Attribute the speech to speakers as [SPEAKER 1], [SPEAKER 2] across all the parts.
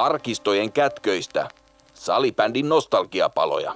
[SPEAKER 1] Arkistojen kätköistä. Salibändin nostalgiapaloja.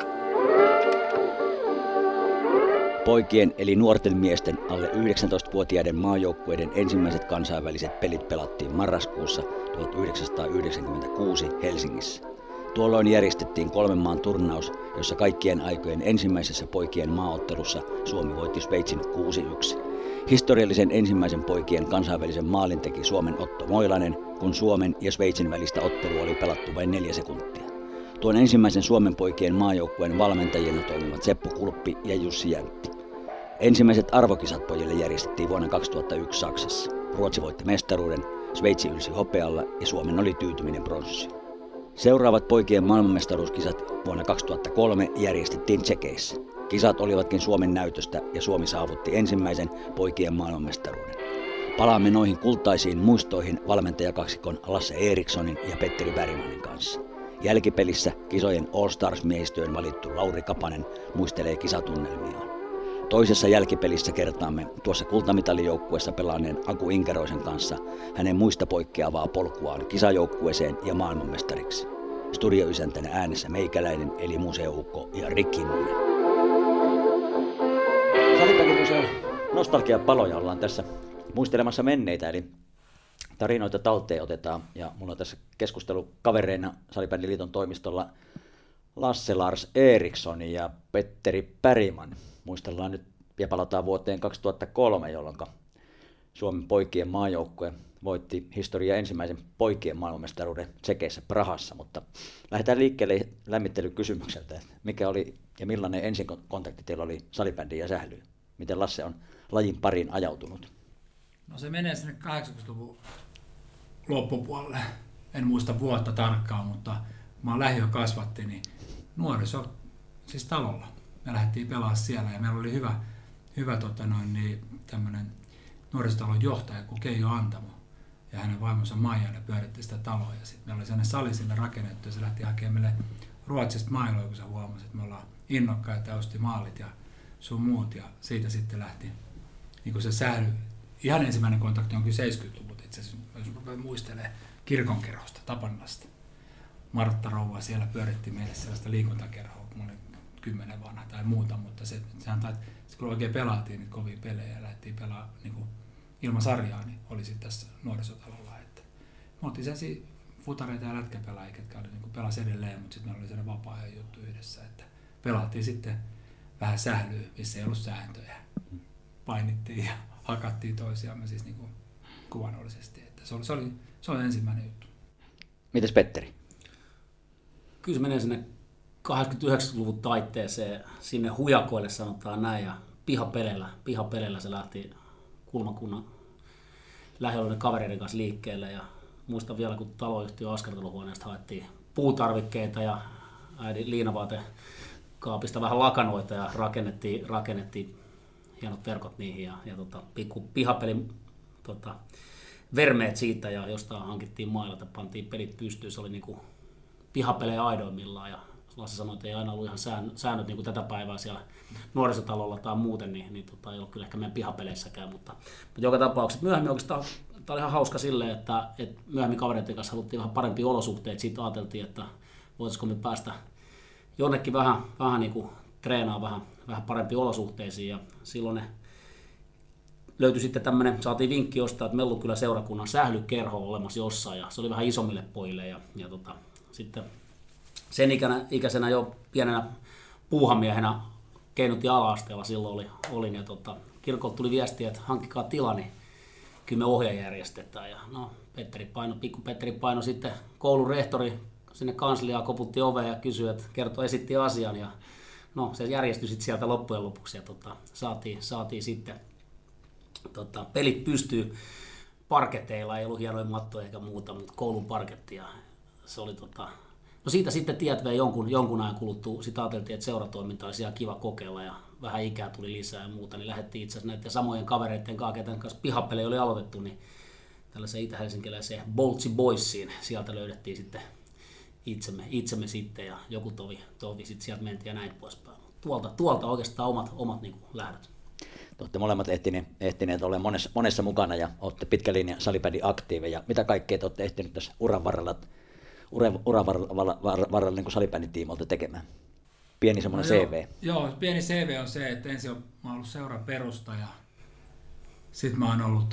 [SPEAKER 2] Poikien eli nuorten miesten alle 19-vuotiaiden maajoukkueiden ensimmäiset kansainväliset pelit pelattiin marraskuussa 1996 Helsingissä. Tuolloin järjestettiin 3 maan turnaus, jossa kaikkien aikojen ensimmäisessä poikien maaottelussa Suomi voitti Sveitsin 6-1. Historiallisen ensimmäisen poikien kansainvälisen maalin teki Suomen Otto Moilanen, kun Suomen ja Sveitsin välistä ottelua oli pelattu vain 4 sekuntia. Tuon ensimmäisen Suomen poikien maajoukkueen valmentajina toimivat Seppo Kulppi ja Jussi Jäntti. Ensimmäiset arvokisat pojille järjestettiin vuonna 2001 Saksassa. Ruotsi voitti mestaruuden, Sveitsi ylsi hopealla ja Suomen oli tyytyminen pronssiin. Seuraavat poikien maailmanmestaruuskisat vuonna 2003 järjestettiin Tšekeissä. Kisat olivatkin Suomen näytöstä ja Suomi saavutti ensimmäisen poikien maailmanmestaruuden. Palaamme noihin kultaisiin muistoihin valmentajakaksikon Lasse Erikssonin ja Petteri Bergmanin kanssa. Jälkipelissä kisojen All Stars-miehistöön valittu Lauri Kapanen muistelee kisatunnelmiaan. Toisessa jälkipelissä kertaamme tuossa kultamitalijoukkueessa pelaaneen Aku Inkeroisen kanssa hänen muista poikkeavaa polkuaan kisajoukkueeseen ja maailmanmestariksi. Studioisäntänä äänessä meikäläinen eli museoukko ja Rick Kinnunen. Salibändin museon nostalgiapaloja ollaan tässä muistelemassa menneitä, eli tarinoita talteen otetaan. Ja mulla on tässä keskustelukavereina Salibändin liiton toimistolla Lasse Lars Eriksson ja Petteri Bergman. Muistellaan nyt ja palataan vuoteen 2003, jolloin Suomen poikien maajoukkue voitti historian ensimmäisen poikien maailmanmestaruuden Tšekeissä Prahassa, mutta lähdetään liikkeelle lämmittelykysymykseltä, että mikä oli ja millainen ensikontakti teillä oli salibändiin ja sählyyn? Miten Lasse on lajin pariin ajautunut?
[SPEAKER 3] No se menee sinne 80-luvun loppupuolelle. En muista vuotta tarkkaan, mutta mä lähiö kasvatti, niin nuoriso, siis talolla. Me lähdettiin pelaamaan siellä ja meillä oli hyvä tämmöinen nuorisotalon johtaja kuin Keijo Antamo ja hänen vaimonsa Maija, ne pyöritti sitä taloa ja sitten meillä oli sellainen sali sinne rakennettu ja se lähti hakemaan meille Ruotsista mailoja, kun se huomasi, että me ollaan innokkaita ja osti maalit ja sun muut ja siitä sitten lähti niin kuin se sähly. Ihan ensimmäinen kontakti on kyllä 70-luvut itse asiassa, jos muistelee kirkonkerhosta, Tapannasta. Martta Rouva siellä pyöritti meille sellaista liikuntakerhoa, kun oli 10 vanha tai muuta, mutta sehän kun oikein pelaatiin niitä kovia pelejä ja lähdettiin pelaamaan niin ilman sarjaa, niin oli sitten tässä nuorisotalolla. Että me oltiin sellaisia futareita ja lätkäpelaajia, jotka oli niin pelasi edelleen, mutta sitten meillä oli sellainen vapaa-ajan juttu yhdessä, että pelaatiin sitten vähän sählyä, missä ei ollut sääntöjä. Painittiin ja hakattiin toisiamme siis niin kuin kuvannollisesti. Että se oli ensimmäinen juttu.
[SPEAKER 2] Mites Petteri?
[SPEAKER 4] Kyllä se menee sinne 89-luvun taitteeseen, sinne hujakoille sanotaan näin, ja pihapeleillä se lähti kulmakunnan lähialueiden kavereiden kanssa liikkeelle, ja muistan vielä, kun taloyhtiön askarteluhuoneesta haettiin puutarvikkeita ja äidin liinavaatekaapista vähän lakanoita ja rakennettiin hienot verkot niihin ja pikku pihapelin vermeet siitä ja jostain hankittiin mailla, että pantiin pelit pystyyn, se oli niinku pihapelejä aidoimmillaan ja Lasse sanoi, että ei aina ollut ihan säännöt niin kuin tätä päivää siellä nuorisotalolla tai muuten, niin ei ollut kyllä ehkä meidän pihapeleissäkään, mutta joka tapauksessa myöhemmin oikeastaan tämä oli ihan hauska silleen, että myöhemmin kavereiden kanssa haluttiin vähän parempia olosuhteita, siitä ajateltiin, että voitaisiko me päästä jonnekin vähän niin kuin treenaa vähän parempiin olosuhteisiin ja silloin ne löytyi sitten tämmöinen, saatiin vinkki jostain, että meillä on kyllä seurakunnan sählykerho olemassa jossain ja se oli vähän isommille pojille ja sitten sen ikäisenä jo pienenä puuhamiehenä keinutin ala-asteella silloin olin ja kirkolta tuli viestiä, että hankkikaa tila, niin kyllä me ohja järjestetään ja no pikku Petteri paino sitten koulun rehtori sinne kansliaan, koputti oveen ja kysyi, että esitti asian ja no se järjestyi sitten sieltä loppujen lopuksi ja saatiin sitten pelit pystyy parketeilla, ei ollut hienoja mattoja eikä muuta, mutta koulun parketti ja se oli no siitä sitten tiet vei jonkun ajan kuluttua, sitten ajateltiin, että seuratoiminta olisi ihan kiva kokeilla ja vähän ikää tuli lisää ja muuta, niin lähdettiin itse asiassa näiden samojen kavereiden kanssa, kenen kanssa pihapelejä oli aloitettu, niin tällaiseen itä-helsinkiläiseen Boltsi Boysiin, sieltä löydettiin sitten itsemme sitten ja joku tovi sitten sieltä mentiin ja näin poispäin. Tuolta oikeastaan omat niin kuin lähdöt.
[SPEAKER 2] Te olette molemmat ehtineet olla monessa mukana ja olette pitkän linjan salibändin aktiiveja. Mitä kaikkea te olette ehtineet tässä uran varrella uran varrella niin salibändin tiimoilta tekemään? Pieni semmoinen CV.
[SPEAKER 3] Joo, pieni CV on se, että ensin mä oon ollut seuran perustaja. Sitten mä oon ollut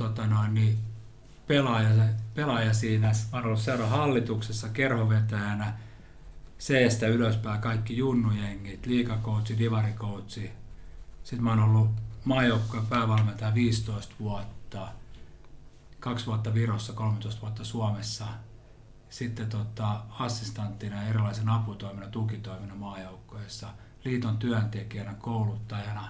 [SPEAKER 3] pelaaja siinä. Mä oon ollut seuran hallituksessa, kerhovetäjänä, C-stä ylöspäin kaikki junnujengit, liigakoutsi, divarikoutsi. Sitten mä oon ollut maajoukkueen päävalmentaja 15 vuotta, 2 vuotta Virossa, 13 vuotta Suomessa. Sitten assistanttina erilaisen aputoiminnan, tukitoiminnan maajoukkueessa, liiton työntekijänä, kouluttajana,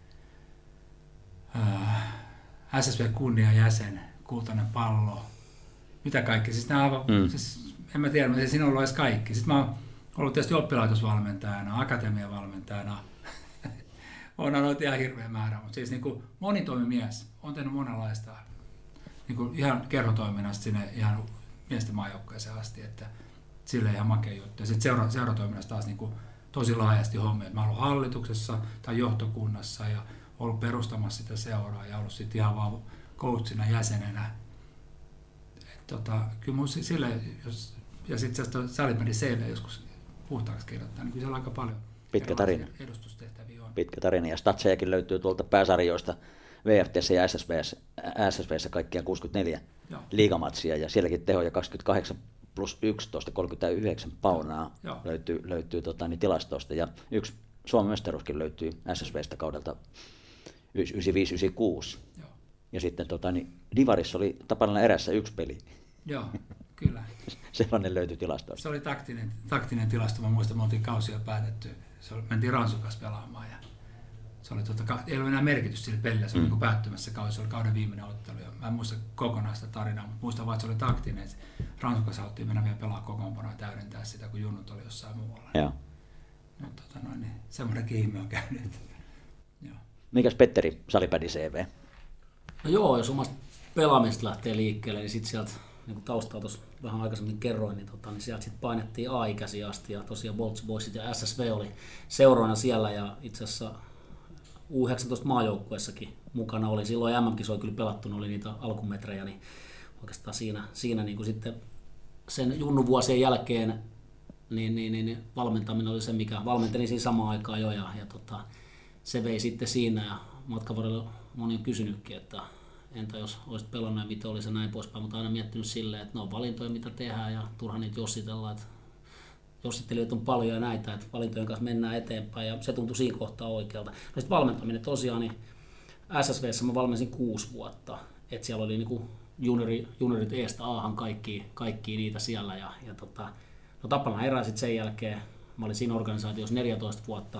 [SPEAKER 3] SSV-kunniajäsen, kultainen pallo, mitä kaikki. Siis siis, en mä tiedä, mutta siinä on ollut edes kaikki. Sitten mä oon ollut tietysti oppilaitosvalmentajana, akatemiavalmentajana. On ollut ihan hirveä määrä, mutta siis niin monitoimimies. On tehnyt monenlaista niin ihan kerhotoiminnasta sinne ihan miesten maajoukkueeseen asti, että sille ihan makea juttu. Ja sitten seuratoiminnassa taas niin tosi laajasti hommia. Mä oon ollut hallituksessa tai johtokunnassa ja ollut perustamassa sitä seuraa ja ollut sitten ihan vaan coachina, jäsenenä. Kyllä mun sille, ja sitten salibändin CV joskus puhtaaksi kirjoittaa, niin kyllä siellä aika paljon
[SPEAKER 2] pitkä tarina.
[SPEAKER 3] Edustustehtäviä on.
[SPEAKER 2] Pitkä tarina, ja statsejakin löytyy tuolta pääsarjoista VRT:ssä ja SSV:ssä kaikkiaan 64 liigamatsia, ja sielläkin tehoja 28 plus 11, 39 paunaa löytyy tilastosta, ja yksi Suomen mestaruuskin löytyy SSV:stä kaudelta 95-96. Ja sitten Divarissa oli Tapanalan erässä yksi peli.
[SPEAKER 3] Joo, kyllä.
[SPEAKER 2] Sellainen löytyi tilastosta.
[SPEAKER 3] Se oli taktinen tilasto. Mä muistan, me oltiin kausia päätetty. Mentiin Ransukas pelaamaan. Ja se oli ei ollut enää merkitys sille pelille. Se oli niin päättymässä kausi. Se oli kauden viimeinen ottelu. Mä en muista kokonaista tarinaa, mutta muistan vaan, että se oli taktinen. Ransukas haluttiin mennä vielä pelaa kokoonpanoa ja täydentää sitä, kun junnut oli jossain muualla.
[SPEAKER 2] Joo.
[SPEAKER 3] Mutta semmoinen ihme on käynyt.
[SPEAKER 2] Mikäs Petteri salibändin CV?
[SPEAKER 4] No joo, jos omasta pelaamista lähtee liikkeelle, niin sitten sieltä, niin kuin taustaa tuossa vähän aikaisemmin kerroin, niin sieltä sitten painettiin A-ikäisiä asti, ja tosiaan Bolts Boysit ja SSV oli seuraana siellä, ja itse asiassa U19 maajoukkueessakin mukana oli. Silloin MM-kisoja kyllä pelattuna, oli niitä alkumetrejä, niin oikeastaan siinä niin kuin sitten sen junnuvuosien jälkeen niin valmentaminen oli se, mikä valmentelin siinä samaan aikaan jo, ja se vei sitten siinä, ja matkan varrella moni on kysynytkin, että entä jos olisit pelannut ja mitä olisi ja näin poispäin, mutta aina miettinyt silleen, että ne on valintoja, mitä tehdään, ja turha niitä jossitella, että jossittelijoita on paljon ja näitä, että valintojen kanssa mennään eteenpäin, ja se tuntui siinä kohtaa oikealta. No sitten valmentaminen tosiaan, niin SSV:ssä mä valmensin 6 vuotta, että siellä oli niinku juniorit eestä A:han kaikki niitä siellä, ja Tapanalan erää sitten sen jälkeen, mä olin siinä organisaatiossa 14 vuotta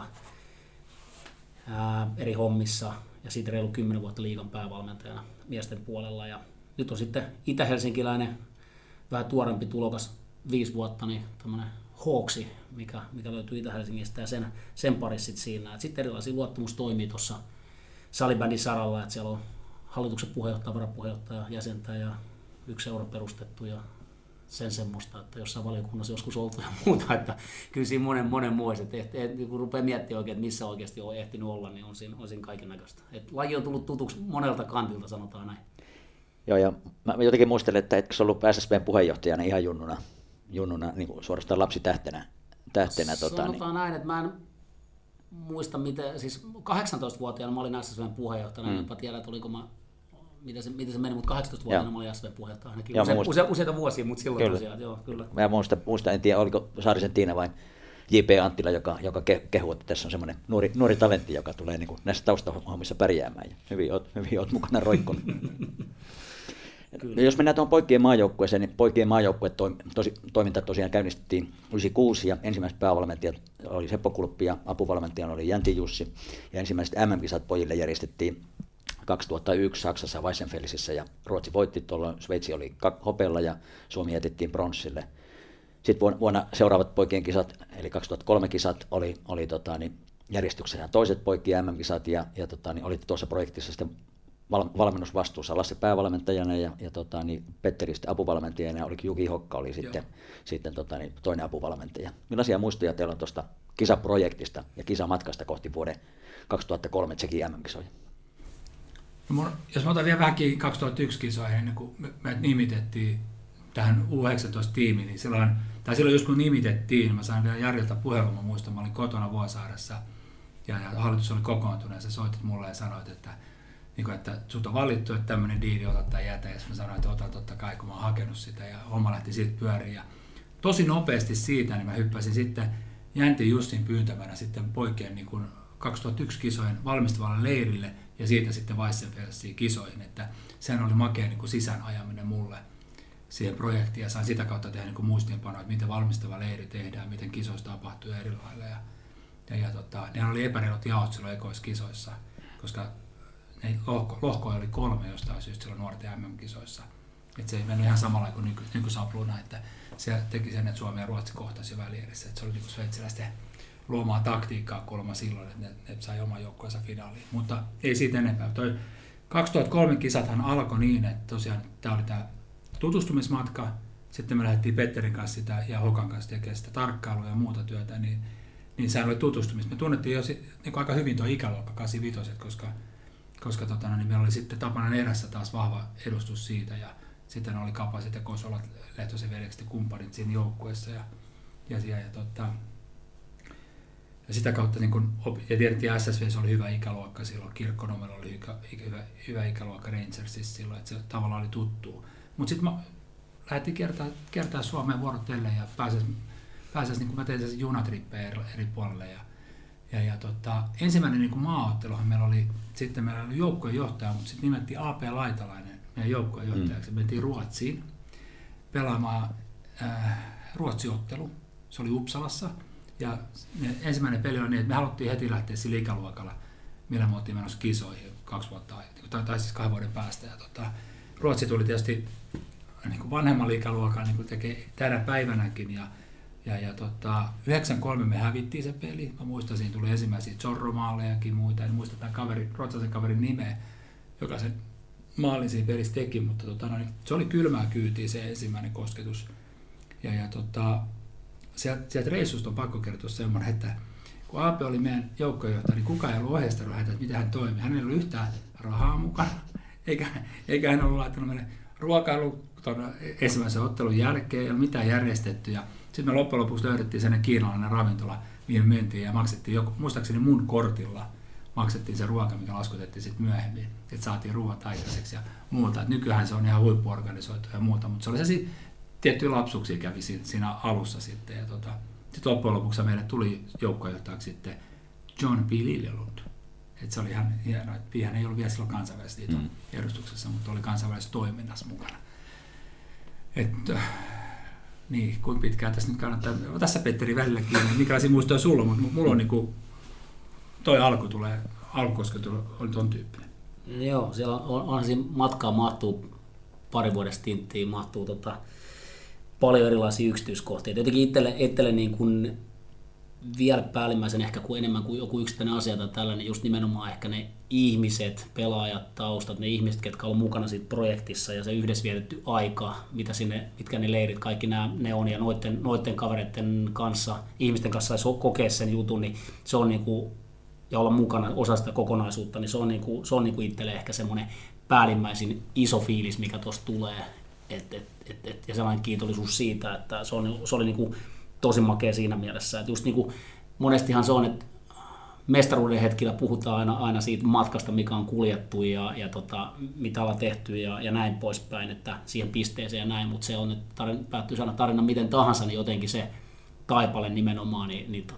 [SPEAKER 4] eri hommissa, ja siitä reilu 10 vuotta liigan päävalmentajana miesten puolella. Ja nyt on sitten itä-helsinkiläinen, vähän tuorempi tulokas, 5 vuotta, niin tämmöinen Hawksi, mikä löytyy Itä-Helsingistä, ja sen parissa sitten siinä. Et sitten erilaisia luottamustoimia tuossa salibändin saralla, että siellä on hallituksen puheenjohtaja, varapuheenjohtaja, jäsentä ja yksi seura perustettu ja sen semmoista, että jossain valiokunnassa joskus oltu ja muuta, että kyllä siinä monenmoiset, kun rupeaa miettimään oikein, että missä oikeasti on ehtinyt olla, niin on siinä kaiken näköistä. Laji on tullut tutuksi monelta kantilta, sanotaan näin.
[SPEAKER 2] Joo, ja mä jotenkin muistelen, että etkö ollut SSV:n puheenjohtajana ihan junnuna niin kuin suorastaan lapsitähtenä.
[SPEAKER 4] Sanotaan näin, että mä en muista, siis 18-vuotiaana mä olin SSV:n puheenjohtajana, enpä tiedä, että oliko miten se meni, mutta 18-vuotiaana mä olin SSV-puheenjohtaja ainakin. Useita vuosia, mutta silloin kyllä. Tosiaan, joo, kyllä.
[SPEAKER 2] Mä muistan, en tiedä, oliko Saarisen Tiina vai J.P. Anttila, joka kehuu, että tässä on semmoinen nuori talentti, joka tulee niin kuin näissä taustahommissa pärjäämään. Ja hyvin olet mukana roikkunut. Jos mennään tuohon poikien maajoukkueeseen, niin poikien maajoukkuetoiminta tosiaan käynnistettiin 96, ja ensimmäiset päävalmentajat oli Seppo Kulppi ja apuvalmentajana oli Jänti Jussi, ja ensimmäiset MM-kisat pojille järjestettiin 2001 Saksassa Weissenfelsissä, ja Ruotsi voitti tuolloin, Sveitsi oli hopealla ja Suomi jätettiin bronssille. Sitten vuonna seuraavat poikien kisat, eli 2003 kisat, oli järjestyksessä toiset poikien MM-kisat, ja olitte tuossa projektissa sitten valmennusvastuussa Lasse päävalmentajana ja Petteri sitten apuvalmentajana, ja Juki Hokka oli sitten toinen apuvalmentaja. Millaisia muistoja teillä on tuosta kisaprojektista ja kisamatkasta kohti vuoden 2003 Tšekin MM-kisoja?
[SPEAKER 3] No, jos mä otan vielä vähän 2001 kisoihin, ennen kuin me nimitettiin tähän U19-tiimiin, niin silloin just kun nimitettiin, mä sain vielä Jarilta puhelun, mä muistan, mä olin kotona Vuosaaressa ja hallitus oli kokoontunut ja sä soitit mulle ja sanoit, että sut on valittu, että tämmöinen diili otat tai jätä, ja mä sanoin, että otan totta kai, kun mä oon hakenut sitä ja homma lähti siitä pyöriin. Ja tosi nopeasti siitä, niin mä hyppäsin sitten Jäntin Jussin pyyntämänä sitten poikien niin kuin 2001 kisojen valmistavalle leirille ja siitä sitten Weissenfelsiin kisoihin, että sehän oli makea niin kuin sisäänajaminen mulle siihen projektiin ja sain sitä kautta tehdä niin kuin muistiinpanoja, että miten valmistava leiri tehdään, miten kisoissa tapahtuu eri lailla. Nehän oli epäreilut jaot silloin ekoiskisoissa, koska lohkoja oli 3 jostain syystä silloin nuorten MM-kisoissa. Että se ei mennyt ihan samalla kuin nykysapluna, että se teki sen, että Suomi ja Ruotsi kohtasi jo välierissä. Että se oli niin kuin sveitsiläisten luomaa taktiikkaa kuulemma silloin, että ne sai oman joukkueensa finaaliin. Mutta ei siitä enempää. Toi 2003 kisathan alkoi niin, että tosiaan tämä oli tämä tutustumismatka. Sitten me lähdettiin Petterin kanssa sitä ja Hokan kanssa tekemään sitä tarkkailua ja muuta työtä. Niin sehän oli tutustumista. Me tunnettiin jo niin aika hyvin tuo ikäluokka 85, koska niin meillä oli sitten Tapanan erässä taas vahva edustus siitä ja sitten oli Kapaset ja Kosolat, Lehtosen veljekset ja kumppanit siinä joukkueessa ja sitä kautta niin kun, ja tiedettiin SSV:ssä oli hyvä ikäluokka silloin, Kirkkonummella oli hyvä ikäluokka Rangersissa silloin, että se tavallaan oli tuttua. Mutta sitten lähdettiin kiertää Suomeen vuorotellen ja pääses niin kun mä tein sen junatrippejä eri puolelle ensimmäinen niin maaotteluhan meillä oli joukkuejohtaja, mutta sitten nimettiin AP Laitalainen meidän joukkuejohtajaksi. Mentiin Ruotsiin pelaamaan Ruotsi-ottelu. Se oli Uppsalassa. Ja ensimmäinen peli oli niin, että me haluttiin heti lähteä sillä ikäluokalla, millä me oltiin menossa kisoihin 2 vuotta tai siis 2 vuoden päästä. Ruotsi tuli tietysti niin vanhemmalla ikäluokalla, niin kuin tekee tänä päivänäkin. Ja 93 me hävittiin se peli. Mä muistan, siinä tuli ensimmäisiä Zorro-maalejakin muita. En muista tämän ruotsalaisen kaverin nimeä, joka sen maalin siinä pelissä teki, mutta se oli kylmää kyytiä se ensimmäinen kosketus. Sieltä reissusta on pakko kertoa semmoinen, että kun AP oli meidän joukkojohtaja, niin kukaan ei ollut ohjeistanut häntä, että miten hän toimii. Hänellä ei ollut yhtään rahaa mukana, eikä hän ollut laittanut meille ruokailu ensimmäisen ottelun jälkeen, ei ollut mitään järjestetty. Sitten me loppujen lopuksi löydettiin sellainen kiinalainen ravintola, mihin mentiin ja maksettiin muistaakseni mun kortilla maksettiin se ruoka, mikä laskutettiin sitten myöhemmin, että saatiin ruoat aikaiseksi ja muuta. Et nykyään se on ihan huippuorganisoitu ja muuta, mutta se oli sellaisia tiettyjä lapsuksia kävi siinä alussa sitten. Sitten loppujen lopuksi meille tuli joukkojohtajaksi sitten John P. Liljelund. Et se oli ihan hienoa, että hän ei ollut vielä silloin kansainvälisessä liiton edustuksessa, mutta oli kansainvälisessä toiminnassa mukana. Niin, kuinka pitkään tässä nyt kannattaa, tässä Petteri välilläkin, niin minkälaisia muistoja sulla on, mutta mulla on niin toi alkukosketus oli ton tyyppinen.
[SPEAKER 4] Joo, siellä onhan siinä matkaa mahtuu pari vuoden stinttiin, mahtuu paljon erilaisia yksityiskohtia. Jotenkin itselle niin kuin vielä päällimmäisen ehkä kuin enemmän kuin joku yksittäinen asia tai tällainen, just nimenomaan ehkä ne ihmiset, pelaajat, taustat, ne ihmiset, ketkä on mukana siitä projektissa ja se yhdessä vietetty aika, mitkä ne leirit, kaikki ne on ja noiden kavereiden kanssa, ihmisten kanssa saisi kokea sen jutun, niin se on niinku, ja olla mukana osa sitä kokonaisuutta, niin se on niinku itselle ehkä semmoinen päällimmäisin iso fiilis, mikä tuossa tulee, ja sellainen kiitollisuus siitä, että se oli niinku tosi makea siinä mielessä, että just niinku monestihan se on, että mestaruuden hetkillä puhutaan aina siitä matkasta, mikä on kuljettu ja mitä ollaan tehty ja näin poispäin, että siihen pisteeseen ja näin, mutta se on, että päättyy saada tarina miten tahansa, niin jotenkin se taipale nimenomaan,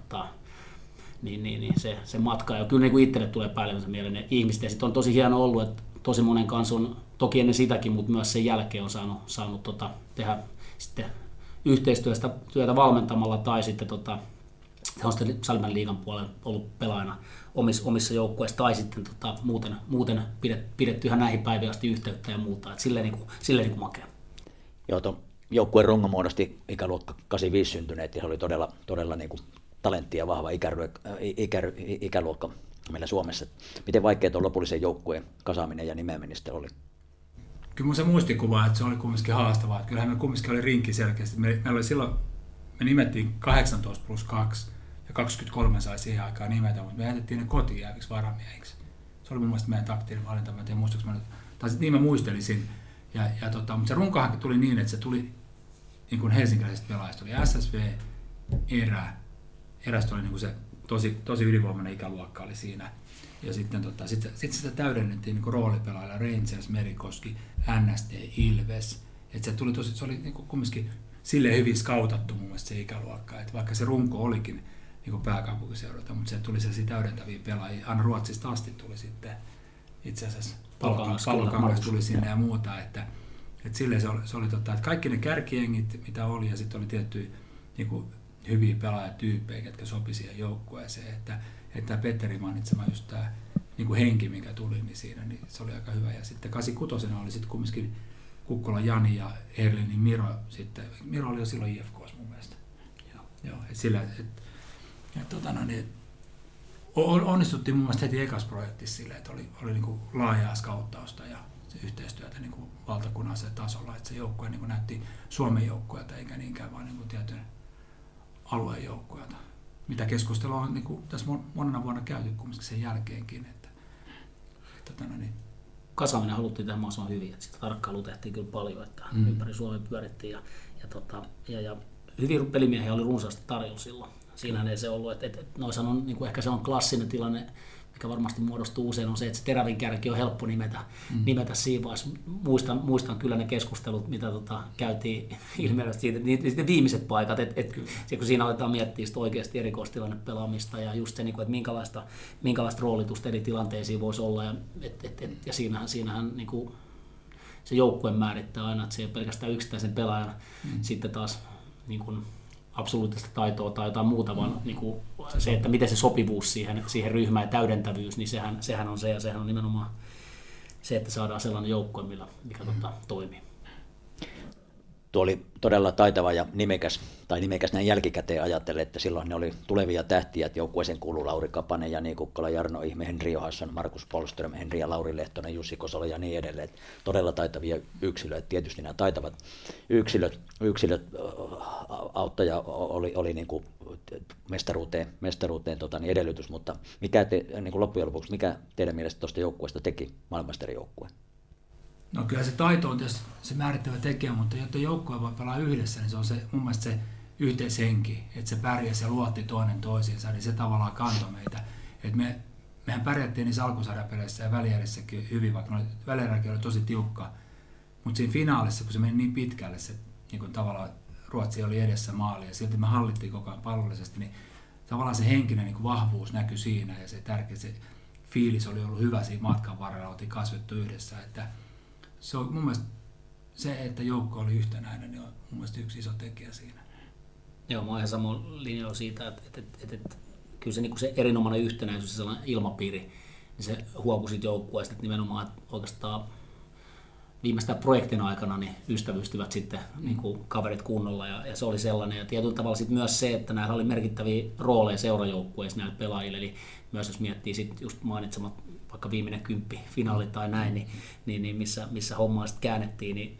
[SPEAKER 4] niin se matka, ja kyllä niin kuin itselle tulee päällimmäisen mieleen ne ihmiset, ja sitten on tosi hieno ollut, että tosi monen kanssa on, toki ennen sitäkin, mutta myös sen jälkeen on saanut tehdä sitten yhteistyötä valmentamalla tai sitten on sitten Salimäen liigan puolella ollut pelaajana omissa joukkueissa tai sitten muuten pidetty ihan näihin päiviin asti yhteyttä ja muuta, että silleen niin kuin makea.
[SPEAKER 2] Joo, tuon joukkueen rungon muodosti ikäluokka 85 syntyneet ja se oli todella niin kuin talentti ja vahva ikäluokka meillä Suomessa. Miten vaikeaa tuon lopullisen joukkueen kasaaminen ja nimeäminen sitten oli?
[SPEAKER 3] Kyllä mun se muistikuva, että se oli kumminkin haastavaa. Kyllähän me kumminkin oli rinkki selkeästi. Meillä oli silloin, me nimettiin 18+2 ja 23 sai siihen aikaan nimetä, mutta me jätettiin ne kotiin jääviksi varamiehiksi. Se oli mun mielestä meidän taktinen valinta, mä en tiedä muistuinko mä nyt, tai niin mä muistelisin. Mutta se runkohan tuli niin, että se tuli niin kuin helsinkiläisistä pelaajista oli SSV, erästä oli niin kuin se tosi ylivoimainen ikäluokka oli siinä. Ja sitten sit sitä täydennettiin niin kuin roolipelaajilla Rangers, Merikoski, NST, Ilves. Et se oli niin kuin kumminkin silleen hyvin skautattu mun mielestä se ikäluokka, että vaikka se runko olikin niin kuin pääkaupunkiseudulta, mutta se tuli sellaisia täydentäviä pelaajia. Aina Ruotsista asti tuli sitten itse asiassa Pallokangas tuli sinne ja muuta, että silleen se oli että kaikki ne kärkiengit, mitä oli, ja sitten oli tiettyjä niin kuin hyviä pelaajatyyppejä, jotka sopi siihen joukkueeseen, että Petteri mainitsema just tämä niin kuin henki, mikä tuli, niin siinä niin se oli aika hyvä. Ja sitten 86 oli sitten kumminkin Kukkola Jani ja Erlinin Miro sitten. Miro oli jo silloin IFK:ssa mun mielestä. Joo, onnistuttiin mun mielestä heti ekassa projektissa silleen, että oli niin kuin laajaa skauttausta ja se yhteistyötä niin kuin valtakunnallisella tasolla, että se joukkue niin kuin näytti Suomen joukkueelta eikä niinkään vaan niin kuin tietyn alueen joukkueelta. Mitä keskustelua on niin kuin tässä monena vuonna käyty kumminkin sen jälkeenkin.
[SPEAKER 4] Kasaaminen haluttiin tehdä mahdollisimman hyvin, että sitä tarkkailua tehtiin kyllä paljon, että ympäri Suomea pyörittiin ja hyviä pelimiehiä oli runsaasti tarjolla silloin. Siinähän ei se ollut, että noissa on niin kuin ehkä se on klassinen tilanne, mikä varmasti muodostuu usein, on se, että se terävin kärki on helppo nimetä siinä vaiheessa. Muistan kyllä ne keskustelut, mitä käytiin ilmeisesti siitä, niitä viimeiset paikat, kun siinä aletaan miettiä sitä oikeasti erikoistilanne pelaamista ja just se, että minkälaista roolitusta eri tilanteisiin voisi olla. Ja siinähän niin kuin se joukkue määrittää aina, että se ei ole pelkästään yksittäisen pelaajan sitten taas niin kuin absoluuttista taitoa tai jotain muuta, vaan niin kuin se, että miten se sopivuus siihen ryhmään ja täydentävyys, niin sehän on se, ja sehän on nimenomaan se, että saadaan sellainen joukkue, mikä toimii.
[SPEAKER 2] Tuo oli todella taitava ja nimekäs näin jälkikäteen ajatellen, että silloin ne oli tulevia tähtiä, että joukkueeseen kuului Lauri Kapanen, Jani Kukkola, Jarno Ihme, Henri Johansson, Markus Polström, Henri ja Lauri Lehtonen, Jussi Kosola ja niin edelleen. Todella taitavia yksilöitä. Tietysti nämä taitavat yksilöt auttaja oli niin kuin mestaruuteen edellytys, mutta mikä niin kuin loppujen lopuksi, mikä teidän mielestä tuosta joukkueesta teki maailmanmestarijoukkueen?
[SPEAKER 3] No kyllä se taito on tietysti se määrittävä tekijä, mutta jotta joukkue voi pelaa yhdessä, niin se on mun mielestä se yhteishenki, että se pärjäsi ja luotti toinen toisiinsa, niin se tavallaan kantoi meitä. Et mehän pärjättiin niissä alkusarjapeleissä ja välijärissäkin hyvin, vaikka välieräkin oli tosi tiukka, mutta siinä finaalissa, kun se meni niin pitkälle, se niin kun tavallaan Ruotsi oli edessä maali ja silti me hallittiin koko ajan pallollisesti, niin tavallaan se henkinen niin vahvuus näkyi siinä ja se tärkeä, se fiilis oli ollut hyvä siinä matkan varrella, oltiin kasvettu yhdessä, että se on mun mielestä se, että joukko oli yhtenäinen, niin on mun mielestä yksi iso tekijä siinä.
[SPEAKER 4] Joo, mä oon ihan samoin linjalla siitä, että kyllä se, niin kuin se erinomainen yhtenäisyys ja sellainen ilmapiiri, niin se huokui siitä joukkueesta, että nimenomaan että oikeastaan viimeistään projektin aikana niin ystävystyvät sitten niin kuin kaverit kunnolla ja se oli sellainen. Ja tietyllä tavalla sitten myös se, että näillä oli merkittäviä rooleja seurajoukkueissa näillä pelaajille, eli myös jos miettii sitten just mainitsemat vaikka viimeinen 10 finaali tai näin, niin missä hommaa sitten käännettiin, niin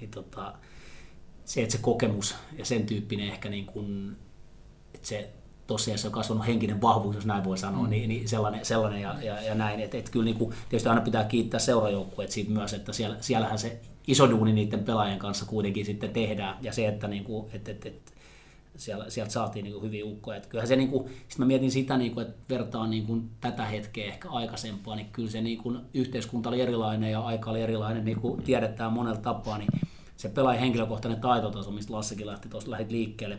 [SPEAKER 4] se, että se kokemus ja sen tyyppinen ehkä niin kuin, että se tosiaan se on kasvanut henkinen vahvuus, jos näin voi sanoa, niin sellainen ja näin. Että kyllä niin kuin, tietysti aina pitää kiittää seurajoukkueet siitä myös, että siellähän se iso duuni niiden pelaajien kanssa kuitenkin sitten tehdään ja se, että niin kuin, sieltä saatiin niin kuin hyviä ukkoja. Että kyllähän se, niin kuin, sit mä mietin sitä, niin kuin, että vertaan niin kuin tätä hetkeä ehkä aikaisempaa, niin kyllä se niin kuin, yhteiskunta oli erilainen ja aika oli erilainen, niin kuin tiedetään monella tapaa, niin se pelaajan henkilökohtainen taitotaso, mistä Lassekin lähti liikkeelle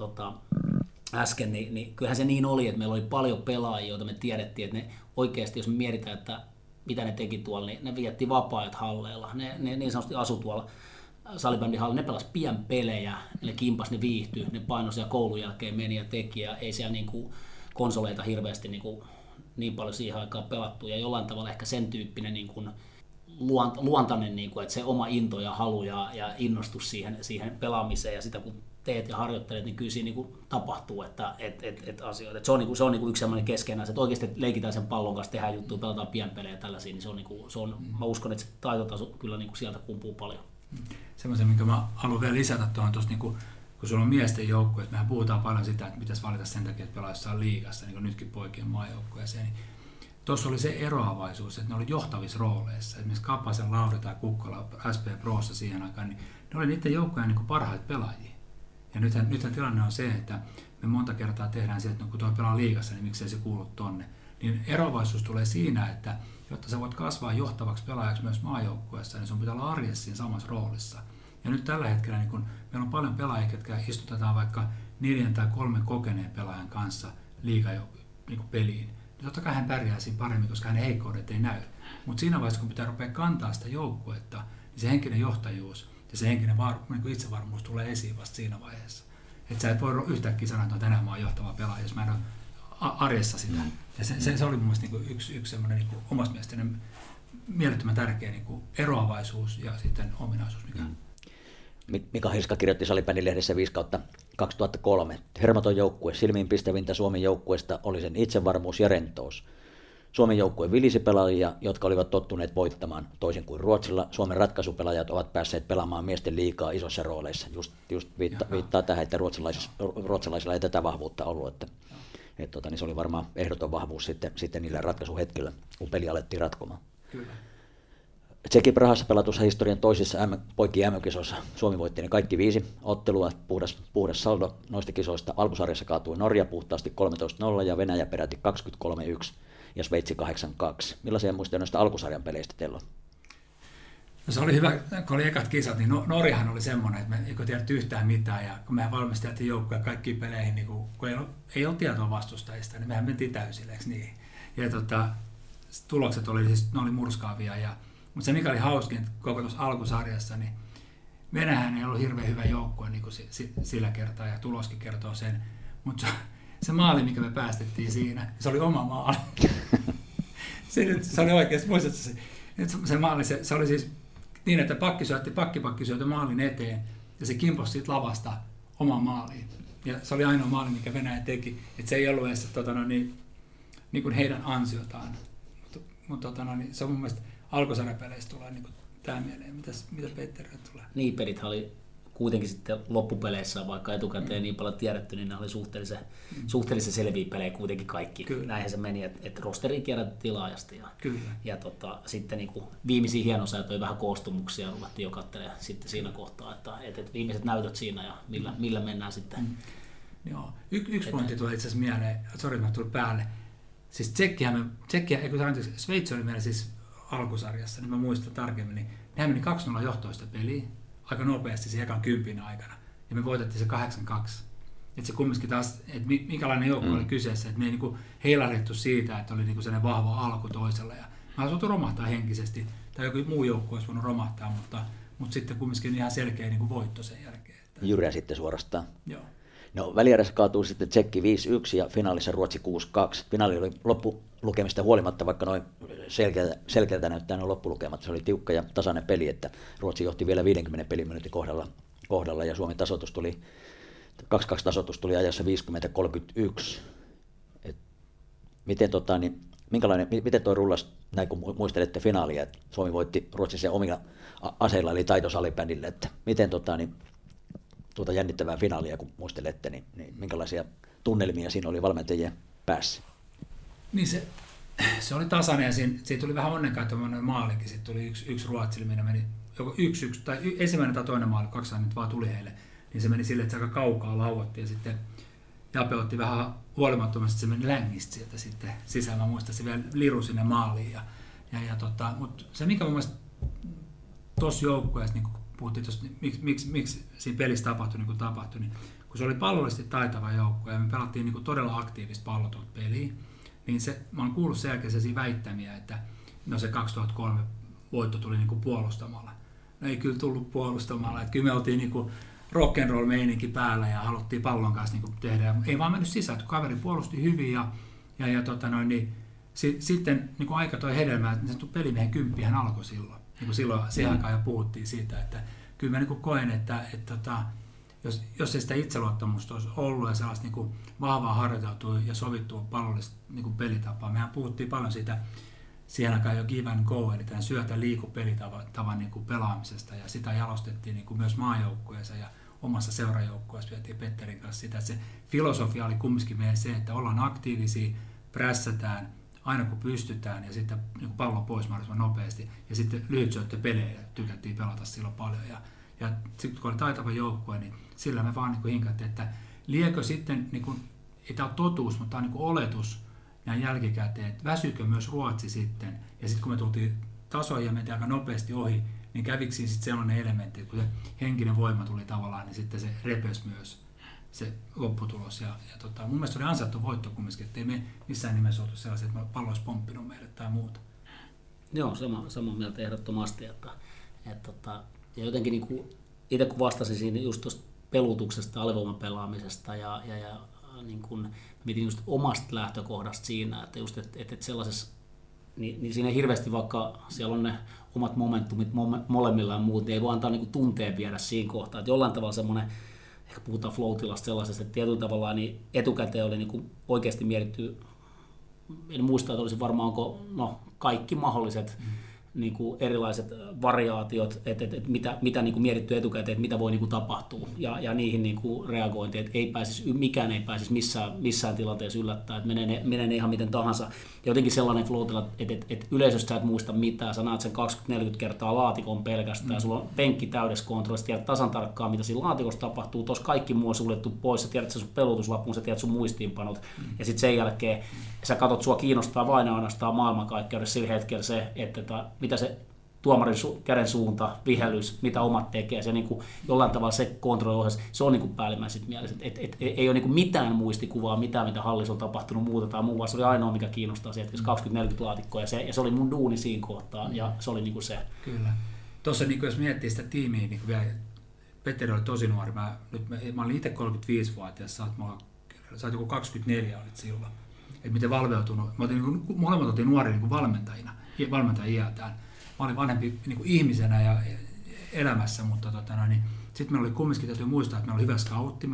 [SPEAKER 4] äsken, niin kyllähän se niin oli, että meillä oli paljon pelaajia, joita me tiedettiin, että ne oikeasti, jos me mietitään, että mitä ne teki tuolla, niin ne vietti vapaa-ajat halleilla, ne niin sanotusti asu tuolla salibändihallilla, ne pelasi pian pelejä, ne kimpas, ne viihtyi, ne painoi siellä koulun jälkeen meni ja teki, ja ei siellä niin kuin konsoleita hirveästi niin paljon siihen aikaan pelattu, ja jollain tavalla ehkä sen tyyppinen niin kuin luontainen, niin kuin, että se oma into ja halu ja innostus siihen pelaamiseen, ja sitä kun teet ja harjoittelet, niin kyllä siinä niin kuin tapahtuu että asioita. Että se on niin kuin yksi sellainen keskeinen, että oikeasti leikitään sen pallon kanssa, tehdään juttuja, pelataan pienpelejä ja tällaisia, niin mä uskon, että se taitotaso kyllä niin kuin sieltä kumpuu paljon.
[SPEAKER 3] Semmoisen, minkä mä haluan vielä lisätä tuohon tuossa, niin kun sulla on miesten joukkue, että mehän puhutaan paljon sitä, että pitäisi valita sen takia, että pelaa jossain liigassa, niin kuin nytkin poikien maajoukkueeseen, niin tuossa oli se eroavaisuus, että ne oli johtavissa rooleissa. Esimerkiksi Kapasen, Lauri tai Kukkola, SP Prossa siihen aikaan, niin ne oli niiden joukkojen niin kuin parhaita pelaajia. Ja nythän tilanne on se, että me monta kertaa tehdään se, että kun tuo pelaa liigassa, niin miksei se kuulu tonne. Niin eroavaisuus tulee siinä, että jotta sä voit kasvaa johtavaksi pelaajaksi myös maajoukkueessa, niin sun pitää olla arjessa siinä samassa roolissa. Ja nyt tällä hetkellä niin kun meillä on paljon pelaajia, jotka istutetaan vaikka 4 tai 3 kokeneen pelaajan kanssa niin peliin. Niin totta kai hän pärjää siinä paremmin, koska hänen heikkoudet ei näy. Mutta siinä vaiheessa, kun pitää rupea kantaa sitä joukkuetta, niin se henkinen johtajuus ja se henkinen niin itsevarmuus tulee esiin vasta siinä vaiheessa. Että sä et voi yhtäkkiä sanoa, että tänään mä oon johtava pelaaja, jos mä en ole arjessa sitä. Ja se oli mun mielestä niin yksi semmoinen niin omasta mielestäni mielettömän tärkeä niin eroavaisuus ja sitten ominaisuus.
[SPEAKER 2] Mika Hilska kirjoitti Salibändilehdessä 5/2003. Hermoton joukkue, silmiinpistävintä Suomen joukkueesta oli sen itsevarmuus ja rentous. Suomen joukkue vilisi pelaajia, jotka olivat tottuneet voittamaan. Toisin kuin Ruotsilla, Suomen ratkaisupelaajat ovat päässeet pelaamaan miesten liigaa isoissa rooleissa. Just viittaa tähän, että ruotsalaisilla ei tätä vahvuutta ollut. Niin se oli varmaan ehdoton vahvuus sitten niillä ratkaisuhetkillä, kun peli alettiin ratkomaan.
[SPEAKER 3] Kyllä.
[SPEAKER 2] Tsekin Prahassa pelatussa historian toisissa poikien MM-kisoissa Suomi voitti ne kaikki 5 ottelua, puhdas saldo noista kisoista. Alkusarjassa kaatui Norja puhtaasti 13-0 ja Venäjä peräti 23-1 ja Sveitsi 8-2. Millaisia muistoja noista alkusarjan peleistä teillä on?
[SPEAKER 3] No se oli hyvä, kun oli ekat kisat, niin Norjahan oli semmoinen, että me ei tiedetty yhtään mitään, ja kun mehän valmisteltiin joukkoja kaikkiin peleihin, niin kun ei ole tietoa vastustajista, niin mehän mentiin täysille, eikö niin? Ja tulokset oli siis, ne oli murskaavia, mutta se mikä oli hauskin koko tuossa alkusarjassa, niin Venäjähän ei ollut hirveän hyvä joukkue niin kuin sillä kertaa, ja tuloskin kertoo sen, mutta se maali, mikä me päästettiin siinä, se oli oma maali. se oli oikeasti, muistatko se maali, se oli siis niin, että pakkipakki syötti maalin eteen ja se kimposi siitä lavasta omaan maaliin. Ja se oli ainoa maali, mikä Venäjä teki. Että se ei ollut edes niin kuin heidän ansiotaan. Mutta se on mun mielestä alkusarjapeleissä tulee niin tämä mieleen. Mitä Petterille tulee?
[SPEAKER 4] Niin, pelithän oli kuitenkin sitten loppupeleissä, vaikka etukäteen niin paljon tiedetty, niin ne oli suhteellisen selviä pelejä kuitenkin kaikki. Kyllä. Näinhän se meni, että rosteriin kierrätettiin laajasti. Ja sitten niin kuin viimeisiä hienosäätöjä toi vähän koostumuksia, ruvettiin jo katselemaan sitten siinä kohtaa, että viimeiset näytöt siinä ja millä mennään sitten.
[SPEAKER 3] Joo. Yksi pointti tuli itse asiassa mieleen, sori, mä tulin päälle. Siis Sveitsi oli meillä siis alkusarjassa, niin mä muistan tarkemmin, niin nehän meni 2-0 johtoista peliä aika nopeasti se ekan 10 aikana, ja me voitettiin se 8-2. Että se kumminkin taas, että minkälainen joukko oli kyseessä, että me ei niinku heilahdettu siitä, että oli niinku sellainen vahva alku toisella, ja mä olisi romahtaa henkisesti, tai joku muu joukko olisi voinut romahtaa, mutta sitten kumminkin ihan selkeä niinku voitto sen jälkeen.
[SPEAKER 2] Jyrä sitten suorastaan.
[SPEAKER 3] Joo.
[SPEAKER 2] No, välierässä kaatui sitten Tsekki 5-1 ja finaalissa Ruotsi 6-2. Finaali oli loppulukemista huolimatta, vaikka noin selkeältä näyttää noin loppulukemat. Se oli tiukka ja tasainen peli, että Ruotsi johti vielä 50 peliminuutin kohdalla ja Suomen tasoitus tuli, 2-2 tasoitus tuli ajassa 50-31. Miten tuo rullasi, näin kun muistelette finaalia, että Suomi voitti Ruotsin sen omilla aseilla, eli taitosalibändille, että miten tuota jännittävää finaalia, kun muistelette, niin minkälaisia tunnelmia siinä oli valmentajien päässä?
[SPEAKER 3] Niin se oli tasainen ja siitä tuli vähän onnenkäyttöinen maalikin. Sitten tuli yksi Ruotsille, minä meni joko 1-1 tai ensimmäinen tai toinen maali, 2 nyt vaan tuli heille. Niin se meni silleen, että se aika kaukaa lauottiin ja sitten Jape otti vähän huolimattomasti, se meni längistä sieltä sitten sisään. Mä muistan, se vielä liru sinne maaliin. Mutta se mikä mun mielestä tuossa joukkueessa, niin puhuttiin tuosta, miksi siinä pelissä tapahtui niin kuin tapahtui, niin kun se oli pallollisesti taitava joukkue ja me pelattiin niin kuin todella aktiivista pallotonta peliä, niin mä oon kuullut sen jälkeen sellaisia väittämiä, että no se 2003 voitto tuli niin kuin puolustamalla. No ei kyllä tullut puolustamalla, että kyllä me oltiin niin kuin rock'n'roll meininki päällä ja haluttiin pallon kanssa niin kuin tehdä. Ja ei vaan mennyt sisään, että kaveri puolusti hyvin sitten niin kuin aika toi hedelmää, että se pelimiehen kymppihän alkoi silloin. Niin kuin silloin siihen aikaan jo puhuttiin siitä, että kyllä mä niin kuin koen, että jos ei sitä itseluottamusta olisi ollut ja sellaista niin kuin vahvaa harjoiteltua ja sovittua pallollista niin kuin pelitapaa. Mehän puhuttiin paljon siitä siihen aikaan jo give and go, eli tämän syötä liiku pelitavan niin kuin pelaamisesta, ja sitä jalostettiin niin kuin myös maajoukkueessa ja omassa seurajoukkueessa vietiin Petterin kanssa sitä, että se filosofia oli kumminkin meidän se, että ollaan aktiivisia, prässätään aina kun pystytään ja sitten niin pallo pois mahdollisimman nopeasti ja sitten lyhytsyöttöpelejä tykättiin pelata silloin paljon Ja sitten kun oli taitava joukkue, niin sillä me vaan niin hinkattiin, että liekö sitten, niin kuin, ei tämä ole totuus, mutta tämä on niin kuin oletus näin jälkikäteen, että väsyykö myös Ruotsi sitten. Ja sitten kun me tultiin tasoihin ja mentiin aika nopeasti ohi, niin kävikö siinä sitten sellainen elementti, että kun se henkinen voima tuli tavallaan, niin sitten se repesi myös se lopputulos. Ja mun mielestä se oli ansaittu voitto kumminkin, ettei me missään nimessä oltu sellaisia, että pallo olisi pomppinut meille tai muuta.
[SPEAKER 4] Joo, samaa mieltä ehdottomasti. Ja jotenkin niin kuin, itse kun vastasin siinä just tuosta pelutuksesta, alivoimapelaamisesta ja niin kuin, mietin just omasta lähtökohdasta siinä, että just että sellaisessa, niin siinä hirveästi vaikka siellä on ne omat momentumit molemmilla ja muut, niin ei voi antaa niin kuin tunteen viedä siinä kohtaa. Että jollain tavalla semmoinen, ehkä puhutaan flow-tilasta sellaisesta, että tietyllä tavalla niin etukäteen oli niin kuin oikeasti mietitty, en muista, että olisi varmaan onko kaikki mahdolliset niin kuin erilaiset variaatiot, että mitä niin kuin mietitty etukäteen, että mitä voi niin kuin tapahtua ja niihin niin kuin reagointi, että mikään ei pääsisi missään tilanteessa yllättää, että menee ne ihan miten tahansa. Ja jotenkin sellainen flow-tila, että yleisöstä sä et muista mitään, sä näet sen 20-40 kertaa laatikon pelkästään, sulla on penkki täydessä kontrollissa, tiedät tasan tarkkaan, mitä siinä laatikossa tapahtuu, tuossa kaikki muu on suljettu pois, sä tiedät sun pelutuslapun, sä tiedät sun muistiinpanot, ja sitten sen jälkeen sä katsot, sua kiinnostaa vain ainoastaan maailmankaikkeudessa sillä hetkellä se, että mitä se tuomarin käden suunta, vihellys, mitä omat tekee, se niin kuin jollain tavalla se kontrolli, se on niin kuin päällimmäiset mielessä. Ei ole niin kuin mitään muistikuvaa, mitä hallissa on tapahtunut muuta tai muu, vaan se oli ainoa, mikä kiinnostaa se, että 20-40 laatikkoa, ja se oli mun duuni siinä kohtaa, ja se oli niin kuin se.
[SPEAKER 3] Kyllä. Tuossa niin jos miettii sitä tiimiä, niin vielä Petteri oli tosi nuori, mä olin itse 35-vuotias, sä oot joku 24 olit silloin. Että miten valveutunut, molemmat oltiin nuoria niin valmentajia iältään. Mä olin vanhempi niin kuin ihmisenä ja elämässä, mutta sitten meillä oli kumminkin, täytyy muistaa, että meillä oli hyvä scoutti,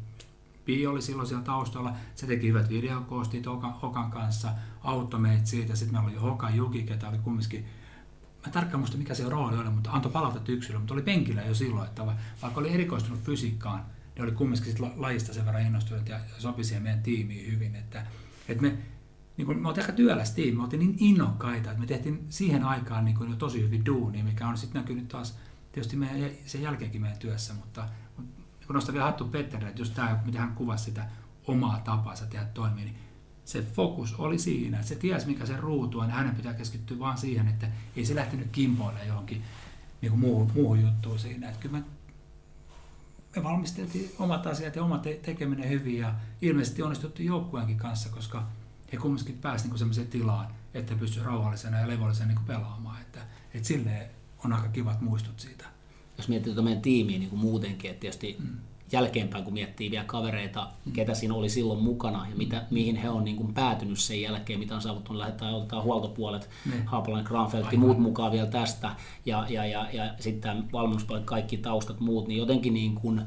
[SPEAKER 3] Pii oli silloin siellä taustalla, se teki hyvät videokoostit Okan kanssa, auttoi meitä siitä, sitten meillä oli Hoka Juki, ketä oli kumminkin, mä en tarkkaan muista mikä se rooli oli, mutta antoi palautetta yksilölle, mutta oli penkillä jo silloin, että vaikka oli erikoistunut fysiikkaan, niin oli kumminkin sit lajista sen verran innostunut ja sopi siihen meidän tiimiin hyvin, että me oltiin aika työläs tiimi, me oltiin niin innokkaita, että me tehtiin siihen aikaan niin jo tosi hyvin duunia, mikä on sitten näkynyt taas tietysti sen jälkeenkin meidän työssä, mutta nostan vielä hattu Petterille, että just tämä, mitä hän kuvasi sitä omaa tapansa tehdä toimia, niin se fokus oli siinä, että se tiesi mikä se ruutu on, ja hänen pitää keskittyä vaan siihen, että ei se lähtenyt kimpoilemaan johonkin niin muuhun juttuun siinä, että kyllä me valmisteltiin omat asiat ja omat tekeminen hyvin ja ilmeisesti onnistuttiin joukkueenkin kanssa, koska he kumminkin pääsivät niin semmoiseen tilaan, että pystyivät rauhallisena ja levollisena niin pelaamaan. Että silleen on aika kivat muistut siitä.
[SPEAKER 4] Jos miettii tuota meidän tiimiä niin kuin muutenkin, että tietysti jälkeenpäin kun miettii vielä kavereita, ketä siinä oli silloin mukana ja mihin he on niin kuin päätynyt sen jälkeen, mitä on saavuttanut, otetaan huoltopuolet, Haapalainen, Granfeldt, muut mukaan vielä tästä ja sitten valmennuspuolet, kaikki taustat muut, niin jotenkin niin kuin,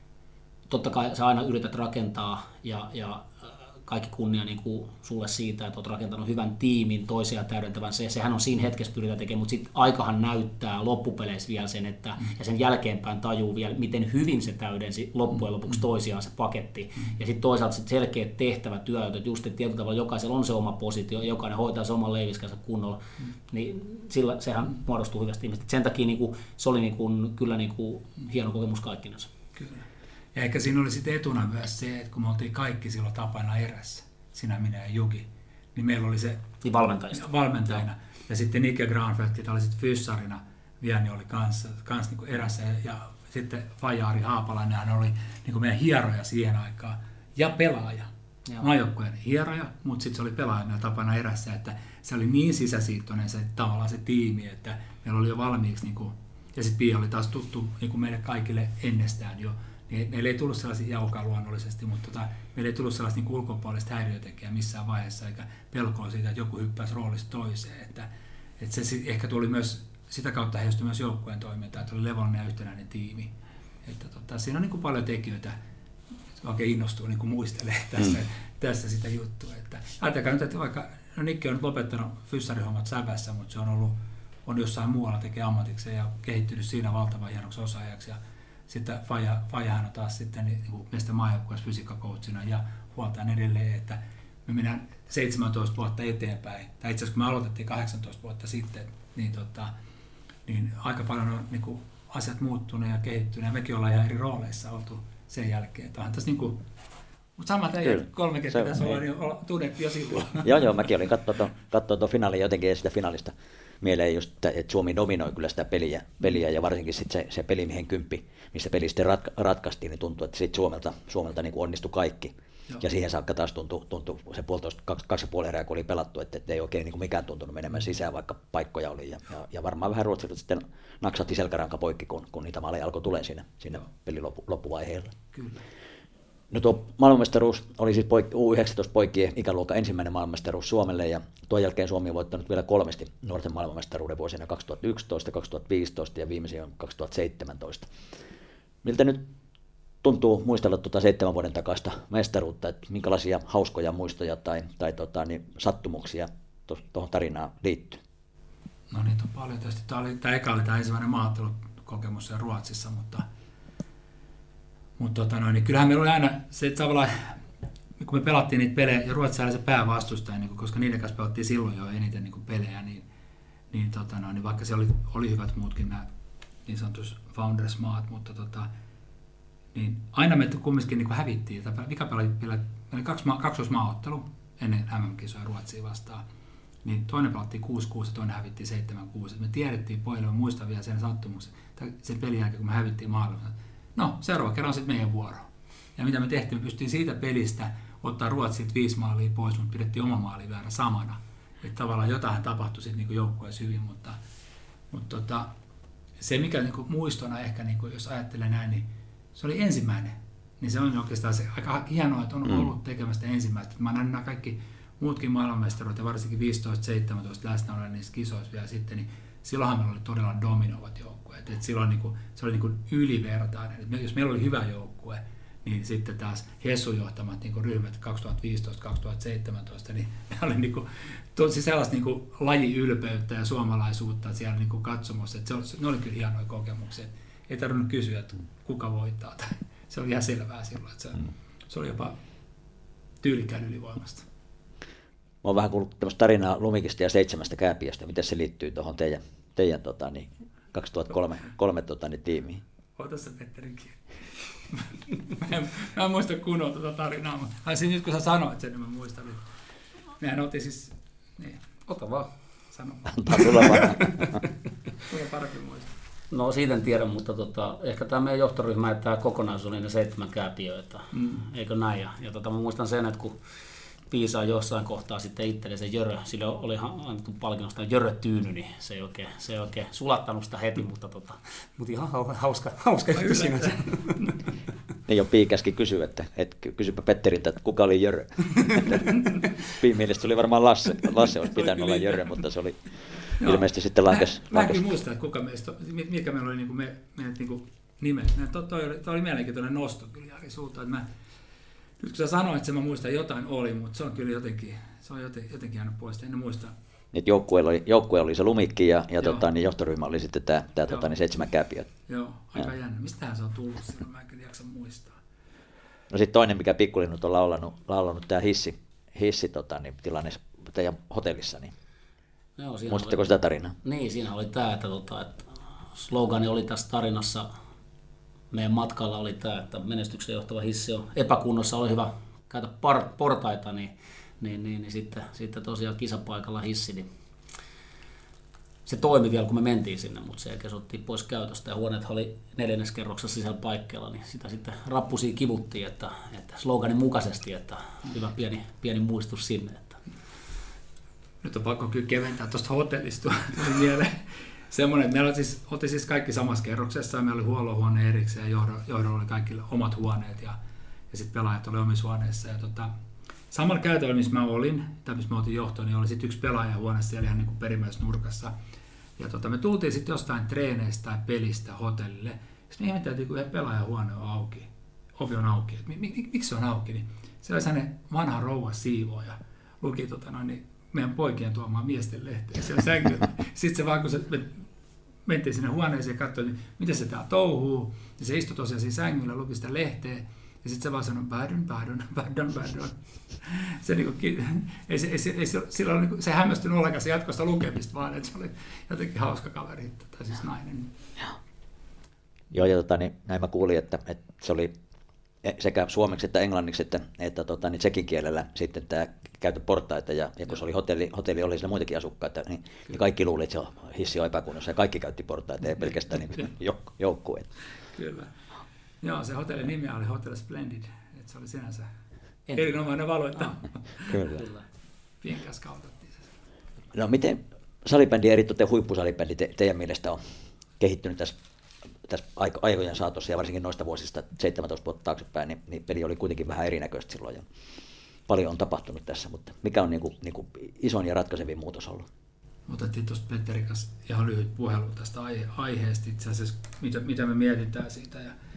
[SPEAKER 4] totta kai sä aina yrität rakentaa ja kaikki kunnia niin kuin sulle siitä, että olet rakentanut hyvän tiimin, toisia täydentävän sehän on siinä hetkessä pyritään tekemään, mutta sitten aikahan näyttää loppupeleissä vielä sen, että ja sen jälkeenpäin tajuu vielä, miten hyvin se täydensi loppujen lopuksi toisiaan se paketti. Ja sitten toisaalta sit selkeät tehtävätyöt, että just että tietyllä tavalla jokaisella on se oma positio, jokainen hoitaa se oman leiviskänsä kunnolla, niin sillä sehän muodostuu hyvästä ihmistä. Sen takia niin kuin, se oli niin kuin, kyllä niin kuin, hieno kokemus kaikkinensa.
[SPEAKER 3] Kyllä. Ja ehkä siinä oli sitten etuna myös se, että kun me oltiin kaikki silloin Tapana erässä, sinä, minä ja Juki, niin meillä oli se
[SPEAKER 4] niin valmentajina.
[SPEAKER 3] Ja sitten Nikke Granfeldt, joka oli sitten fyssarina, Vieni oli kans niin erässä. Ja sitten Fajaari Haapalainen, hän oli niin meidän hieroja siihen aikaan ja pelaaja. Maajoukkueen hieroja, mutta sitten se oli pelaajana Tapana erässä, että se oli niin sisäsiittoinen se tavallaan se tiimi, että meillä oli jo valmiiksi, niin kuin, ja sitten Pia oli taas tuttu niin meille kaikille ennestään jo. Meillä ei tullut sellaisia jaukaa luonnollisesti, mutta meillä ei tullut sellaista niin ulkopuolista häiriötekijää missään vaiheessa, eikä pelkoa siitä, että joku hyppäisi roolista toiseen. Että se ehkä tuli myös, sitä kautta heijastui myös joukkueen toimintaa, että oli levollinen ja yhtenäinen tiimi. Että siinä on niin kuin paljon tekijöitä, jotka oikein innostuu niin kuin muistelemaan tässä sitä juttua. Että ajatelkaa nyt, että vaikka Nikki on nyt lopettanut fyssarihommat Säpässä, mutta se on jossain muualla tekee ammatikseen ja kehittynyt siinä valtavan hienoksi osaajaksi. Ja sitten Fajahan on taas sitten niin meistä maajoukkueessa fysiikkakoutsina ja huoltaan edelleen, että me mennään 17 vuotta eteenpäin. Tai itse asiassa kun me aloitettiin 18 vuotta sitten, niin aika paljon on niin kuin asiat muuttunut ja kehittynyt ja mekin ollaan ihan eri rooleissa oltu sen jälkeen. Että onhan tässä niinku, mutta sama teidän 3 kertaa tässä ollaan niin tunnettu jo silloin.
[SPEAKER 2] Joo, mäkin olin katsoa tuon finaalia jotenkin ja sitä finaalista mieleen just, että Suomi dominoi kyllä sitä peliä ja varsinkin sitten se pelimiehen kymppi, missä peli sitten ratkaistiin, niin tuntui, että sitten Suomelta niin kuin onnistui kaikki. Joo. Ja siihen saakka taas tuntui se 2,5 erää, kun oli pelattu, että ei oikein niin kuin mikään tuntunut menemään sisään, vaikka paikkoja oli. Ja varmaan vähän ruotsalaiset sitten naksatti selkäranka poikki, kun niitä maaleja alkoi tulemaan siinä pelin loppuvaiheella.
[SPEAKER 3] Kyllä.
[SPEAKER 2] No tuo maailmanmestaruus oli siis U19-poikien ikäluokan ensimmäinen maailmanmestaruus Suomelle, ja tuon jälkeen Suomi on voittanut vielä 3 nuorten maailmanmestaruuden vuosina 2011, 2015 ja viimeisin on 2017. Miltä nyt tuntuu muistella tuota 7 vuoden takaista mestaruutta, että minkälaisia hauskoja muistoja tai sattumuksia tuohon tarinaan liittyy?
[SPEAKER 3] No niitä on paljon tietysti. Tämä eka oli ensimmäinen maaottelukokemus siellä Ruotsissa, mutta niin kyllähän meillä oli aina se tavallaan, kun me pelattiin niitä pelejä, ja Ruotsi oli se päävastustaja, niin koska niiden kanssa pelattiin silloin jo eniten niin pelejä, niin vaikka se oli hyvät muutkin nämä niin sanotus Founders-maat, mutta niin aina me kumminkin niin hävittiin. Vika oli 2 maaottelu ennen MM-kisoja Ruotsiin vastaan. Niin toinen pelattiin 6-6 ja toinen hävittiin 7-6. Me tiedettiin pojille, mä muistan vielä sen sattumuksen, sen pelin jälkeen, kun me hävittiin maailmassa. No, seuraava kerran on sitten meidän vuoro. Ja mitä me tehtiin, me pystyttiin siitä pelistä ottaa Ruotsilta 5 maalia pois, mutta pidettiin oma maali väärä samana. Että tavallaan jotain tapahtui sitten niin joukkueessa hyvin, mutta se mikä niin muistona ehkä, niin jos ajattelee näin, niin se oli ensimmäinen. Niin se on oikeastaan se aika hienoa, että on ollut tekemästä ensimmäistä. Mä näen nämä kaikki muutkin maailmanmestaruudet ja varsinkin 15-17 läsnä olen niissä kisoissa vielä sitten, niin silloinhan meillä oli todella dominoivat joukkueet. Et silloin se oli ylivertainen. Et jos meillä oli hyvä joukkue, niin sitten taas Hessun johtamat ryhmät 2015-2017, niin me oli tosi sellaista lajiylpeyttä ja suomalaisuutta siellä katsomossa. Ne oli kyllä hienoja kokemuksia. Ei tarvinnut kysyä, että kuka voittaa. Se oli ihan selvää silloin, että se oli jopa tyylikkään ylivoimasta.
[SPEAKER 2] Mä oon vähän kuullut tämmöistä tarinaa Lumikista ja 7 kääpiöstä. Miten se liittyy tuohon teidän 2003 tiimiin?
[SPEAKER 3] Ota se Petterinkin. Mä en muista kunnolla tuota tarinaa, mutta siis nyt kun sä sanoit sen, niin mä muistan. Mehän otin siis... Niin.
[SPEAKER 4] Ota vaan.
[SPEAKER 3] Sano.
[SPEAKER 2] Antaa tulla vaan.
[SPEAKER 3] Tulee parempi muista.
[SPEAKER 4] No siitä en tiedä, mutta ehkä tämä meidän johtoryhmä, että tämä kokonaisuus oli ne 7 kääpiöitä. Eikö näin? Ja mä muistan sen, että kun Piisa jossain kohtaa sitten itselle se Jörö, sille oli annettu palkinnosta Jörö Tyyny, niin se ei oikein sulattanut sitä heti, mutta ihan hauska juttu siinä.
[SPEAKER 2] Niin jo Piikäskin kysyi, että kysypä Petteriltä, että kuka oli Jörö. Piin mielestä oli varmaan Lasse olisi pitänyt olla Jörö, mutta se oli ilmeisesti sitten lankes.
[SPEAKER 3] Mä en kyllä muista, että kuka meistä, mitkä meillä oli meidät nimet. Tämä oli mielenkiintoinen nosto kyllä Jari sulta, että nyt kun sä sanoit, että mä muistan jotain oli, mutta se on kyllä jotenkin jäänyt pois, en muista.
[SPEAKER 2] Nyt joukkue oli se Lumikki ja niin johtoryhmä oli sitten tämä 7 kääpiöt.
[SPEAKER 3] Joo, aika jännä. Mistähän se on tullut silloin, mä en kyllä jaksa muistaa.
[SPEAKER 2] No sitten toinen, mikä pikkulinnut on laulanut tämä hissi tilanne teidän hotellissa, niin muistatteko sitä tarinaa?
[SPEAKER 4] Niin, siinä oli tämä, että slogani oli tässä tarinassa. Meidän oli tämä, että menestyksen johtava hissi on epäkunnossa, oli hyvä käytä portaita, niin sitten tosiaan kisapaikalla hissi, niin se toimi vielä, kun me mentiin sinne, mutta se jälkeen otettiin pois käytöstä ja huoneet oli 4. kerroksessa sisällä paikkeilla, niin sitä sitten rappusia kivuttiin, että sloganin mukaisesti, että hyvä pieni muistus sinne. Että.
[SPEAKER 3] Nyt on pakko kyllä keventää tuosta hotellista, tuli mieleen. Semmoinen, että meillä oltiin siis kaikki samassa kerroksessa ja meillä oli huollohuone erikseen ja johdolla oli kaikille omat huoneet ja sitten pelaajat oli omissa huoneissa. Ja samalla käytävällä, missä mä olin, tai missä mä otin johtoon, niin oli sitten yksi pelaajahuone siellä ihan niin kuin perimmäisessä nurkassa. Ja me tultiin sitten jostain treeneistä tai pelistä hotellille. Sitten me ihmetteltiin, kun pelaajahuone on auki, ovi on auki. Miksi se on auki? Niin se oli sellainen vanha rouva siivooja, luki meidän poikien tuomaan miesten lehteä siellä sängyllä. Sitten se vaan, kun me mentiin sinne huoneeseen ja katsoin, niin miten se täällä touhuu, niin se istui tosiaan siinä sängyllä, luki sitä lehteä, ja sitten se vaan sanoi, pardon. Se, silloin se hämmästynyt ollenkaan, se jatkoi sitä lukemista vaan, että se oli jotenkin hauska kaveri, tai siis nainen.
[SPEAKER 2] Joo, ja näin mä kuulin, että se oli sekä suomeksi että englanniksi että tsekin kielellä sitten tämä käytö portaita, ja kun se oli hotelli oli siellä muitakin asukkaita, niin kaikki luuli, että se hissi on epäkunnossa, ja kaikki käytti portaita, ei pelkästään niin joukkueet.
[SPEAKER 3] Kyllä. Joo, se hotellin nimi oli Hotel Splendid, että se oli sinänsä erinomainen valuutta.
[SPEAKER 2] Kyllä.
[SPEAKER 3] Pinkas kautattiin se.
[SPEAKER 2] No miten salibändi, eritoten huippusalibändi teidän mielestä on kehittynyt tässä aikojen saatossa, ja varsinkin noista vuosista 17 vuotta taaksepäin, niin peli oli kuitenkin vähän erinäköistä silloin, ja paljon on tapahtunut tässä, mutta mikä on niinku ison ja ratkaisevin muutos ollut?
[SPEAKER 3] Otettiin tuosta Petterin kanssa ihan lyhyt puhelu tästä aiheesta itse asiassa, mitä me mietitään siitä.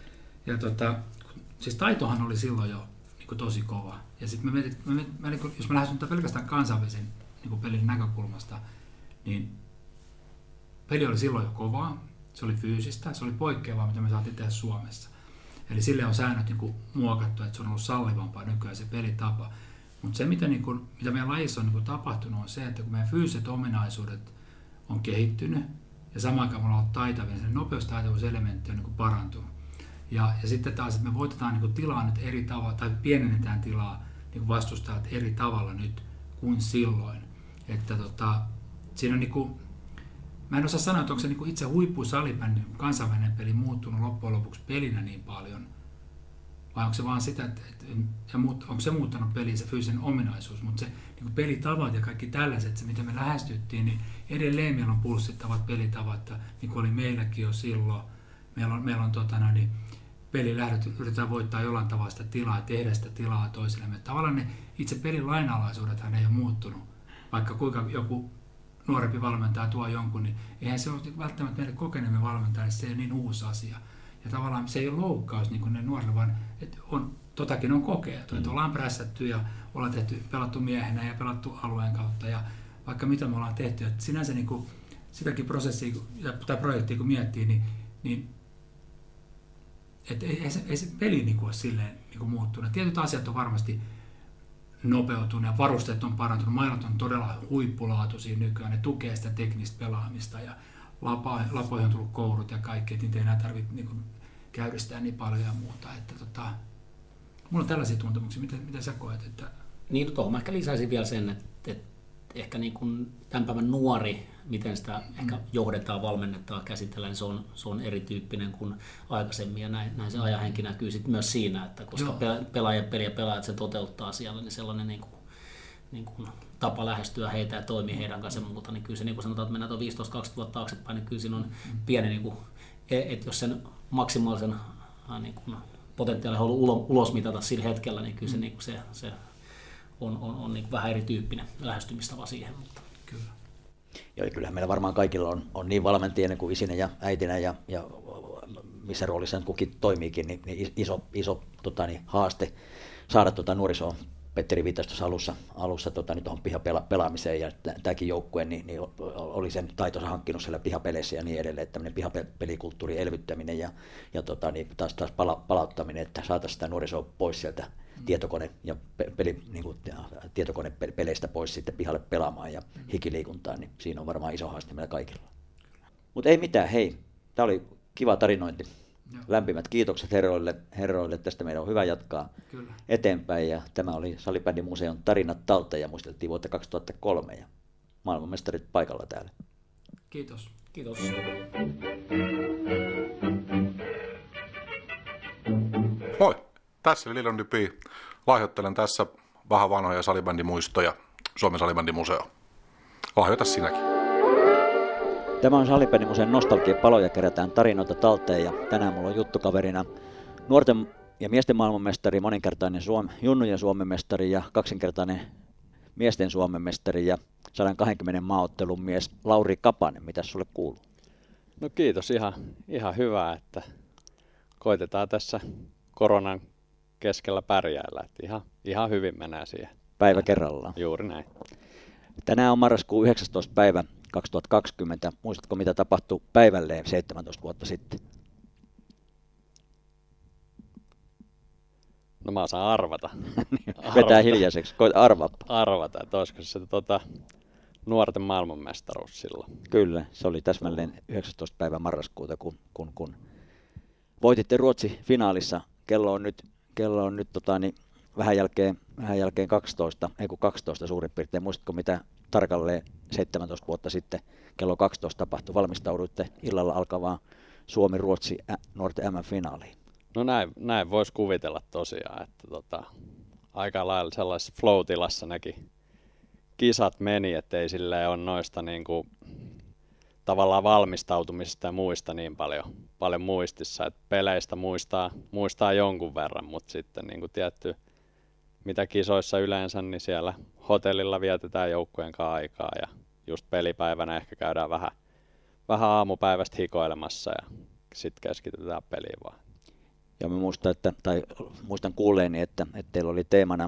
[SPEAKER 3] Siis taitohan oli silloin jo niin tosi kova. Ja sitten jos mä lähestyn pelkästään kansainvälisen niin pelin näkökulmasta, niin peli oli silloin jo kovaa, se oli fyysistä, se oli poikkeavaa, mitä me saatiin tehdä Suomessa. Eli sille on säännöt niin muokattu, että se on ollut sallivampaa nykyään se pelitapa. Mutta se, mitä meidän lajissa on tapahtunut, on se, että kun meidän fyysiset ominaisuudet on kehittynyt, ja samaan aikaan me ollaan taitavia, niin se nopeustaitavuuselementti on parantunut. Ja sitten taas, että me voitetaan tilaa nyt eri tavalla, tai pienennetään tilaa vastustajat eri tavalla nyt kuin silloin. Että siinä on mä en osaa sanoa, että onko se itse huippusalibändin kansainvälinen peli muuttunut loppujen lopuksi pelinä niin paljon, vai onko se vaan sitä, onko se muuttanut peliin se fyysinen ominaisuus, mutta se pelitavat ja kaikki tällaiset, se mitä me lähestyttiin, niin edelleen meillä on pulssittavat pelitavat, niin kuin oli meilläkin jo silloin. Meillä on pelilähdöt, yritetään voittaa jollain tavalla sitä tilaa ja tehdä sitä tilaa toisillemme. Tavallaan ne itse pelin lainalaisuudethan ei ole muuttunut, vaikka kuinka joku nuorempi valmentaja tuo jonkun, niin eihän se ole välttämättä meille kokeneemme valmentajalle, se ei ole niin uusi asia. Ja tavallaan se ei ole loukkaus niin kuin ne nuorille, vaan että totakin on kokeiltu, että ollaan prässätty ja ollaan pelattu miehenä ja pelattu alueen kautta ja vaikka mitä me ollaan tehty. Että sinänsä sitäkin prosessia tai projektia kun miettii, niin että ei se peli ole silleen muuttunut. Tietyt asiat on varmasti nopeutunut ja varusteet on parantunut. Mailot on todella huippulaatuisia nykyään. Ne tukee sitä teknistä pelaamista ja lapoihin on tullut kourut ja kaikki, että niitä ei enää tarvitse käydistää niin paljon ja muuta. Mulla on tällaisia tuntemuksia. Mitä sä koet?
[SPEAKER 4] Niin, tuohon mä ehkä lisäisin vielä sen, että ehkä tämän päivän nuori, miten sitä ehkä johdetaan, valmennetaan, käsitellään, niin se on erityyppinen kuin aikaisemmin. Ja näin se ajahenki näkyy sitten myös siinä, että koska pelaajat se toteuttaa siellä, niin sellainen niin kuin tapa lähestyä heitä ja toimia heidän kanssa ja muuta, niin kyllä se, niin kuin sanotaan, että mennään tuon 15-20 vuotta taaksepäin, niin kyllä siinä on pieni, niin kuin, että jos sen maksimaalisen niin kuin potentiaalin haluaa ulos mitata sillä hetkellä, niin kyllä se, niin kuin se on niin vähän erityyppinen lähestymistapa siihen. Mutta.
[SPEAKER 2] Kyllä. Joo, kyllähän meillä varmaan kaikilla on niin valmentajana kuin isinä ja äitinä ja missä roolissa kukin toimiikin, niin iso haaste saada nuorisoon. Petteri viittasi tuossa alussa tuohon pihapelaamiseen ja tämäkin joukkue niin oli sen taitonsa hankkinut siellä pihapeleissä ja niin edelleen, että tämmöinen pihapelikulttuurin elvyttäminen ja taas palauttaminen, että saataisiin sitä nuorisoa pois sieltä tietokonepeleistä pois sitten pihalle pelaamaan ja hikiliikuntaan, niin siinä on varmaan iso haaste meillä kaikilla. Mutta ei mitään, hei, tämä oli kiva tarinointi. Lämpimät kiitokset herroille, tästä meidän on hyvä jatkaa eteenpäin ja tämä oli Salibändimuseon tarinat talteen ja muisteltiin vuotta 2003 ja maailmanmestarit paikalla täällä.
[SPEAKER 3] Kiitos.
[SPEAKER 4] Kiitos.
[SPEAKER 5] Moi, tässä oli Lilon Dypi. Lahjoittelen tässä vähän vanhoja salibändimuistoja Suomen Salibändimuseo. Lahjoita sinäkin.
[SPEAKER 2] Tämä on Salibändimuseon nostalgiapaloja, kerätään tarinoita talteen ja tänään mulla on juttukaverina nuorten ja miesten maailmanmestari, moninkertainen junnujen Suomen mestari ja kaksinkertainen miesten Suomen mestari ja 120 maaottelun mies Lauri Kapanen. Mitäs sulle kuuluu?
[SPEAKER 6] No kiitos, ihan hyvä, että koitetaan tässä koronan keskellä pärjäällä, että ihan hyvin menee siihen.
[SPEAKER 2] Päivä kerrallaan.
[SPEAKER 6] Juuri näin.
[SPEAKER 2] Tänään on marraskuun 19. päivä 2020. Muistatko, mitä tapahtui päivälleen 17 vuotta sitten?
[SPEAKER 6] No mä saan arvata.
[SPEAKER 2] Vetää hiljaiseksi. Koita
[SPEAKER 6] arvata, että olisiko se nuorten maailmanmestaruus silloin.
[SPEAKER 2] Kyllä, se oli täsmälleen 19. päivä marraskuuta, kun Voititte Ruotsi finaalissa. Kello on nyt vähän jälkeen 12 suurin piirtein. Muistatko mitä tarkalleen 17 vuotta sitten kello 12 tapahtui? Valmistauduitte illalla alkavaan Suomi-Ruotsi nuorten MM-finaaliin.
[SPEAKER 6] No näin voisi kuvitella tosiaan, että aika lailla sellaisessa flow-tilassa nekin kisat meni, ettei silleen ole noista niinku tavallaan valmistautumisista ja muista niin paljon muistissa, että peleistä muistaa jonkun verran, mutta sitten niin kuin tietty, mitä kisoissa yleensä, niin siellä hotellilla vietetään joukkueen kanssa aikaa ja just pelipäivänä ehkä käydään vähän aamupäivästä hikoilemassa ja sitten keskitytään peliin vaan.
[SPEAKER 2] Ja mä muistan kuulleeni, että teillä oli teemana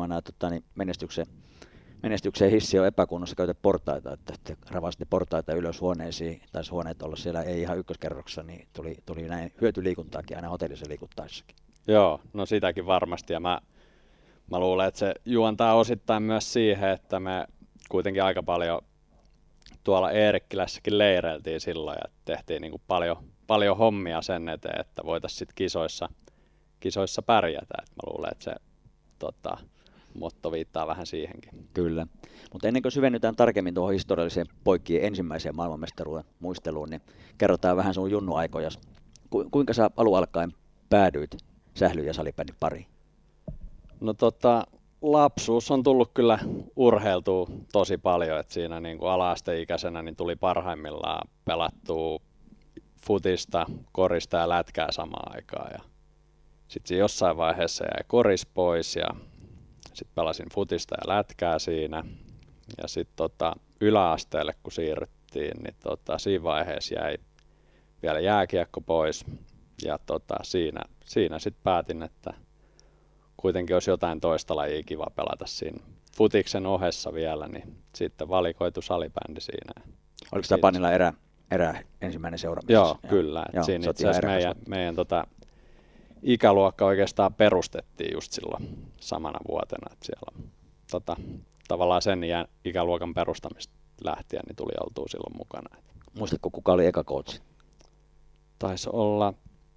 [SPEAKER 2] menestykseen hissi on epäkunnossa, käytä portaita, että te ravasitte portaita ylös huoneisiin, taisi huoneet olla siellä ei ihan ykköskerroksessa, niin tuli näin hyötyliikuntaakin aina hotellissa liikuttaessakin.
[SPEAKER 6] Joo, no sitäkin varmasti ja mä luulen, että se juontaa osittain myös siihen, että me kuitenkin aika paljon tuolla Eerikkilässäkin leireiltiin silloin ja tehtiin niin kuin paljon hommia sen eteen, että voitaisiin sitten kisoissa pärjätä. Et mä luulen, että se motto viittaa vähän siihenkin.
[SPEAKER 2] Kyllä, mutta ennen kuin syvennytään tarkemmin tuohon historialliseen poikien ensimmäiseen maailmanmestaruuden muisteluun, niin kerrotaan vähän sun junnuaikojas. Kuinka sä alun alkaen päädyit sählyn ja salibändin pariin?
[SPEAKER 6] No lapsuus on tullut kyllä urheiltua tosi paljon, että siinä niin kuin ala-asteikäisenä niin tuli parhaimmillaan pelattua futista, korista ja lätkää samaan aikaan. Ja sitten jossain vaiheessa jäi koris pois ja sitten pelasin futista ja lätkää siinä. Ja sitten yläasteelle kun siirryttiin, niin siinä vaiheessa jäi vielä jääkiekko pois. Ja siinä sitten päätin, että kuitenkin olisi jotain toista lajia kiva pelata siinä futiksen ohessa vielä, niin sitten valikoitu salibändi siinä.
[SPEAKER 2] Oliko Tapanilla erä ensimmäinen seura?
[SPEAKER 6] Joo, kyllä. Joo, siinä itse asiassa meidän ikäluokka oikeastaan perustettiin just silloin samana vuotena. Että siellä tavallaan sen ikäluokan perustamista lähtien niin tuli oltua silloin mukana.
[SPEAKER 2] Muistatko, kuka oli eka coachi?
[SPEAKER 6] Taisi olla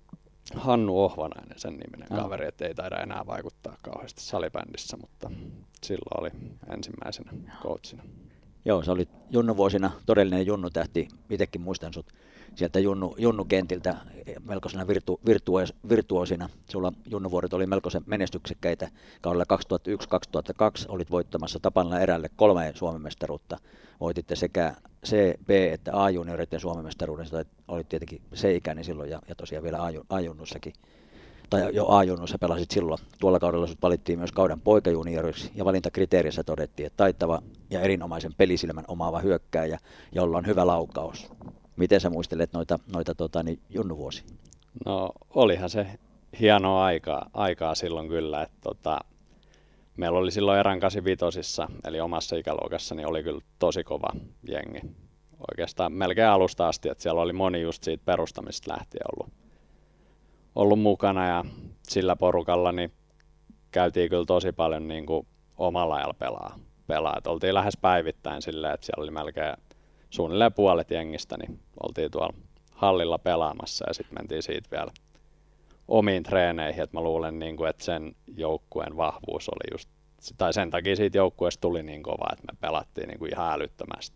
[SPEAKER 6] Hannu Ohvanainen, sen niminen kaveri, että ei taida enää vaikuttaa kauheasti salibändissä, mutta silloin oli ensimmäisenä coachina.
[SPEAKER 2] Joo, se oli junnuvuosina todellinen junnutähti. Itsekin muistan sut sieltä junnukentiltä melkoisena virtuoosina. Sulla junnuvuodet oli melkoisen menestyksekkäitä. Kaudella 2001-2002 olit voittamassa Tapanilla erälle 3 Suomen mestaruutta. Voititte sekä C-, B- että A-junioreiden Suomen mestaruuden. Olit tietenkin C-ikäinen silloin ja tosiaan vielä A-junnussakin. Tai jo A-junnussa pelasit silloin. Tuolla kaudella sut valittiin myös kauden poikajunioriksi ja valintakriteerissä todettiin, että taitava ja erinomaisen pelisilmän omaava hyökkääjä, jolla on hyvä laukaus. Miten sä muistelet noita junnuvuosia?
[SPEAKER 6] No olihan se hienoa aikaa silloin kyllä, että meillä oli silloin erän 85, eli omassa ikäluokassa, niin oli kyllä tosi kova jengi. Oikeastaan melkein alusta asti, että siellä oli moni just siitä perustamista lähtien ollut mukana ja sillä porukalla niin käytiin kyllä tosi paljon niin kuin omalla ajalla pelaa. Et oltiin lähes päivittäin silleen, että siellä oli melkein suunnilleen puolet jengistä, niin oltiin tuolla hallilla pelaamassa ja sitten mentiin siitä vielä omiin treeneihin. Et mä luulen, niin kuin, että sen joukkueen vahvuus oli just, tai sen takia siitä joukkueesta tuli niin kova, että me pelattiin niin kuin ihan älyttömästi.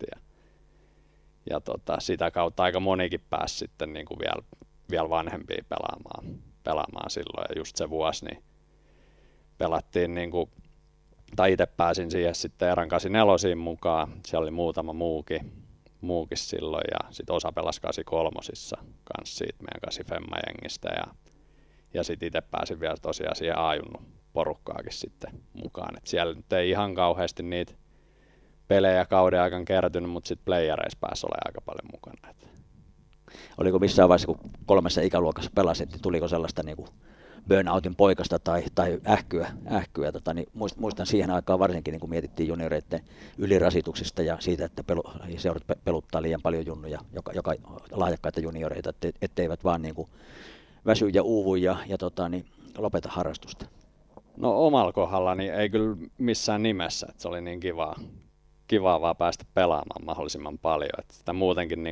[SPEAKER 6] Ja sitä kautta aika monikin pääsi sitten niin kuin vielä vanhempia pelaamaan silloin. Ja just se vuosi, niin pelattiin, niin kuin, tai itse pääsin siihen sitten erän 84 mukaan. Siellä oli muutama muukin silloin ja sitten osa pelasi 83 kanssa siitä meidän 85 jengistä. Ja sitten itse pääsin vielä tosiaan siihen A-junnu porukkaakin sitten mukaan. Et siellä nyt ei ihan kauheasti niitä pelejä kauden aikana kertynyt, mutta sitten playereissa pääsi olemaan aika paljon mukana.
[SPEAKER 2] Oliko missään vaiheessa, kun 3 ikäluokassa pelasit, niin tuliko sellaista niin kuin burnoutin poikasta tai ähkyä niin muistan siihen aikaan varsinkin, niin kun mietittiin junioreiden ylirasituksista ja siitä, että seurat peluttaa liian paljon junnuja, joka lahjakkaita junioreita, etteivät vaan niin kuin väsy ja uuvu ja lopeta harrastusta.
[SPEAKER 6] No omalla kohdalla niin ei kyllä missään nimessä, että se oli niin kivaa vaan päästä pelaamaan mahdollisimman paljon. Että sitä muutenkin niin kuin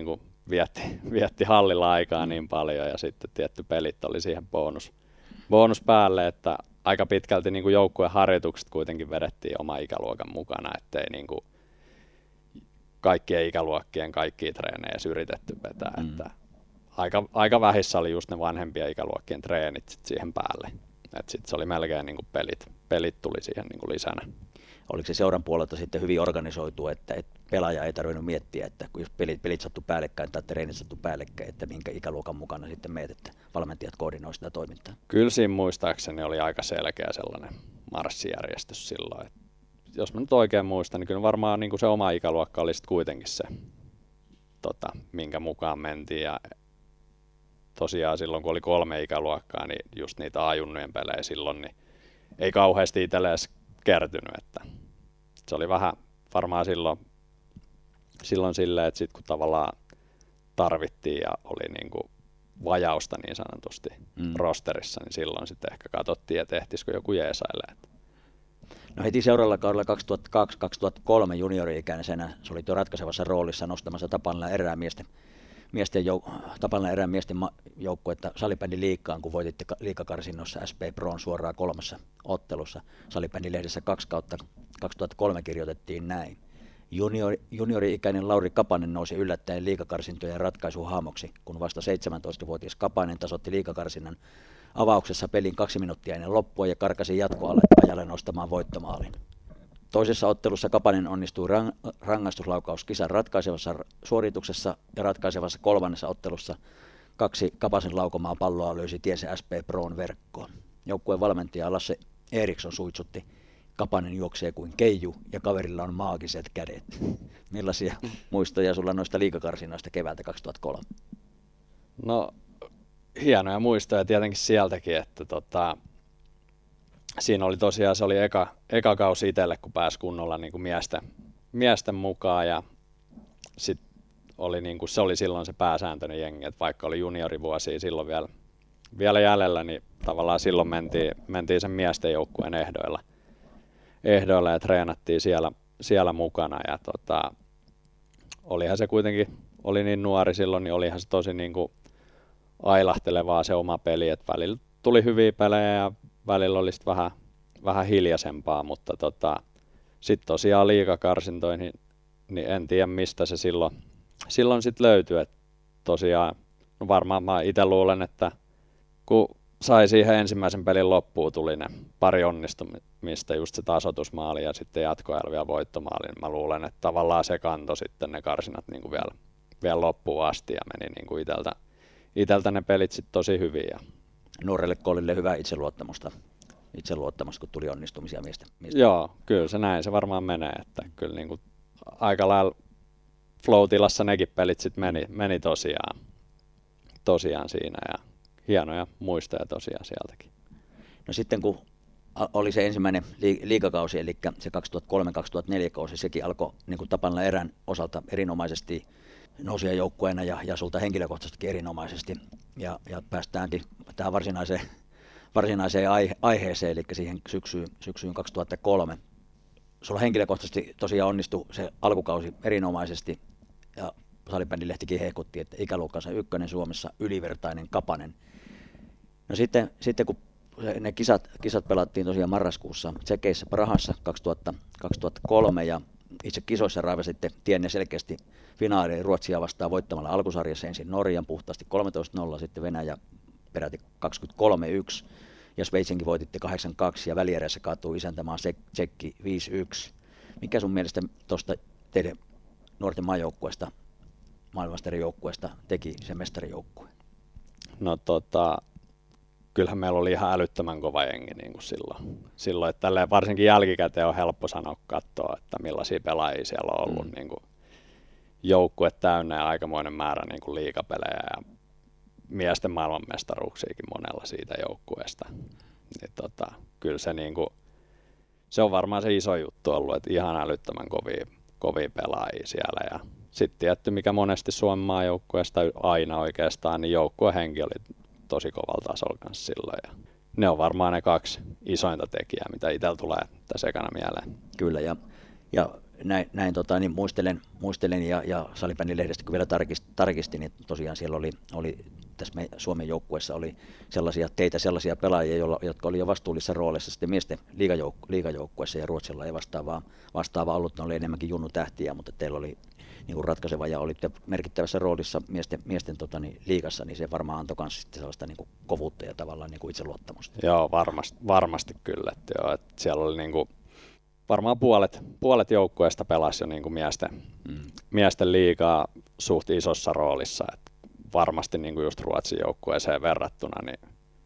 [SPEAKER 6] vietti hallilla aikaa niin paljon ja sitten tietty pelit oli siihen bonus päälle, että aika pitkälti niin kuin joukkueen harjoitukset kuitenkin vedettiin oma ikäluokan mukana, ettei niin kuin kaikkien ikäluokkien kaikkia treenejä edes yritetty vetää. Että aika vähissä oli just ne vanhempien ikäluokkien treenit sit siihen päälle. Sitten se oli melkein niin kuin pelit tuli siihen niin kuin lisänä.
[SPEAKER 2] Oliko se seuran puolelta sitten hyvin organisoitu, että pelaaja ei tarvinnut miettiä, että kun jos pelit sattu päällekkäin tai treenit sattu päällekkäin, että minkä ikäluokan mukana sitten meet, että valmentajat koordinoivat sitä toimintaa?
[SPEAKER 6] Kyllä siinä muistaakseni oli aika selkeä sellainen marssijärjestys silloin. Jos mä nyt oikein muistan, niin kyllä varmaan niin kuin se oma ikäluokka oli sitten kuitenkin se, minkä mukaan mentiin. Ja tosiaan silloin, kun oli 3 ikäluokkaa, niin just niitä A-junnujen pelejä silloin, niin ei kauheasti itselle edes kertynyt. Että se oli vähän varmaan silloin silleen, että sitten kun tavallaan tarvittiin ja oli niin kuin vajausta niin sanotusti rosterissa, niin silloin sitten ehkä katsottiin, että ehtisikö joku jeesailee.
[SPEAKER 2] No heti seuraavalla kaudella 2002-2003 juniori-ikäisenä se oli jo ratkaisevassa roolissa nostamassa Tapanlan erämiesten joukkuetta salibändin liigaan, kun voititte liigakarsinnossa SP Proon suoraan 3 ottelussa. Salibändilehdessä 2/2003 kirjoitettiin näin. Juniori-ikäinen Lauri Kapanen nousi yllättäen liigakarsintojen ratkaisuhahmoksi, kun vasta 17-vuotias Kapanen tasoitti liigakarsinnan avauksessa pelin 2 minuuttia ennen loppua ja karkasi jatkoajalle nostamaan voittomaalin. Toisessa ottelussa Kapanen onnistui rangaistuslaukauskisan ratkaisevassa suorituksessa ja ratkaisevassa 3. ottelussa 2 Kapasen laukomaa palloa löysi tiensä SP Proon verkkoon. Joukkueen valmentaja Lasse Eriksson suitsutti: Kapanen juoksee kuin keiju ja kaverilla on maagiset kädet. Millaisia muistoja sulla noista liigakarsinnoista keväältä 2003?
[SPEAKER 6] No hienoja muistoja tietenkin sieltäkin, että siinä oli tosiaan, se oli eka kausi itselle, kun pääsi kunnolla niin kuin miesten mukaan ja sit oli niin kuin, se oli silloin se pääsääntöinen jengi, että vaikka oli juniorivuosia silloin vielä jäljellä, niin tavallaan silloin mentiin sen miesten joukkueen ehdoilla ja treenattiin siellä mukana ja olihan se kuitenkin, oli niin nuori silloin, niin olihan se tosi niin kuin ailahtelevaa se oma peli, että välillä tuli hyviä pelejä ja välillä oli vähän hiljaisempaa, mutta sitten tosiaan liigakarsintoihin, niin en tiedä mistä se silloin sitten löytyi. Et tosiaan, no varmaan mä itse luulen, että kun sai siihen ensimmäisen pelin loppuun, tuli ne pari onnistumista, just se tasoitusmaali ja sitten jatkoajalla vielä voittomaali, niin mä luulen, että tavallaan se kantoi sitten ne karsinat niin kuin vielä loppuun asti ja meni niin kuin iteltä ne pelit sitten tosi hyvin.
[SPEAKER 2] Nuorelle Kollille hyvää itseluottamusta, kun tuli onnistumisia miesten.
[SPEAKER 6] Joo, kyllä se näin se varmaan menee, että kyllä niin kuin aika lailla flow-tilassa nekin pelit sitten meni tosiaan siinä ja hienoja muistoja tosiaan sieltäkin.
[SPEAKER 2] No sitten kun oli se ensimmäinen liigakausi, eli se 2003-2004 kausi, sekin alkoi niin kuin Tapanlan erän osalta erinomaisesti nousijajoukkueena ja sulta henkilökohtaisestikin erinomaisesti. Ja päästäänkin tähän varsinaiseen aiheeseen, eli siihen syksyyn 2003. Sulla henkilökohtaisesti tosiaan onnistui se alkukausi erinomaisesti, ja salibändilehtikin hehkutti, että ikäluokkansa 1 Suomessa ylivertainen Kapanen. No sitten kun ne kisat pelattiin tosiaan marraskuussa Tsekeissä Prahassa 2003, ja itse kisoissa raivasitte tienne selkeästi finaaliin Ruotsia vastaan voittamalla alkusarjassa ensin Norjan puhtaasti 13-0, sitten Venäjä peräti 23-1, ja Sveitsinkin voititte 8-2, ja välierässä kaatui isäntämaan Tsekki 5-1. Mikä sun mielestä tuosta teidän nuorten maajoukkueesta, maailmanmestarijoukkueesta teki sen mestarijoukkueen?
[SPEAKER 6] No kyllähän meillä oli ihan älyttömän kova jengi niin kuin silloin että tälleen varsinkin jälkikäteen on helppo sanoa katsoa, että millaisia pelaajia siellä on ollut niin kuin joukkue täynnä ja aikamoinen määrä niin kuin liigapelejä ja miesten maailmanmestaruuksiakin monella siitä joukkueesta. Niin kyllä se, niin kuin, se on varmaan se iso juttu ollut, että ihan älyttömän kovia pelaajia siellä. Ja sitten tietty, mikä monesti Suomen maajoukkueesta aina oikeastaan, niin joukkuehenki oli tosi kovalla tasolla kanssa silloin. Ja ne on varmaan ne 2 isointa tekijää, mitä itsellä tulee tässä ekana mieleen.
[SPEAKER 2] Kyllä, ja näin niin muistelen ja Salibändin lehdestä kun vielä tarkistin, niin tosiaan siellä oli tässä Suomen joukkueessa oli sellaisia pelaajia, jotka oli jo vastuullisessa roolissa sitten miesten liigajoukkueessa ja Ruotsilla ei vastaavaa ollut, ne oli enemmänkin junnutähtiä, mutta teillä oli niin kuin ratkaiseva ja olitte merkittävässä roolissa miesten liigassa, niin se varmaan antoi myös sitten sellaista niin kuin kovuutta ja tavallaan niin kuin itseluottamusta.
[SPEAKER 6] Joo, varmasti kyllä. Että siellä oli niin kuin, varmaan puolet joukkueesta pelasi jo niin kuin miesten liigaa suht isossa roolissa. Että varmasti niin kuin just Ruotsin joukkueeseen verrattuna niin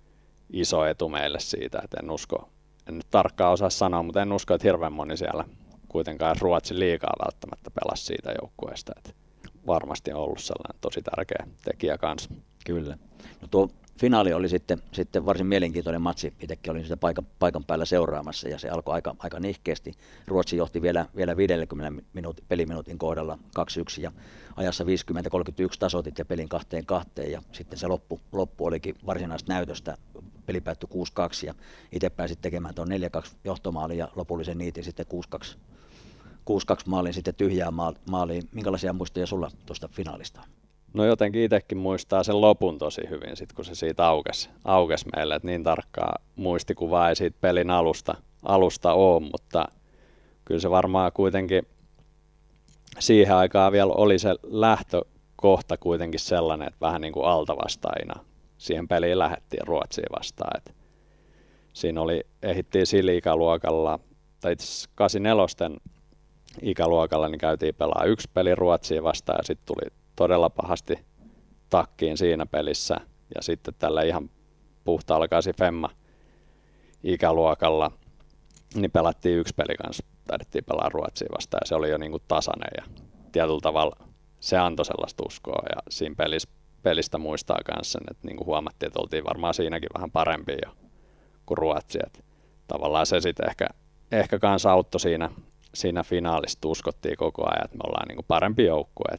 [SPEAKER 6] iso etu meille siitä, että en nyt tarkkaan osaa sanoa, mutta en usko, että hirveän moni siellä kuitenkaan Ruotsin liigaa välttämättä pelasi siitä joukkueesta. Että varmasti on ollut sellainen tosi tärkeä tekijä kanssa.
[SPEAKER 2] Kyllä. No tuo finaali oli sitten varsin mielenkiintoinen matsi. Itsekin olin sitä paikan päällä seuraamassa ja se alkoi aika nihkeästi. Ruotsi johti vielä 50 peliminuutin kohdalla 2-1 ja ajassa 50-31 tasoitit ja pelin 2-2 ja sitten se loppu olikin varsinaista näytöstä. Peli päättyi 6-2 ja itse pääsit tekemään tuon 4-2 johtomaalin ja lopullisen niitin sitten 6-2 maalin sitten tyhjää maaliin. Minkälaisia muistoja sulla tuosta finaalista on?
[SPEAKER 6] No jotenkin itsekin muistaa sen lopun tosi hyvin, sit kun se siitä aukesi meille, että niin tarkkaa muistikuvaa ei siitä pelin alusta ole, mutta kyllä se varmaan kuitenkin siihen aikaan vielä oli se lähtökohta kuitenkin sellainen, että vähän niin kuin altavastaina siihen peliin lähdettiin Ruotsiin vastaan. Et siinä ehdittiin sillä ikäluokalla, tai itse asiassa 84 ikäluokalla, niin käytiin pelaa yksi peli Ruotsiin vastaan ja sitten tuli todella pahasti takkiin siinä pelissä. Ja sitten tällä ihan puhtaalla 85 ikäluokalla niin pelattiin yksi peli kanssa, taidettiin pelaa Ruotsiin vastaan ja se oli jo niin kuin tasainen ja tietyllä tavalla se antoi sellaista uskoa ja siinä pelistä muistaa myös sen, että niin kuin huomattiin, että oltiin varmaan siinäkin vähän parempia jo kuin Ruotsi. Että tavallaan se sitten ehkä kans auttoi siinä finaalissa, uskottiin koko ajan, että me ollaan niin kuin parempi joukkue.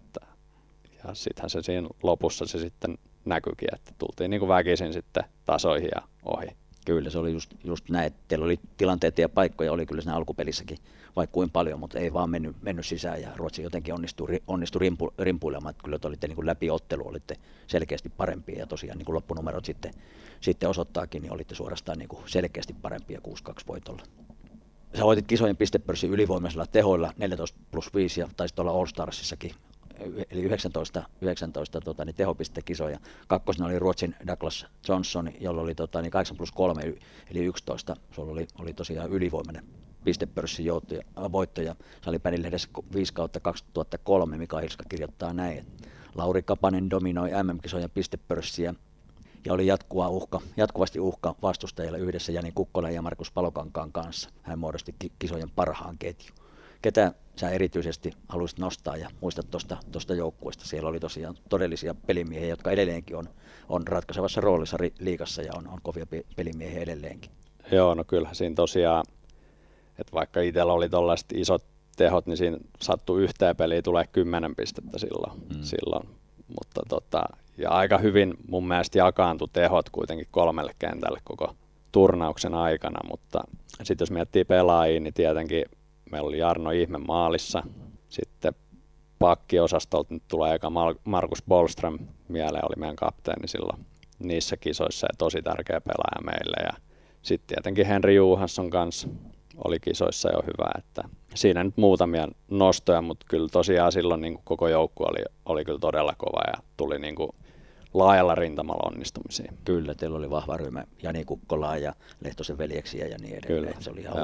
[SPEAKER 6] Ja sittenhän se siinä lopussa se sitten näkyikin, että tultiin niin kuin väkisin sitten tasoihin ja ohi.
[SPEAKER 2] Kyllä, se oli just näin, että teillä oli tilanteita ja paikkoja, oli kyllä siinä alkupelissäkin vaikka kuin paljon, mutta ei vaan mennyt sisään ja Ruotsi jotenkin onnistui rimpuilemaan, että kyllä te olitte niin kuin läpi ottelu, olitte selkeästi parempia ja tosiaan niin kuin loppunumerot sitten osoittaakin, niin olitte suorastaan niin kuin selkeästi parempia 6-2 voitolla. Sä voitit kisojen pistepörssin ylivoimaisilla tehoilla 14+5 ja taisit olla All Starsissakin, eli 19 tehopistekisoja. Kakkosena oli Ruotsin Douglas Johnson, jolla oli 8+3 eli 11. Sulla oli tosiaan ylivoimainen pistepörssin voitto. Salibändin lehdessä 5/2003 Mika Hilska kirjoittaa näin, että Lauri Kapanen dominoi MM-kisojen pistepörssiä ja oli jatkuvasti uhka vastustajille yhdessä Jani Kukkolan ja Markus Palokankaan kanssa. Hän muodosti kisojen parhaan ketju. Ketä sä erityisesti haluaisit nostaa ja muistat tuosta joukkueesta? Siellä oli tosiaan todellisia pelimiehiä, jotka edelleenkin on ratkaisevassa roolissa liigassa ja on kovia pelimiehiä edelleenkin.
[SPEAKER 6] Joo, no kyllähän siinä tosiaan, että vaikka itsellä oli tollaiset isot tehot, niin siinä sattui yhteen peliin tulee 10 pistettä silloin. Mutta ja aika hyvin mun mielestä jakaantui tehot kuitenkin 3 kentälle koko turnauksen aikana, mutta sitten jos miettii pelaajia, niin tietenkin meillä oli Jarno Ihme maalissa, sitten pakkiosastolta nyt tulee eka Markus Bollström mieleen, oli meidän kapteeni silloin niissä kisoissa ja tosi tärkeä pelaaja meille. Ja sitten tietenkin Henri Johansson kanssa oli kisoissa jo hyvä, että siinä nyt muutamia nostoja, mutta kyllä tosiaan silloin niin kuin koko joukkue oli kyllä todella kova ja tuli niin kuin laajalla rintamalla onnistumisia.
[SPEAKER 2] Kyllä, teillä oli vahva ryhmä Jani Kukkolaa ja Lehtosen veljeksiä ja niin edelleen. Kyllä. Se oli ihan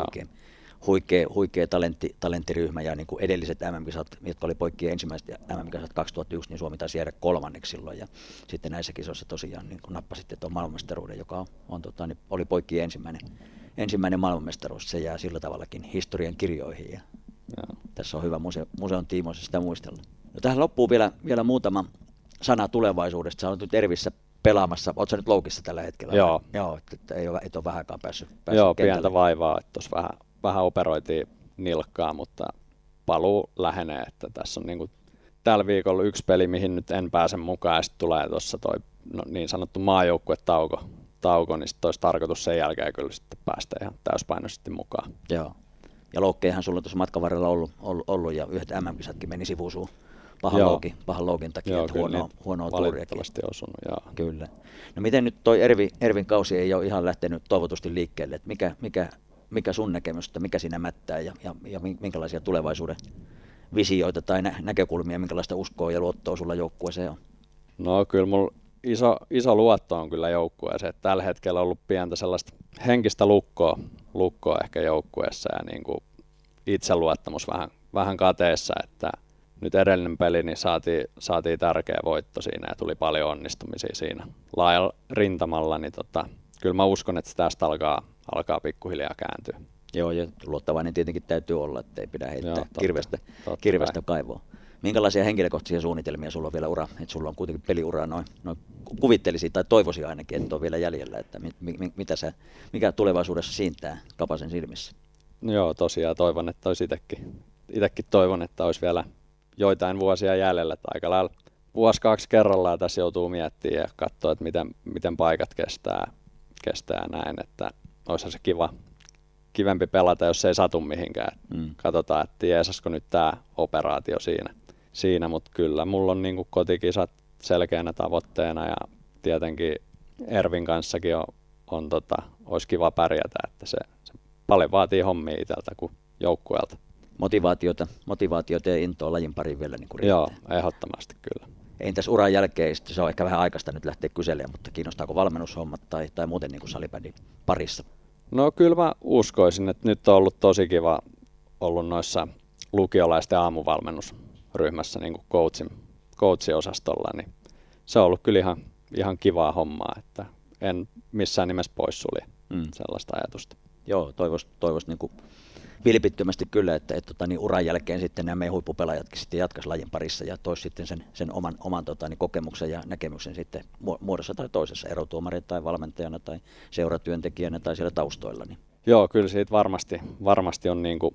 [SPEAKER 2] huikea talenttiryhmä ja niin kuin edelliset MM-kisat, jotka oli poikien ensimmäiset MM-kisat 2001, niin Suomi taisi jäädä 3. silloin ja sitten näissä kisoissa tosiaan niin nappasitte tuon maailmanmestaruuden, joka niin oli poikien ensimmäinen maailmanmestaruus. Se jää sillä tavallakin historian kirjoihin ja tässä on hyvä museon tiimoissa sitä muistella. No, tähän loppuu vielä muutama sana tulevaisuudesta. Sä olet nyt Ervissä pelaamassa. Oletko sä nyt Loukissa tällä hetkellä? Joo, että et ole vähänkään päässyt
[SPEAKER 6] joo,
[SPEAKER 2] kentälle.
[SPEAKER 6] Pientä vaivaa, että tuossa vähän operoitiin nilkkaa, mutta paluu lähenee, että tässä on niinku tällä viikolla yksi peli, mihin nyt en pääse mukaan, ja sitten tulee tuossa toi niin sanottu maajoukkuetauko, niin sitten olisi tarkoitus sen jälkeen kyllä sitten päästä ihan täyspainoisesti mukaan.
[SPEAKER 2] Joo. Ja loukkeihan sulla on tuossa matkan varrella ollut ja yhdet MM-kisatkin meni sivusuun pahan loukin takia,
[SPEAKER 6] Joo,
[SPEAKER 2] että huonoa tuuriakin.
[SPEAKER 6] Valitettavasti osunut, joo.
[SPEAKER 2] Kyllä. No miten nyt toi Ervin kausi ei ole ihan lähtenyt toivotusti liikkeelle, että mikä sun näkemystä, mikä siinä mättää ja minkälaisia tulevaisuuden visioita tai näkökulmia, minkälaista uskoa ja luottoa sulla joukkueeseen on?
[SPEAKER 6] No kyllä mulla iso luotto on kyllä joukkueeseen. Tällä hetkellä on ollut pientä sellaista henkistä lukkoa ehkä joukkueessa ja niin kuin itseluottamus vähän kateessa, että nyt edellinen peli niin saatiin tärkeä voitto siinä ja tuli paljon onnistumisia siinä laajalla rintamalla, niin kyllä mä uskon, että tästä alkaa pikkuhiljaa kääntyä.
[SPEAKER 2] Joo, ja luottavainen tietenkin täytyy olla, että ei pidä heittää kirvestä kaivoon. Minkälaisia henkilökohtaisia suunnitelmia sulla on vielä että sulla on kuitenkin peliura noin kuvittelisit tai toivoisi ainakin, että on vielä jäljellä, että mikä tulevaisuudessa siintää Kapasen silmissä?
[SPEAKER 6] Joo, tosiaan toivon, että olisi itsekin toivon, että olisi vielä joitain vuosia jäljellä, että aika lailla vuosi 2 kerrallaan tässä joutuu miettimään ja katsoa, että miten paikat kestää näin, että olisihan se kivempi pelata, jos ei satu mihinkään. Katsotaan, että jeesasko nyt tämä operaatio siinä, mutta kyllä mulla on niinku kotikisat selkeänä tavoitteena ja tietenkin Ervin kanssakin olisi kiva pärjätä, että se paljon vaatii hommia itseltä kuin joukkueelta.
[SPEAKER 2] Motivaatiota ja intoa lajin pariin vielä niin riittää.
[SPEAKER 6] Joo, ehdottomasti kyllä.
[SPEAKER 2] Ei tässä uran jälkeen, se on ehkä vähän aikaista nyt lähteä kyselemään, mutta kiinnostaako valmennushommat tai muuten niin kuin salibändin parissa? No
[SPEAKER 6] kyllä mä uskoisin, että nyt on ollut tosi kiva ollut noissa lukiolaisten aamuvalmennusryhmässä niin kuin coachiosastolla, niin se on ollut kyllä ihan kivaa hommaa, että en missään nimessä poissulje sellaista ajatusta.
[SPEAKER 2] Joo, toivoisi niin kuin vilpittömästi kyllä, että niin uran jälkeen sitten nämä meidän huippupelaajatkin sitten jatkaisi lajin parissa ja toisi sitten sen oman kokemuksen ja näkemyksen sitten muodossa tai toisessa, erotuomarin tai valmentajana tai seuratyöntekijänä tai siellä taustoilla. Niin.
[SPEAKER 6] Joo, kyllä siitä varmasti on niin kuin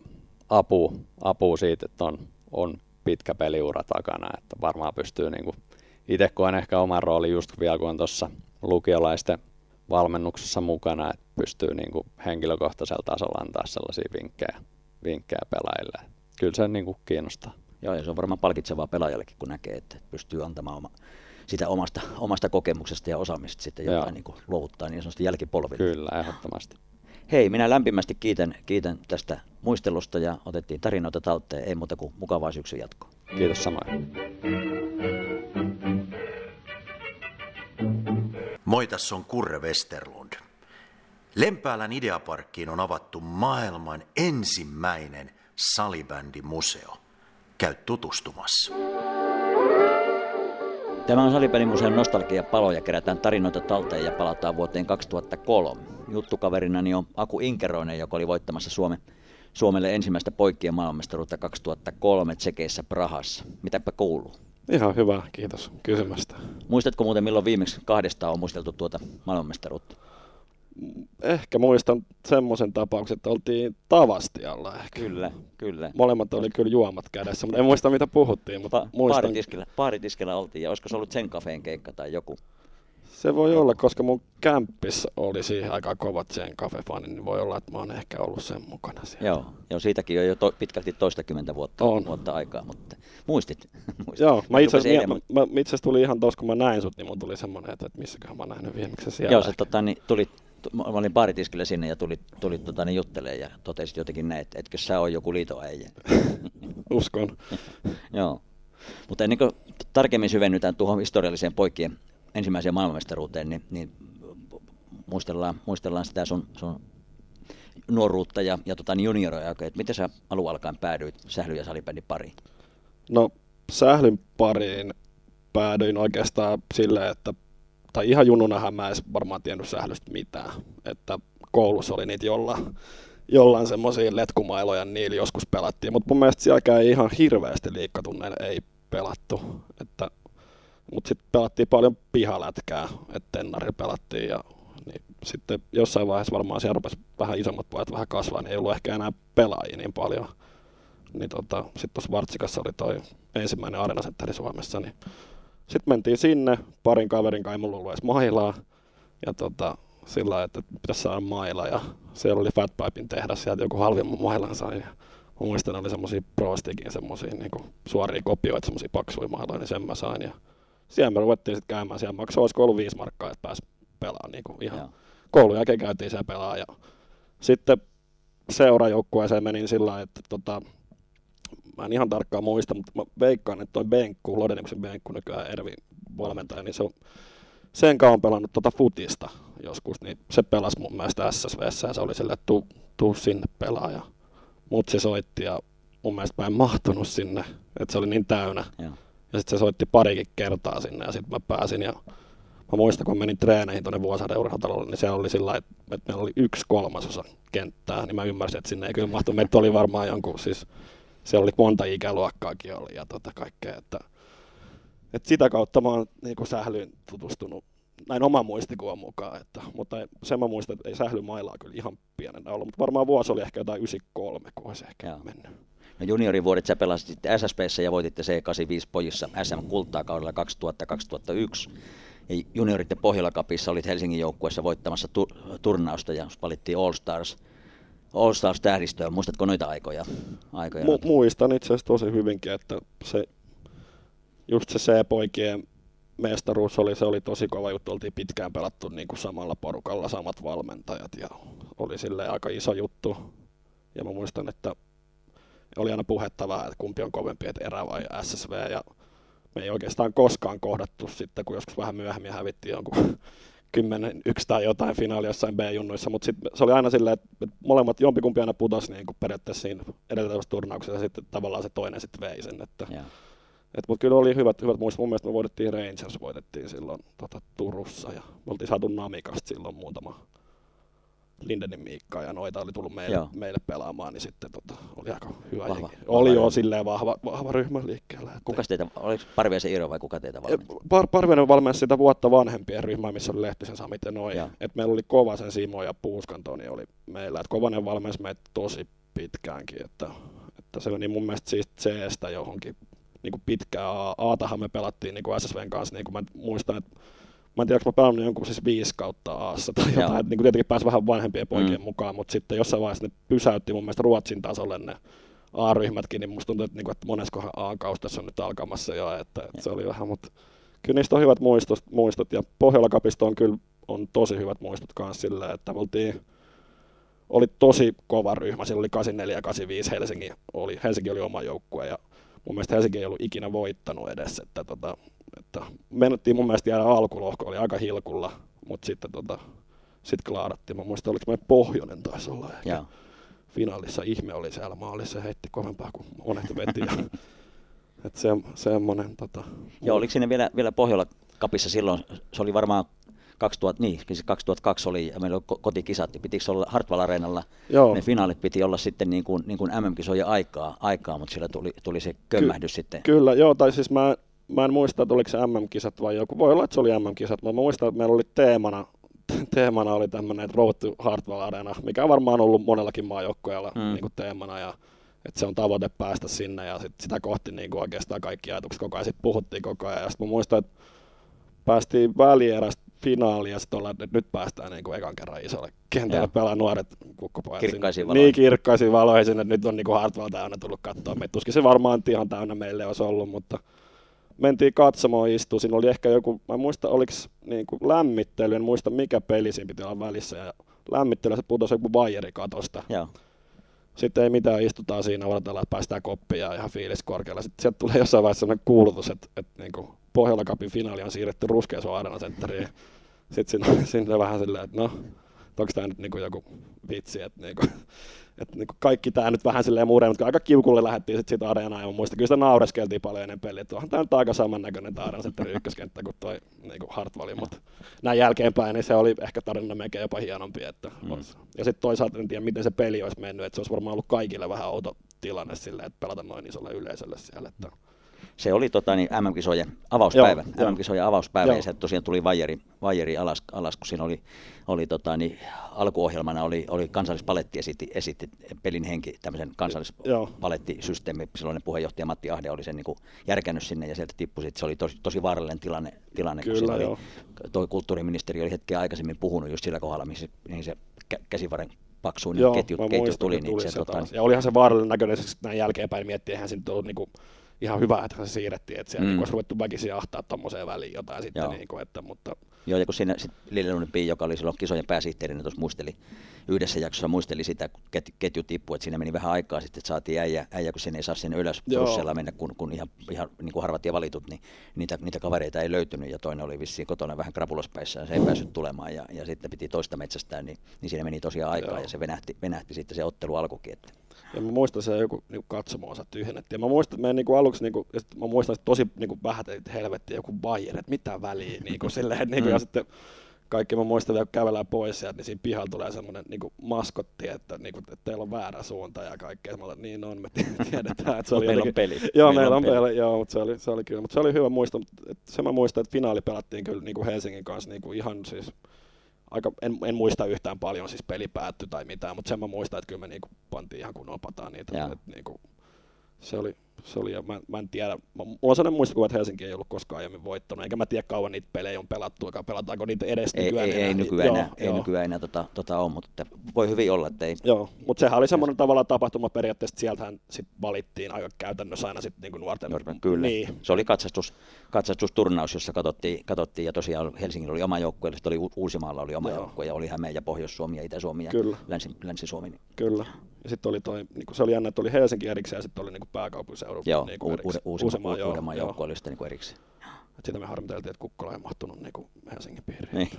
[SPEAKER 6] apua siitä, että on pitkä peliura takana, että varmaan pystyy niin kuin itse koen ehkä oman roolin just vielä kun on tuossa lukiolaisten valmennuksessa mukana, että pystyy niin kuin henkilökohtaisella tasolla antaa sellaisia vinkkejä pelaajille. Kyllä se niin kuin kiinnostaa.
[SPEAKER 2] Joo, ja se on varmaan palkitsevaa pelaajallekin, kun näkee, että pystyy antamaan sitä omasta kokemuksesta ja osaamista sitten jotain niin kuin luovuttaa niin sanotusti jälkipolville.
[SPEAKER 6] Kyllä, ehdottomasti.
[SPEAKER 2] Hei, minä lämpimästi kiitän tästä muistelusta ja otettiin tarinoita talteen. Ei muuta kuin mukavaa syksyn jatkoa.
[SPEAKER 6] Kiitos samoin.
[SPEAKER 7] Moi, tässä on Kurre Westerlund. Lempäälän Ideaparkkiin on avattu maailman ensimmäinen salibändimuseo. Käy tutustumassa.
[SPEAKER 2] Tämä on Salibändimuseon nostalgiapalo ja kerätään tarinoita talteen ja palataan vuoteen 2003. Juttukaverinani on Aku Inkeroinen, joka oli voittamassa Suomelle ensimmäistä poikien maailmanmestaruutta 2003 Tsekeissä Prahassa. Mitäpä kuuluu?
[SPEAKER 8] Ihan hyvä, kiitos kysymästä.
[SPEAKER 2] Muistatko muuten, milloin viimeksi 2 on muisteltu tuota maailmanmestaruutta?
[SPEAKER 8] Ehkä muistan semmoisen tapauksen, että oltiin Tavastialla ehkä.
[SPEAKER 2] Kyllä.
[SPEAKER 8] Molemmat oli kyllä juomat kädessä, mutta en muista mitä puhuttiin. Mutta muistan.
[SPEAKER 2] Baaritiskillä oltiin, ja olisiko se ollut Zen Cafeen keikka tai joku?
[SPEAKER 8] Se voi olla, koska mun kämppissä oli siihen aikaan kovat Zen Cafe-fani, niin voi olla, että mä oon ehkä ollut sen mukana siellä.
[SPEAKER 2] Joo, siitäkin on jo pitkälti toistakymmentä vuotta aikaa, mutta muistit.
[SPEAKER 8] Joo, mä itse asiassa tuli ihan tuossa, kun mä näin sut, niin mun tuli semmoinen, että missäköhän mä nähnyt viimeksi siellä.
[SPEAKER 2] Joo, se mä olin baaritiskillä sinne ja tuli juttelemaan ja totesit jotenkin näin, että etkö sä ole joku liitoäijä.
[SPEAKER 8] Uskon.
[SPEAKER 2] Joo, mutta ennen kuin tarkemmin syvennytään tuohon historialliseen poikien ensimmäiseen maailmanmestaruuteen, niin muistellaan sitä sun nuoruutta ja junioroja, että miten sä alun alkaen päädyit sählyn ja salibändin pariin?
[SPEAKER 8] No sählyn pariin päädyin oikeastaan silleen, että tai ihan junnunahan mä en varmaan tiennyt sählystä mitään, että koulussa oli niitä jollain semmoisia letkumailoja, niillä joskus pelattiin, mutta mun mielestä sielläkään ei ihan hirveästi liikkatunneilla ei pelattu, mutta sitten pelattiin paljon pihalätkää, että tennarilla pelattiin ja niin sitten jossain vaiheessa varmaan siellä rupesi vähän isommat pojat vähän kasvaa, niin ei ollut ehkä enää pelaajia niin paljon, niin sitten tuossa Vartsikassa oli toi ensimmäinen areenasentteri Suomessa, niin sitten mentiin sinne, parin kaverin kanssa, ei mulla ollut edes mailaa, ja sillä lailla, että pitäisi saada maila ja siellä oli Fatpipen tehdas, sieltä joku halvimman mailan sai. Ja mä muistan, oli semmosia Pro-Stickin semmosia niinku suoria kopioita, semmosia paksuja mailoja, niin sen mä sain. Ja siellä me ruvettiin sitten käymään, siellä maksoi olisiko ollut 5 markkaa, että pääsi pelaamaan niinku ihan. Koulun jälkeen käytiin siellä pelaamaan ja sitten seurajoukkueeseen menin sillä lailla, että mä en ihan tarkkaan muista, mutta mä veikkaan, että toi Benkku, Lodeniksen Benkku nykyään Ervi valmentaja, niin sen kanssa on pelannut futista joskus, niin se pelasi mun mielestä SSV:ssä ja se oli silleen, että tuu sinne pelaa ja mut se soitti ja mun mielestä mä en mahtunut sinne, että se oli niin täynnä. Ja sitten se soitti parikin kertaa sinne ja sitten mä pääsin ja mä muistan, kun menin treeneihin tuonne Vuosaaren urheilutalolle, niin siellä oli sillä että meillä oli 1/3 kenttää, niin mä ymmärsin, että sinne ei kyllä mahtu. Meitä oli varmaan jonkun, siis siellä oli monta ikäluokkaakin oli ja kaikkea, että sitä kautta mä oon niin Sählyyn tutustunut näin oman muistikuvan mukaan, mutta sen mä muistan, että ei Sählyn mailaa kyllä ihan pienenä ollut, mutta varmaan vuosi oli ehkä jotain 93, kun olisi ehkä mennyt.
[SPEAKER 2] No juniorivuodet sä pelasit SSP:ssä ja voititte C85 pojissa SM-kultaa kaudella 2000-2001. Ja junioritten Pohjola Cupissa olit Helsingin joukkueessa voittamassa turnausta ja valittiin All Stars -tähdistöön. Muistatko noita aikoja?
[SPEAKER 8] Muistan itse asiassa tosi hyvinkin, että just se C-poikien mestaruus oli tosi kova juttu. Oltiin pitkään pelattu niin kuin samalla porukalla, samat valmentajat ja oli silleen aika iso juttu. Ja mä muistan, että oli aina puhetta vähän, että kumpi on kovempi, että Erä vai SSV. Ja me ei oikeastaan koskaan kohdattu sitten, kun joskus vähän myöhemmin hävittiin jonkun 10-1 tai jotain finaali jossain B-junnuissa, mutta sitten se oli aina silleen, että molemmat jompikumpi aina putosi niin kuin periaatteessa siinä edeltävässä turnauksessa ja sitten tavallaan se toinen sitten vei sen. Mutta kyllä oli hyvät muistot. Mun mielestä me voitettiin silloin Turussa ja me oltiin saatu Namikasta silloin muutama Lindenin Miikka ja noita oli tullut meille pelaamaan, niin sitten oli aika hyvä jengi. Oli jo silleen vahva ryhmä liikkeellä.
[SPEAKER 2] Kuka teitä, oliko Parviaisen Iiro vai kuka teitä valmensi?
[SPEAKER 8] Parviainen valmensi sitä vuotta vanhempien ryhmää, missä oli Lehtisen Samit ja noin. Et meillä oli Kovasen Simo ja Puuskan Toni oli meillä. Et Kovanen valmensi meitä tosi pitkäänkin, että se meni mun mielestä siitä C-stä johonkin niin kuin pitkään. A-tahan me pelattiin niin kuin SSVn kanssa, niin kuin mä muistan, että mä en tiedä, onko mä pelannut jonkun siis 5 kautta A:ssa tai jotain, että niin tietenkin pääsi vähän vanhempien poikien mukaan, mutta sitten jossain vaiheessa ne pysäytti mun mielestä Ruotsin tasolle ne A-ryhmätkin, niin musta tuntuu, että moneskohan A-kaus tässä on nyt alkamassa jo, että se oli vähän, mutta kyllä niistä on hyvät muistot ja Pohjola Cupista on tosi hyvät muistot kanssa silleen, että oli tosi kova ryhmä, siellä oli 84 ja 85 Helsinki oli oma joukkue ja mun mielestä Helsinki ei ollut ikinä voittanut edes, että menettiin mun mielestä jäädä alkulohko, oli aika hilkulla, mutta sitten klaadattiin. Mä muistan, oliko meidän Pohjonen taisi olla ehkä. Finaalissa ihme oli siellä maalissa ja heitti kovempaa kuin monet veti. Että semmoinen.
[SPEAKER 2] Joo, oliko sinne vielä Pohjola Cupissa silloin, se oli varmaan 2002 oli ja meillä oli kotikisat, pitikö olla Hartwall Areenalla, ne finaalit piti olla sitten niin kuin MM-kisojen aikaa, mutta siellä tuli se kömmähdys sitten.
[SPEAKER 8] Kyllä, joo, tai siis mä en muista, että oliko se MM-kisat vai joku, voi olla, että se oli MM-kisat, mutta mä muistan, että meillä oli teemana oli tämmöinen Road to Hartwall Arena, mikä on varmaan ollut monellakin maajoukkueella niin kuin teemana, ja että se on tavoite päästä sinne, ja sitä kohti niin kuin oikeastaan kaikki ajatukset koko ajan, sitten puhuttiin koko ajan, ja sitten mä muistan, että päästiin välierästä finaaliin, ja sitten ollaan, että nyt päästään niin kuin ekan kerran isolle kentälle pelaa nuoret kukkopojat. Kirkkaisiin valoihin sinne, että nyt on niin kuin Hartwall täynnä tullut katsoa. Tuskin se varmaan ihan täynnä meille olisi ollut, mutta mentiin katsomaan istua. Siinä oli ehkä joku, mä en muista, oliko niin kuin lämmittely, en muista mikä peli siinä piti olla välissä, ja lämmittely se putosi joku vaijeri katosta. Sitten ei mitään, istutaan siinä, odotellaan, että päästään koppiin ja ihan fiilis korkealla. Sitten sieltä tulee jossain vaiheessa sellainen kuulutus, että niin kuin Pohjola Cupin finaali on siirretty Ruskeasuon Areenacentteriin. Sitten siinä vähän silleen, että no, onko tämä nyt niinku joku vitsi, että niinku kaikki tämä nyt vähän silleen mureen, mutta aika kiukulle lähdettiin sitten siitä areenaan, ja mä muistan, kyllä sitä naureskeltiin paljon ennen peliä, että onhan tämä nyt aika samannäköinen tämä Areenacentterin ykköskenttä kuin toi niinku Hartwall, mutta näin jälkeenpäin niin se oli ehkä tarina melkein jopa hienompi. Ja sitten toisaalta en tiedä, miten se peli olisi mennyt, että se olisi varmaan ollut kaikille vähän outo tilanne silleen, että pelata noin isolle yleisölle siellä.
[SPEAKER 2] Se oli MM-kisojen avauspäivä,
[SPEAKER 8] Joo.
[SPEAKER 2] MM-kisojen avauspäivä,
[SPEAKER 8] Joo.
[SPEAKER 2] ja se tosiaan tuli vajeri alas, kun siinä oli alkuohjelmana oli kansallispaletti esitti pelin henki, tämmöisen kansallispalettisysteemi. Silloinen puheenjohtaja Matti Ahde oli sen niin kuin järkännyt sinne, ja sieltä tippui, että se oli tosi vaarallinen tilanne, kun siinä oli, toi kulttuuriministeri oli hetkeä aikaisemmin puhunut just sillä kohdalla, mihin se käsivarren paksuun ketjut tuli. Niin
[SPEAKER 8] ja olihan se vaarallinen näköinen, näin jälkeenpäin miettii, eihän se nyt ollut niinku ihan hyvä, että se siirrettiin, että siellä olisi ruvettu väkisin ahtaa tommoseen väliin jotain sitten. Niinku, mutta...
[SPEAKER 2] Joo, ja kun siinä Lille Lundby, joka oli silloin kisojen pääsihteerinä, tuossa yhdessä jaksossa muisteli sitä, kun ketju tippui, että siinä meni vähän aikaa sitten, että saatiin äijä kun sen ei saa sinne ylös Brussella mennä, kun ihan niin kuin harvat ja valitut, niin niitä kavereita ei löytynyt, ja toinen oli vissiin kotona vähän krapulospäissä, ja se ei päässyt tulemaan, ja sitten piti toista metsästää, niin siinä meni tosiaan aikaa, ja se venähti sitten se ottelu alkukin. Että.
[SPEAKER 8] Ja mä muistan, se joku niinku katsomo-osa tyhjennettiin. Ja mä muistan, että niinku aluksi, mä muistan, että tosi niinku vähän helvettiä joku Bayer, että mitä väliä. Niinku, silleen, niinku, ja sitten kaikki mä muistan, että kun kävellään pois sieltä, niin siinä pihalla tulee semmoinen niinku maskotti, että teillä on väärä suunta ja kaikkea. Mä olen, niin on, me tiedetään. Että se oli
[SPEAKER 2] meillä on peli.
[SPEAKER 8] Joo, meillä on peli. Joo, mutta se oli kyllä. Mutta se oli hyvä muisto. Se mä muistan, että finaali pelattiin kyllä niinku Helsingin kanssa niinku ihan siis... En muista yhtään paljon, siis peli päättyi tai mitään, mutta sen mä muistan, että kyllä me niinku pantiin ihan kunnolla pataan niitä. Niinku, se oli ja mä en tiedä, mulla on sellainen muistikuva, että Helsinki ei ollut koskaan aiemmin voittanut, enkä mä tiedä kauan niitä pelejä on pelattu, pelataanko niitä edes nykyään enää.
[SPEAKER 2] Ei nykyään enää ole, mutta voi hyvin olla, että ei. Joo,
[SPEAKER 8] mutta sehän oli semmoinen tavallaan tapahtuma periaatteessa, että sieltähän sit valittiin aika käytännössä aina sit niinku nuorten.
[SPEAKER 2] Kyllä, niin. Se oli katsastusturnaus, jossa katsottiin ja tosiaan Helsingillä oli oma joukkue, ja sitten oli Uusimaalla oli oma joukkue, ja oli Hämeen ja Pohjois-Suomi ja Itä-Suomi ja Länsi-Suomi.
[SPEAKER 8] Kyllä. Ja sitten oli niinku se oli jännä, että oli Helsinki erikseen ja sitten oli niinku pääkaupunkiseudun niinku
[SPEAKER 2] Uusimaan joukko oli sitten niinku erikseen.
[SPEAKER 8] Sitä me harmiteltiin, että Kukkola ei mahtunut niinku Helsingin piiriin.
[SPEAKER 2] Niin.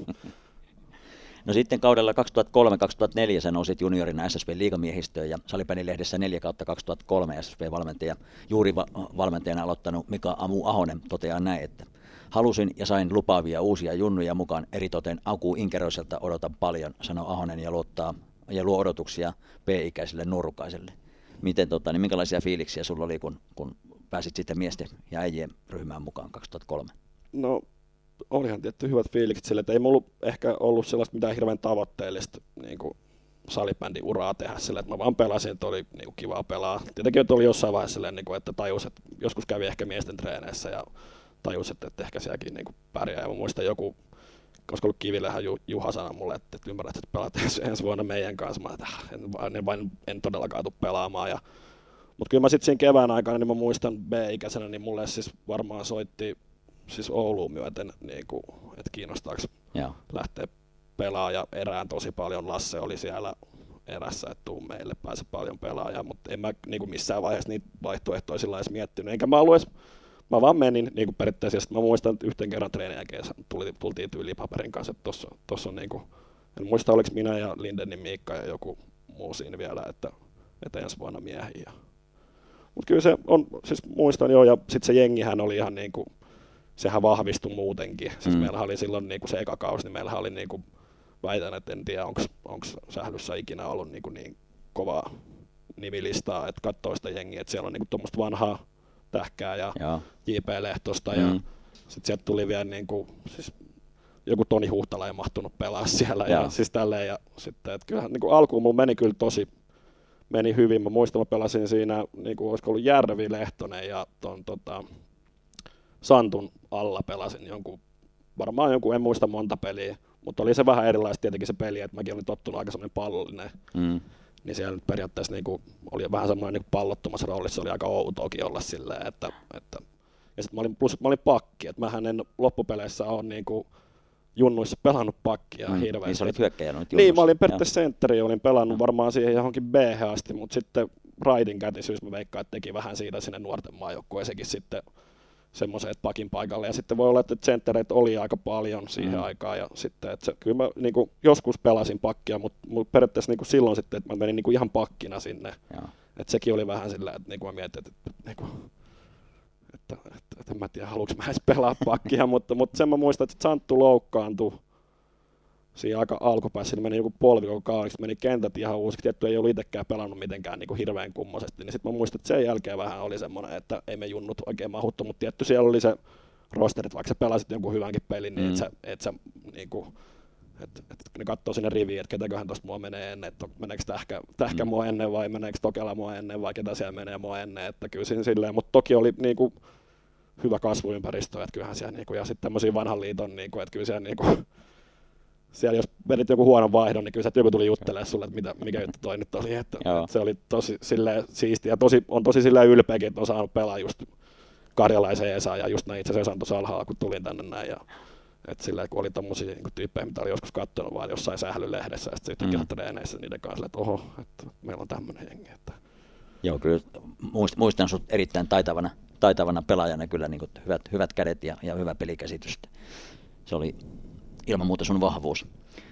[SPEAKER 2] No sitten kaudella 2003-2004 sä nousit juniorina SSV-liigamiehistöön ja Salibändilehdessä 4/2003 SSV-valmentaja, juuri valmentajana aloittanut Mika Amu Ahonen toteaa näin, että halusin ja sain lupaavia uusia junnuja mukaan, eritoten Aku Inkeroiselta odotan paljon, sanoi Ahonen ja luo odotuksia P-ikäiselle nuorukaiselle. Miten, niin minkälaisia fiiliksiä sulla oli, kun pääsit sitten miesten ja äijien ryhmään mukaan 2003?
[SPEAKER 8] No olihan tietty hyvät fiilikset sille, että ei mulla ehkä ollut sellaista mitään hirveän tavoitteellista niin kuin salibändin uraa tehdä sille, että mä vaan pelasin, että oli niin kuin kivaa pelaa. Tietenkin että oli jossain vaiheessa silleen, niin kuin, että tajus, että joskus kävi ehkä miesten treeneissä ja tajus, että ehkä sielläkin niin kuin pärjää. Ja mä muistan joku, koska ollut Kivilähän Juha sanoi mulle, että ymmärrät, että pelaat ensi vuonna meidän kanssa. Mä en todellakaan tule pelaamaan. Mutta kyllä mä sitten siinä kevään aikana, niin mä muistan B-ikäisenä, niin mulle siis varmaan soitti siis Ouluun myöten, niin kuin, että kiinnostaako lähteä pelaamaan ja erään tosi paljon. Lasse oli siellä erässä, että tuu meille, pääse paljon pelaajaa, mutta en mä niin kuin missään vaiheessa niitä vaihtoehtoja sillä edes miettinyt. Enkä mä ollut edes, mä vaan menin niin kuin periaatteessa, mä muistan, että yhten kerran treenin jälkeen tultiin tyylipaperin kanssa, että tossa on niin kuin, en muista oliko minä ja Lindenin Miikka ja joku muu siinä vielä, että ensi vuonna miehiä. Mutta kyllä se on, siis muistan joo, ja sitten se jengihän oli ihan niin kuin, sehän vahvistui muutenkin. Siis meillä oli silloin niin kuin se eka kausi, niin meillä oli niin kuin, väitän, että en tiedä, onko Sählyssä ikinä ollut niin kovaa nimilistaa, että katsoo sitä jengiä, että siellä on niin tuommoista vanhaa Tähkää ja J.P. Lehtosta ja sitten sieltä tuli vielä niin kuin, siis joku Toni Huhtala ei mahtunut pelaa siellä ja siis tälleen ja sitten, että kyllähän niin kuin alkuun mulla meni kyllä meni hyvin. Mä muistan, mä pelasin siinä, niin kuin olisiko ollut Järvi Lehtonen ja ton Santun alla pelasin varmaan jonkun, en muista monta peliä, mutta oli se vähän erilaista tietenkin se peli, että mäkin olin tottunut aika semmoinen pallollinen, niin siellä nyt periaatteessa niin kuin, oli vähän semmoinen niin pallottomassa roolissa, oli aika outoakin olla silleen, että ja sitten mä olin pakki, että mähän en loppupeleissä ole niin kuin junnuissa pelannut pakkia hirveästi.
[SPEAKER 2] Niin sä olit hyökkäjä junnuissa.
[SPEAKER 8] Niin, mä olin periaatteessa sentteri, olin pelannut varmaan siihen johonkin B-hän asti, mutta sitten Raidin kätisyys mä veikkaan, että teki vähän siitä sinne nuorten maajoukkueeseenkin sitten semmoisen, että pakin paikalle. Ja sitten voi olla, että senttereitä oli aika paljon siihen aikaan. Ja sitten, että kyllä mä niin kuin, joskus pelasin pakkia, mutta periaatteessa niin kuin silloin sitten, että mä menin niin kuin ihan pakkina sinne. Että sekin oli vähän sillä, että niin kuin mä mietin, että en mä tiedä, haluanko mä edes pelaa pakkia, mutta sen mä muistan, että Santtu loukkaantui. siinä aika alkupäässä meni joku polvi koko kauniksi, meni kentät ihan uusiksi, tietty ei ollut itsekään pelannut mitenkään niin kuin hirveän kummoisesti, niin sitten mä muistan, että sen jälkeen vähän oli semmoinen, että ei me junnut oikein mahuttu, mutta tietty siellä oli se rosterit, vaikka sä pelasit jonkun hyvänkin pelin, niin et sä niinku, et ne katsoo sinne riviin, että ketäköhän tosta mua menee ennen, että meneekö tähkä mua ennen vai meneekö Tokela mua ennen vai ketä siellä menee mua ennen, että kyllä siinä silleen, mutta toki oli niinku hyvä kasvuympäristö, että kyllähän siellä niinku, ja sitten tämmöisiä vanhan liiton, niinku, että kyllä siellä niinku, siellä jos vedit joku huonon vaihdon, niin kyllä joku tuli juttelemaan sulle, että mikä juttu toi nyt oli, että se oli tosi silleen siistiä ja on tosi silleen ylpeäkin, että on saanut pelaa just Karjalaisen Esa ja just näin itse asiassa tuossa alhaalla, kun tulin tänne näin. Ja, että silleen, kun oli tommosia niin tyyppejä, mitä oli joskus katsonut vaan jossain sählylehdessä ja sitten treeneissä niiden kanssa, että oho, että meillä on tämmöinen jengi. Että.
[SPEAKER 2] Joo, kyllä muistan sut erittäin taitavana pelaajana kyllä niin kuin hyvät kädet ja hyvä pelikäsitys. Se oli ilman muuta sun vahvuus.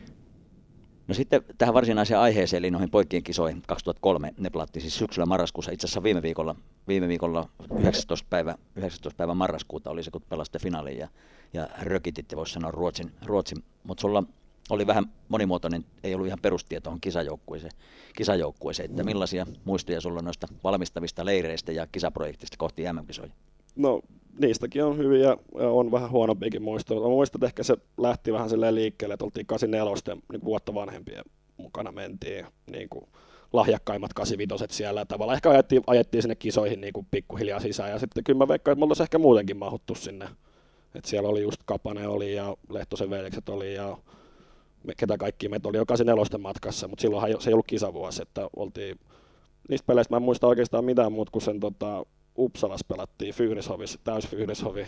[SPEAKER 2] No sitten tähän varsinaiseen aiheeseen, eli noihin poikien kisoihin 2003, ne pelattiin siis syksyllä marraskuussa, itse asiassa viime viikolla 19. päivä marraskuuta oli se, kun pelasitte finaalin ja rökititte, voisi sanoa Ruotsin, mutta sulla oli vähän monimuotoinen, ei ollut ihan perustie tuohon kisajoukkueeseen, että millaisia muistoja sulla on noista valmistavista leireistä ja kisaprojektista kohti MM-kisoja?
[SPEAKER 8] No niistäkin on hyviä ja on vähän huonompiakin muistoja. Mä muistan, että ehkä se lähti vähän silleen liikkeelle, että oltiin 84 niin vuotta vanhempien mukana mentiin niin kuin lahjakkaimmat 85 siellä tavalla. Ehkä ajettiin sinne kisoihin niin kuin pikkuhiljaa sisään ja sitten kyllä mä veikkaan, että me oltaisiin ehkä muutenkin mahuttu sinne. Että siellä oli just Kapanen oli ja Lehtosen veljekset oli ja ketä kaikki meitä oli jo 84 matkassa, mutta silloinhan se ei ollut kisavuosi, että oltiin niistä peleistä mä en muista oikeastaan mitään muuta kuin sen Uppsalassa pelattiin Fyrishovissa, täysfyyrishovi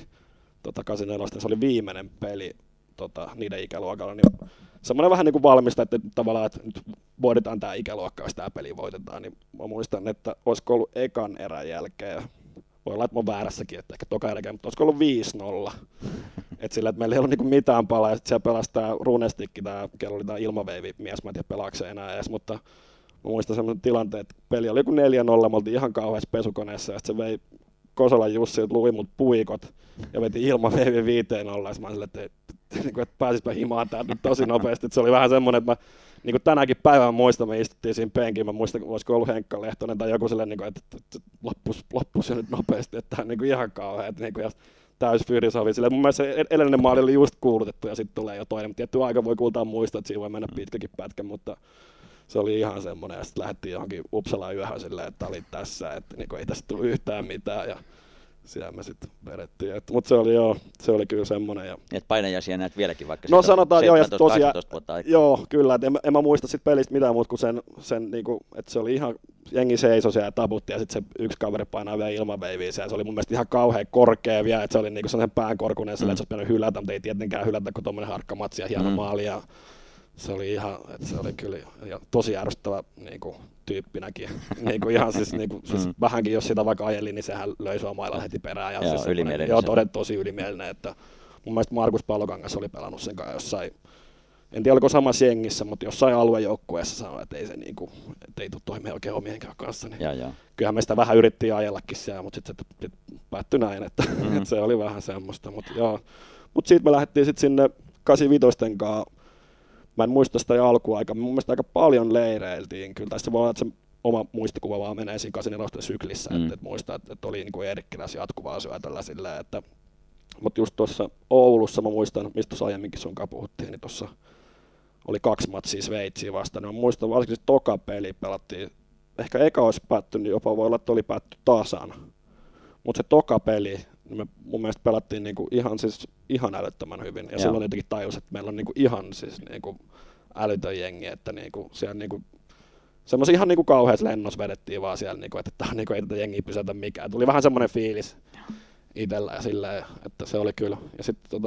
[SPEAKER 8] 84, se oli viimeinen peli niiden ikäluokalla, niin semmoinen vähän niin kuin valmista, että tavallaan, että nyt voitetaan tämä ikäluokka, jos tämä peli voitetaan, niin mä muistan, että olisiko ollut ekan erän jälkeen, voi olla, että mä oon väärässäkin, että ehkä toka jälkeen, mutta olisiko ollut 5-0, että sillä, että meillä ei ollut niin mitään palaa, ja sitten siellä pelasi tämä Runestikki, kello oli tämä ilmaveivimies, mä en tiedä pelaako se enää edes, mutta mä muistan semmoisen tilanteen, että peli oli joku 4-0, me oltiin ihan kauheassa pesukoneessa, ja sitten se vei Kosolan Jussi, lui mut puikot, ja veti ilmaveivi 5-0, ja mä olin silleen, että pääsispä himaan täältä tosi nopeasti, että se oli vähän semmoinen, että mä niin tänäkin päivänä muistan, me istuttiin siinä penkiin, mä muistan, olisiko ollut Henkka Lehtonen tai joku silleen, että loppus se nyt nopeasti, että tämä on niin ihan kauhea, että ja täys Fyrishovi, silleen mun mielestä se edellinen maali oli just kuulutettu, ja sitten tulee jo toinen, mutta tietty aika voi kultaan muistaa, että siinä voi mennä pitkäkin pätkä, mutta se oli ihan semmoinen, ja sitten lähdettiin johonkin Uppsalaan yöhön silleen, että oli tässä, että niin ei tästä tullut yhtään mitään, ja siellä me sitten vedettiin, mutta se oli kyllä semmoinen. Ja
[SPEAKER 2] et painajaisia näet vieläkin vaikka
[SPEAKER 8] no sanotaan,
[SPEAKER 2] 17-18 vuotta aikaa.
[SPEAKER 8] Joo, kyllä, että en mä muista sit pelistä mitään muuta kuin sen niinku, että se oli ihan, jengi seisoi siellä ja taputti, ja sitten se yksi kaveri painaa vielä ilmaveiviä siellä, se oli mun mielestä ihan kauhean korkea vielä, että se oli niinku sellainen päänkorkunen, että se olisi pitänyt hylätä, mutta ei tietenkään hylätä, kun tuommoinen harkkamatsi ja hieno maali, ja se oli ihan, että se oli kyllä ja tosi ärsyttävä niinku tyyppinäkin. Niinku ihan siis vähänkin jos sitä vaikka ajeli, niin sehän löi sua mailla heti perään ja siis tosi ylimielinen, että mun mielestä Markus Palokangas oli pelannut sen kanssa jossain, en tiedä oliko samassa jengissä, mutta jossain aluejoukkueessa sanoi, että ei se niinku, että ei tule toimeen oikein omienkään kanssa. Niin kyllähän me sitä vähän yritti ajellakin siellä, mutta sitten se päättyi näin, että se oli vähän semmoista, mutta siitä me lähdettiin sitten sinne 85 kanssa. Mä en muista sitä alkuaikaa, mun mielestä aika paljon leireiltiin kyllä, tai se voi olla, että se oma muistikuva vaan menee siinä 84 syklissä, että muistaa, että oli niin kuin Eerikkilässä jatkuvaa syötöllä silleen, että mutta just tuossa Oulussa mä muistan, mistä tuossa aiemminkin sunkaan puhuttiin, niin tuossa oli 2 matsia Sveitsiä vastaan, niin mä muistan varsinkin se toka peli pelattiin, ehkä eka olisi päättynyt, jopa voi olla, että oli päätty tasan, mutta se toka peli, niin me mun mielestä pelattiin niinku ihan älyttömän hyvin, ja silloin jotenkin tajus, että meillä on niinku ihan siis niinku älytön jengi, että niinku siellä niinku semmoisia ihan niinku kauheassa lennossa vedettiin vaan siellä, niinku, että niinku ei tätä jengiä pysäytä mikään. Tuli vähän semmoinen fiilis itsellä ja silleen, että se oli kyllä. Ja sitten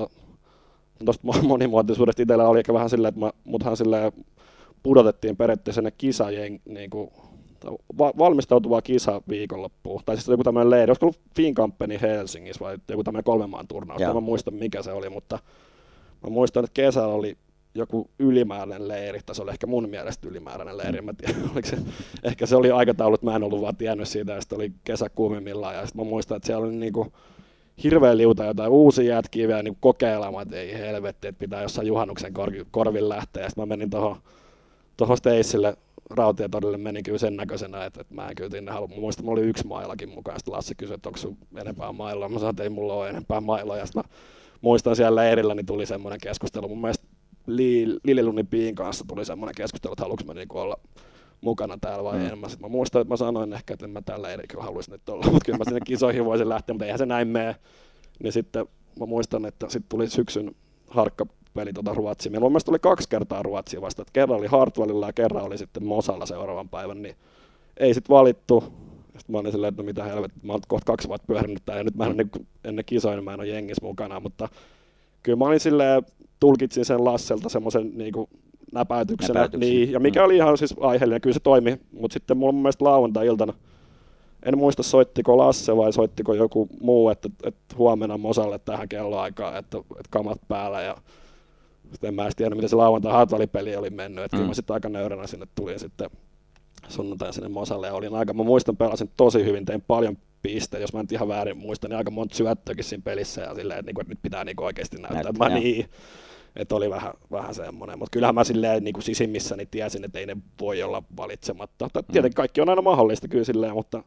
[SPEAKER 8] tuosta monimuotoisuudesta itsellä oli ehkä vähän silleen, että muthan silleen pudotettiin periaatteessa sinne kisajeng, niinku valmistautuvaa kisa viikonloppuun, tai siis joku tämmöinen leiri, olisiko ollut Finkampeni Helsingissä vai joku tämmöinen 3 maan turnaus, mä muistan mikä se oli, mutta mä muistan, että kesällä oli joku ylimääräinen leiri, tai se oli ehkä mun mielestä ylimääräinen leiri, mä tiedän, ehkä se oli aikataulut, mä en ollut vaan tiennyt siitä, ja sitten oli kesä kuumimmillaan, ja sitten mä muistan, että siellä oli niinku hirveän liuta jotain uusia jätkiä vielä niin kokeilemaan, että ei helvetti, että pitää jossain juhannuksen korvin lähteä. Ja sitten mä menin tuohon Stacelle Rautiatorille, menin kyllä sen näköisenä, että mä en kyllä sinne halua. Mä muistan, että mulla oli 1 mailakin mukaan. Sitten Lassi kysyi, että onko sun enempää mailoa. Mä sanoin, että ei mulla ole enempää mailoa. Ja sitten mä muistan siellä leirillä, niin tuli semmoinen keskustelu. Mun mielestä Lililunin Piin kanssa tuli semmoinen keskustelu, että haluanko mä niinku olla mukana täällä vai en. Mä muistan, että mä sanoin ehkä, että en mä tällä leirillä kyllä haluaisi nyt olla, mutta kyllä mä sinne kisoihin voisin lähteä, mutta eihän se näin mene. Niin sitten mä muistan, että sitten tuli syksyn harkkapeli Ruotsiin. Meillä mun mielestä oli 2 kertaa Ruotsia vasta, että kerran oli Hartwallilla ja kerran oli sitten Mosalla seuraavan päivän, niin ei sitten valittu. Sitten mä olin silleen, että no mitä helvettiä, mä oon kohta 2 vuotta pyörinyt täällä ja nyt mä en niin ennen kisoja, niin mä en ole jengissä mukana, mutta kyllä mä olin silleen, tulkitsin sen Lasselta semmoisen niinku näpäytyksenä. Niin, ja mikä oli ihan siis aiheellinen, kyllä se toimi, mutta sitten mulla mun mielestä lauantai-iltana, en muista soittiko Lasse vai soittiko joku muu, että huomenna Mosalle tähän kelloaikaan, että kamat päällä ja sitten en mä edes tiedä, miten se lauantai-Hartwall-peli oli mennyt, että kyllä mä sitten aika nöyränä sinne tulin sitten sunnuntain sinne Mosalle ja olin aika, mä muistan pelasin tosi hyvin, tein paljon pisteitä, jos mä nyt ihan väärin muistan, niin aika monta syöttöäkin siinä pelissä ja silleen, että, nyt pitää oikeasti näyttää, että mä niin. Että oli vähän semmoinen, mutta kyllähän mä silleen niin kuin sisimmissäni tiesin, että ei ne voi olla valitsematta. Tietenkin kaikki on aina mahdollista kyllä silleen, mutta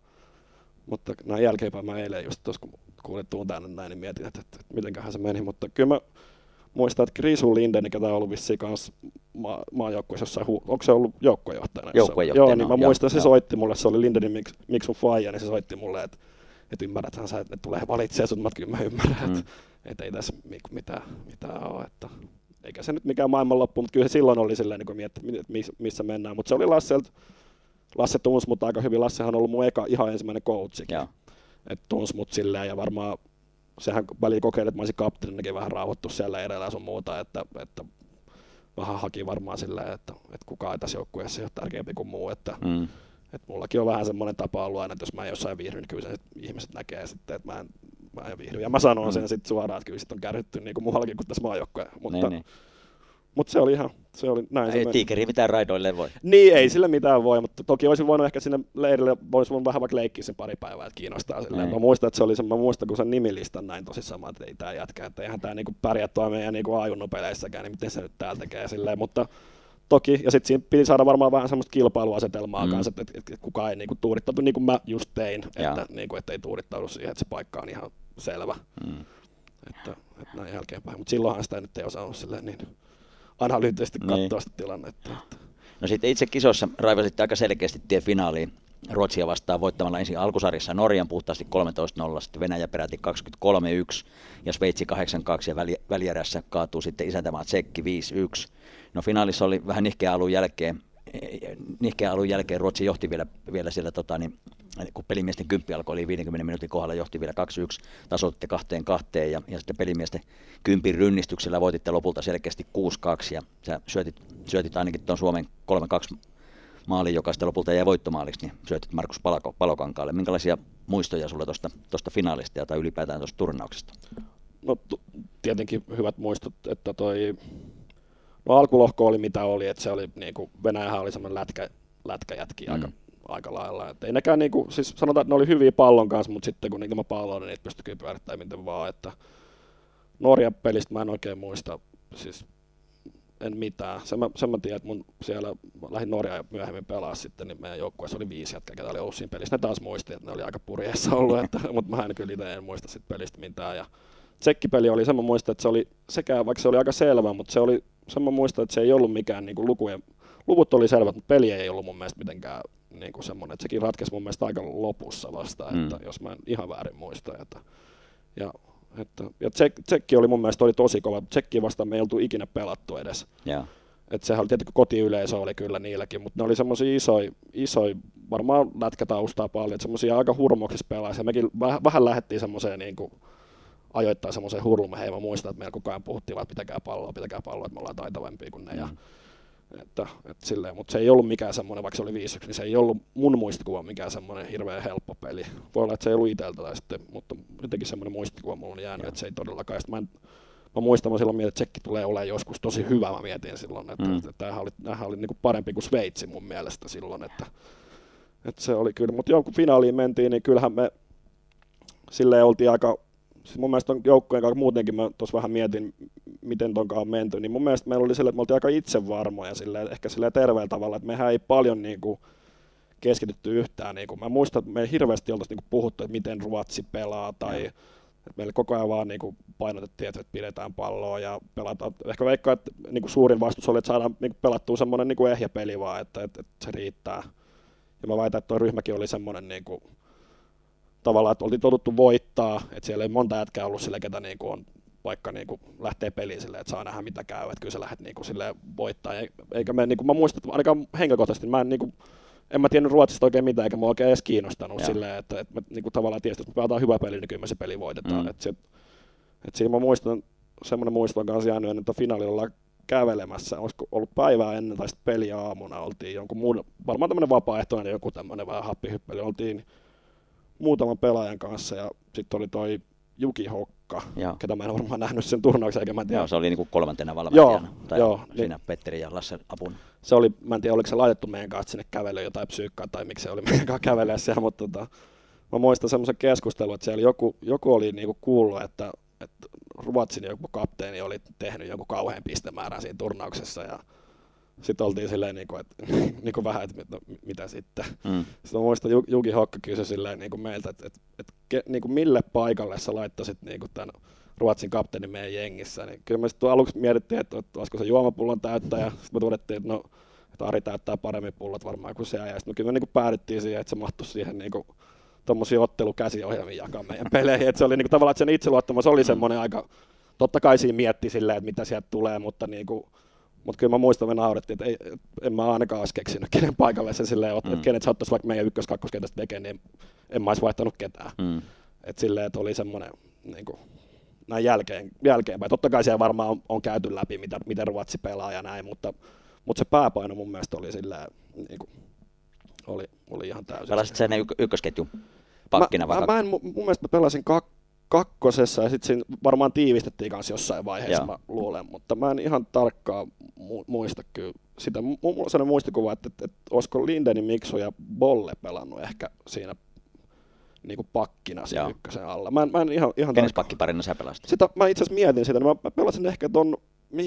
[SPEAKER 8] näin jälkeenpäin mä eilen just tuossa, kun kuulin tuun tänne näin, niin mietin, että mitenköhän se meni. Mutta kyllä mä muistan, että Krisu Linden, ketä on ollut vissiin kanssa maajoukkueessa jossain, onko se ollut joukkuejohtajana? Joo, niin mä muistan, se soitti mulle, se oli Lindenin miksi mun faija, niin se soitti mulle, että ymmärräthän sä, että ne tulee valitsemaan sut, mutta kyllä mä ymmärrän, että ei tässä mitään ole. Että eikä se nyt mikään maailmanloppu, mutta kyllä se silloin oli silleen, niin mietti, missä mennään. Mutta se oli Lasse tunsi mut aika hyvin. Lassehan on ollut mun ihan ensimmäinen coachikin. Että tunsi mut silleen ja varmaan sehän väliin kokeili, että mä olisin kapteeninakin vähän rauhoittu siellä edellä sun muuta, että vähän haki varmaan silleen, että kukaan ei tässä joukkueessa ole tärkeämpi kuin muu. Että mullakin on vähän semmoinen tapa ollut aina, että jos mä en jossain viihdy, niin kyllä ihmiset näkee sitten, että mä en viihdy. Ja mä sanon sen sitten suoraan, että kyllä sit on kärrytty niin kuin muuallakin kuin tässä maajoukkoja. Mutta se oli näin.
[SPEAKER 2] Ei tiikeri mitään raidoille voi.
[SPEAKER 8] Niin, ei sille mitään voi, mutta toki olisin voinut ehkä sinne leirille, voisi voinut vähän vaikka leikkiä sen pari päivää, että kiinnostaa silleen. Mä muistan, että se oli mä muistan, kun sen nimilistan näin tosissaan, että ei tää jätkä, että eihän tää niinku pärjää tuo meidän niinku ajunnopeleissäkään, niin miten se nyt täällä tekee silleen, mutta toki, ja sitten siinä piti saada varmaan vähän semmoista kilpailuasetelmaa kanssa, että kukaan ei niinku tuurittautu niin kuin mä just tein, että niinku, ei tuurittaudu siihen, että se paikka on ihan selvä. Että näin jälkeenpäin, mutta silloinhan sitä nyt ei osannut silleen niin analyyttisesti katsoa sitä tilannetta.
[SPEAKER 2] No sitten itse kisossa raivasitte aika selkeästi tie finaaliin Ruotsia vastaan voittamalla ensin alkusarjassa Norjan puhtaasti 13-0, sitten Venäjä peräti 23-1 ja Sveitsi 8-2 ja välierässä kaatuu sitten isäntämaa Tsekki 5-1. No finaalissa oli vähän nihkeä alun jälkeen Ruotsi johti vielä siellä kun pelimiesten kymppi alkoi, oli 50 minuutin kohdalla, johti vielä 2-1, tasoitte 2-2 ja sitten pelimiesten kympin rynnistyksellä voititte lopulta selkeästi 6-2 ja sä syötit ainakin tuon Suomen 3-2 maalin, joka sitten lopulta jäi voittomaaliksi, niin syötit Markus Palokankaalle. Minkälaisia muistoja sulla tuosta finaalista tai ylipäätään tuosta turnauksesta?
[SPEAKER 8] No tietenkin hyvät muistot, että alkulohko oli mitä oli, että se oli niinku, Venäjähän oli semmoinen lätkäjätki aika lailla. Et ei nekään niinku, siis sanotaan, että ne oli hyviä pallon kanssa, mutta sitten kun niitä palloa, niin niitä pystyi kyllä pyörittämään miten vaan. Että Norjan pelistä mä en oikein muista, siis en mitään. Sen mä tiedän, että mun siellä lähdin Norjaan ja myöhemmin pelaa sitten, niin meidän joukkueessa oli 5 jätkää, ketä oli ollut siinä pelissä. Ne taas muisti, että ne oli aika purjeessa ollut, mutta mä en kyllä itse en muista sit pelistä mitään. Ja Tsekkipeli oli sen mä muistan, että se oli sekä, vaikka se oli aika selvä, mutta se oli sen mä muistan, että se ei ollut mikään niinku luvut oli selvät, mutta peli ei ollut mun mielestä mitenkään niinku semmoinen, että sekin ratkesi mun mielestä aika lopussa vasta, että jos mä en ihan väärin muista. Ja Tsekki oli mun mielestä oli tosi kova, Tsekkiä vastaan me ei oltu ikinä pelattu edes. Että sehän oli tietenkin kotiyleisö oli kyllä niilläkin, mutta ne oli semmoisia isoja varmaan lätkätaustaa paljon, että semmoisia aika hurmoksissa pelaajia. Mekin vähän lähdettiin semmoiseen niinku ajoittaa semmoiseen hurlumme, hei mä muistan, että meillä koko ajan puhuttiin, että pitäkää palloa, että me ollaan taitavampia kuin ne. Mutta se ei ollut mikään semmoinen, vaikka se oli 5-1, niin se ei ollut mun muistikuva mikään semmoinen hirveän helppo peli. Voi olla, että se ei ollut itseltä, mutta jotenkin semmoinen muistikuva mulla on jäänyt, että se ei todellakaan. Mä muistan, mä silloin mietin, että Tsekki tulee olemaan joskus tosi hyvä, mä mietin silloin, että tämähän oli niinku parempi kuin Sveitsi mun mielestä silloin, että se oli kyllä. Mutta kun finaaliin mentiin, niin kyllähän me silleen oltiin aika siis mun mielestä on joukkojen kanssa muutenkin, mä tuossa vähän mietin, miten tonkaan on menty, niin mun mielestä meillä oli silleen, että me oltiin aika itsevarmoja silleen, ehkä silleen terveellä tavalla, että mehän ei paljon niinku keskitytty yhtään. Niinku. Mä muistan, että me ei hirveästi oltaisi niinku puhuttu, että miten Ruotsi pelaa tai että meillä koko ajan vaan niinku painotettiin, että pidetään palloa ja pelataan. Ehkä veikkaan, että niinku suurin vastus oli, että saadaan niinku pelattua semmoinen niinku ehjä peli vaan, että se riittää. Ja mä väitän, että tuo ryhmäkin oli semmoinen niinku, tavallaan, että oltiin totuttu voittaa, että siellä ei monta jätkää ollut sille, ketä niinku on vaikka niinku lähtee peliin silleen, että saa nähdä mitä käy, että kyllä sä lähdet niinku silleen voittaa. Eikä me, niinku, mä muistan, että ainakaan henkilökohtaisesti en mä tiennyt Ruotsista oikein mitään, eikä mä oikein edes kiinnostanut silleen, että mä niinku tavallaan tiesin, että me pelataan hyvä peli, niin kyllä me se peli voitetaan. Että siinä mä muistan, semmoinen muisto on kanssa jäänyt, että finaalilla ollaan kävelemässä, olisiko ollut päivää ennen tai sitten peliä aamuna, oltiin jonkun muun, varmaan tämmöinen vapaaehtoinen joku tämmöinen vähän happihyppely, oltiin muutaman pelaajan kanssa ja sitten oli toi Juki Hokka, ketä mä en varmaan nähnyt sen turnauksen, eikä mä en tiedä.
[SPEAKER 2] Joo, se oli niinku kolmantena valmentajana, tai siinä
[SPEAKER 8] niin,
[SPEAKER 2] Petteri ja Lasse apun.
[SPEAKER 8] Se oli, mä en tiedä oliko se laitettu meidän kanssa sinne kävelyyn jotain psyykkaa tai miksi se oli meidän kanssa kävelee siellä, mutta mä muistan semmoisen keskustelun, että siellä joku oli niinku kuullut, että Ruotsin joku kapteeni oli tehnyt jonkun kauhean pistemäärän siinä turnauksessa ja sitten oltiin silleen, niinku vähän, että mitä sitten. Sitten mä muistan, Juki Hokka kysyi silleen niinku meiltä, että niinku mille paikalle sä laittaisit niinku tämän Ruotsin kapteenin meidän jengissä. Niin kyllä me sitten aluksi mietittiin, että olisiko se juomapullon täyttäjä. Sitten me todettiin, että Ari täyttää paremmin pullot varmaan kuin se. Ja sitten kyllä me niinku päädyttiin siihen, että se mahtui siihen niinku tuommoisia ottelukäsiohjelmia jakaa meidän peleihin. Että se oli niinku tavallaan, että sen itseluottamus oli semmoinen aika, totta kai siinä mietti silleen, että mitä sieltä tulee, mutta kyllä mä muistan, me naurettiin, että en mä ainakaan olisi keksinyt kenen paikalle se silleen, että kenet sä ottaisi vaikka meidän ykkös-kakkoskentästä tekemään, niin en mä olisi vaihtanut ketään. Että silleen, että oli semmoinen niinku, näin jälkeenpäin. Totta kai siellä varmaan on käyty läpi, miten Ruotsi pelaa ja näin, mutta se pääpaino mun mielestä oli silleen, niinku, oli ihan täysin.
[SPEAKER 2] Pelasit sä ne ykkösketjun pakkina vaikka?
[SPEAKER 8] Mun mielestä mä pelasin kakkosessa ja sitten siinä varmaan tiivistettiin kanssa jossain vaiheessa, mä luulen, mutta mä en ihan tarkkaan muista kyllä sitä. Mulla on sellainen muistikuva, että olisiko Lindenin, Mikso ja Bolle pelannut ehkä siinä niinku pakkina siinä ykkösen alla. Mä en ihan
[SPEAKER 2] kenes pakkiparina sä pelasit?
[SPEAKER 8] Sitä, mä itse asiassa mietin sitä, niin mä pelasin ehkä ton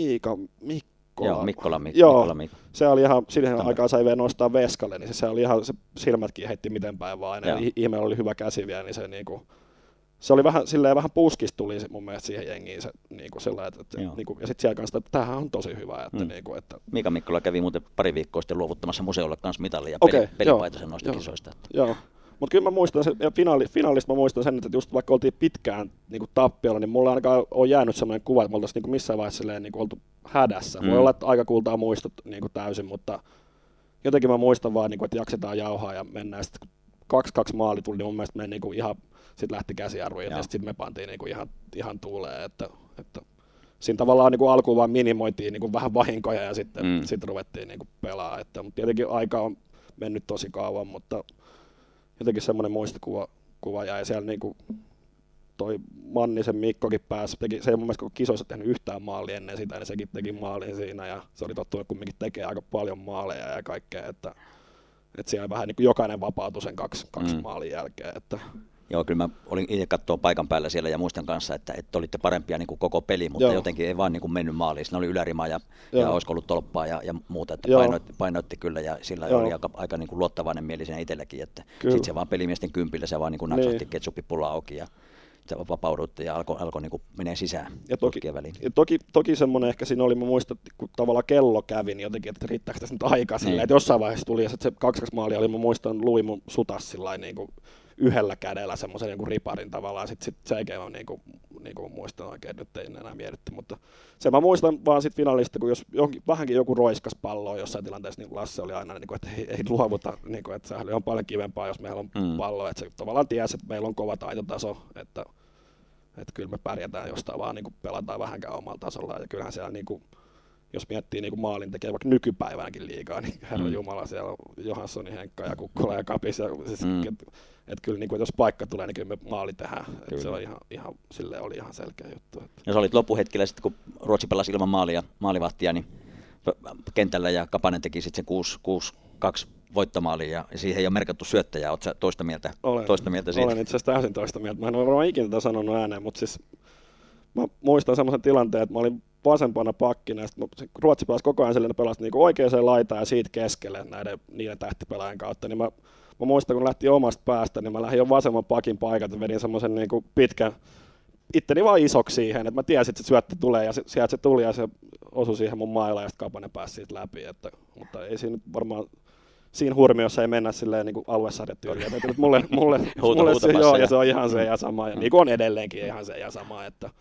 [SPEAKER 8] Mikkola.
[SPEAKER 2] Joo, Mikkola.
[SPEAKER 8] Se oli ihan, siihen aikaan sai vielä nostaa veskalle, niin se oli ihan, se silmätkin heitti miten päin vaan. Ihmeellä oli hyvä käsi vielä, niin se niinku, se oli vähän puskista tuli mun mielestä siihen jengiin se niinku sellainen, että niinku, ja sitten siellä kanssa, että tämähän on tosi hyvä, että niinku, että
[SPEAKER 2] Mika Mikkola kävi muuten pari viikkoa sitten luovuttamassa museolle kanssa mitallia pelipaitoisen noista kisoista.
[SPEAKER 8] Joo. Mutta kyllä mä muistan sen, ja finaalista mä muistan sen, että just vaikka oltiin pitkään niin tappiolla, niin mulla ainakaan on jäänyt sellainen kuva, että me oltaisiin niin missään vaiheessa niin oltu hädässä. Voi olla, että aika kultaa muistot niin täysin, mutta jotenkin mä muistan vaan, niin kuin, että jaksetaan jauhaa ja mennään. Sitten kun 2-2 maali tuli, niin mun mielestä me niin ihan, sit lähti käsijarruja ja sitten me pantiin niin ihan tuuleen. Että siinä tavallaan niin alkuun vaan minimoitiin niin vähän vahinkoja ja sitten ruvettiin niin pelaamaan. Mutta tietenkin aika on mennyt tosi kauan, mutta jotenkin semmoinen muistikuva jäi siellä niinku toi Mannisen Mikkokin pääsi, se ei mun mielestä kisoissa tehnyt yhtään maalia ennen sitä, niin sekin teki maalin siinä ja se oli tottunut kumminkin tekee aika paljon maaleja ja kaikkea, että siellä vähän niinku jokainen vapautui sen kaksi maalin jälkeen. Että.
[SPEAKER 2] Joo, kyllä mä olin itse katsoa paikan päällä siellä ja muistan kanssa, että olitte parempia niin kuin koko peli, mutta jotenkin ei vaan niin kuin mennyt maaliin. Siinä oli ylärimaa ja olisiko ollut tolppaa ja muuta, että painoitti kyllä ja sillä oli aika niin kuin luottavainen mieli siinä itselläkin, että sitten se vaan pelimiesten kympillä se vaan niin kuin naksahti ketsuppipulla auki ja vapaudutte ja alkoi niin kuin menee sisään tutkien väliin.
[SPEAKER 8] Ja toki semmoinen ehkä siinä oli, mä muistan, kun tavallaan kello kävi, niin jotenkin, että riittääkö tässä nyt aikaa silleen, että jossain vaiheessa tuli ja se 2-2 maalia oli, mä muistan, lui mun sutas sillain niin kuin yhdellä kädellä semmoisen niin riparin tavallaan, sitten se ei ole niin kuin muistan oikein, nyt ei enää mietitty, mutta se mä muistan vaan sitten finaalista, kun jos vähänkin joku roiskas palloa jossain tilanteessa, niin Lasse oli aina, niin kuin, että ei luovuta, niin kuin, että sehän on paljon kivempaa, jos meillä on pallo, että se tavallaan tiesi, että meillä on kova taitotaso, että kyllä me pärjätään jostain vaan, niin kuin pelataan vähänkään omalla tasolla, ja kyllähän siellä niin kuin, jos miettii niin kuin maalin tekee vaikka nykypäivänäkin liigaa, niin herran jumala, siellä on Johanssonin, Henkka ja Kukkola ja Kapis, ja siis, että kyllä niin kuin, jos paikka tulee, niin kyllä me maali tehdään, että se on ihan silleen oli ihan selkeä juttu. Että.
[SPEAKER 2] Ja sä olit loppuhetkellä sitten, kun Ruotsi pelasi ilman maalivahtia, niin kentällä ja Kapanen teki sitten sen 6-2 voittomaaliin ja siihen ei ole merkattu syöttäjää. Oletko sä toista mieltä siitä?
[SPEAKER 8] Olen itse asiassa täysin toista mieltä. Mä en ole varmaan ikinä tätä sanonut ääneen, mutta siis mä muistan semmoisen tilanteen, että mä olin vasempana pakkina, ja Ruotsi pelasi koko ajan silleen, pelasi niinku oikeaan laitaan ja siitä keskelle niiden tähtipelaajien kautta, niin mä muistan, kun lähti omasta päästä, niin mä lähdin jo vasemman pakin paikalta ja vedin semmoisen niinku pitkän, itteni vaan isoksi siihen, että mä tiesin, että se syöttö tulee, ja sieltä se tuli, ja se osui siihen mun mailaan, ja sitten Kapanen pääsi siitä läpi, mutta ei siinä varmaan siinä hurmiossa ei mennä silleen niin aluesarjatyyliä. Mulle se, joo, ja se on ihan se ja sama, ja niin kuin on edelleenkin ihan se ja sama, että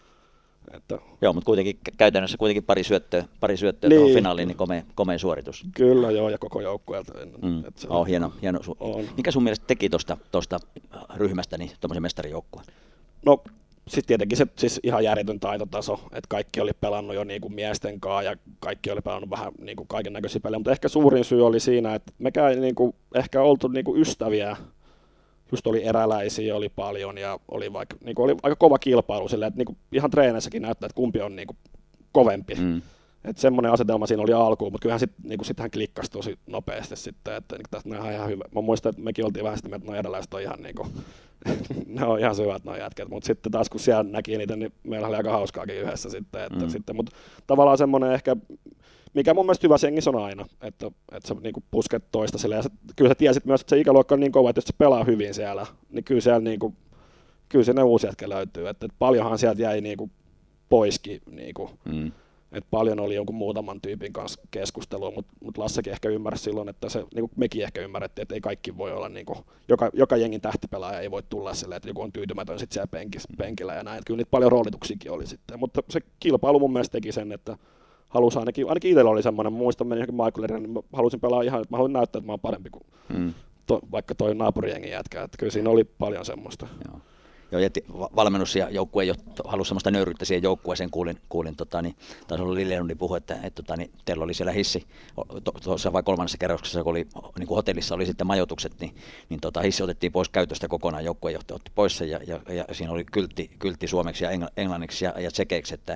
[SPEAKER 2] Joo, mutta kuitenkin käytännössä pari syöttöä
[SPEAKER 8] niin.
[SPEAKER 2] Tuohon finaaliin, niin komea suoritus.
[SPEAKER 8] Kyllä, joo, ja koko joukkueelta.
[SPEAKER 2] Hieno. Mikä sun mielestä teki tuosta ryhmästä niin tuommoisen mestarijoukkueen?
[SPEAKER 8] No, sitten tietenkin se siis ihan järjetön taitotaso, että kaikki oli pelannut jo niin kuin miesten kanssa ja kaikki oli pelannut vähän niin kuin kaiken näköisiä pelejä, mutta ehkä suurin syy oli siinä, että mekään ei niin kuin ehkä oltu niin kuin ystäviä, just oli eräläisiä oli paljon ja oli aika kova kilpailu silleen, että niin kuin ihan treeneissäkin näyttää, että kumpi on niin kuin kovempi. Että semmoinen asetelma siinä oli alkuun, mutta kyllähän sitten klikkasi tosi nopeasti sitten, että niin tästä nähdään ihan hyvä. Mä muistan, että mekin oltiin vähän sitä mieltä, että nuo eräläiset on ihan niinku, ne on ihan syvät nuo jätket, mutta sitten taas kun siellä näki niitä, niin meillä oli aika hauskaakin yhdessä sitten, mutta tavallaan semmoinen ehkä, mikä mun mielestä hyvässä jengissä on aina, että sä niinku pusket toista silleen, ja kyllä sä tiesit myös, että se ikäluokka on niin kova, että jos se pelaa hyvin siellä, niin kyllä siellä niinku, kyllä se ne uusi jätkä löytyy, että paljonhan sieltä jäi niinku poiskin niinku. että paljon oli jonkun muutaman tyypin kanssa keskustelua, mutta Lassekin ehkä ymmärsi silloin, että se, niin kuin mekin ehkä ymmärrettiin, että ei kaikki voi olla, niin kuin, joka jengin tähtipelaaja ei voi tulla silleen, että joku on tyytymätön sitten siellä penkillä ja näin. Että kyllä niitä paljon roolituksiakin oli sitten, mutta se kilpailu mun mielestä teki sen, että halusi ainakin itsellä oli semmoinen, muistan menin johonkin Michaelin, niin mä halusin pelaa ihan, että mä haluan näyttää, että mä oon parempi kuin vaikka toi naapurijengin jätkä, että kyllä siinä oli paljon semmoista.
[SPEAKER 2] Joo, ja valmennus ja joukkue ei halua sellaista nöyryyttä siihen joukkueeseen, kuulin taisi olla Liljelundin puhu, että teillä oli siellä hissi, tuossa vai kolmannessa kerroksessa, kun oli, niin kuin hotellissa oli sitten majoitukset, niin hissi otettiin pois käytöstä kokonaan, joukkuejohtaja otti pois sen, ja siinä oli kyltti suomeksi ja englanniksi ja tsekeiksi, että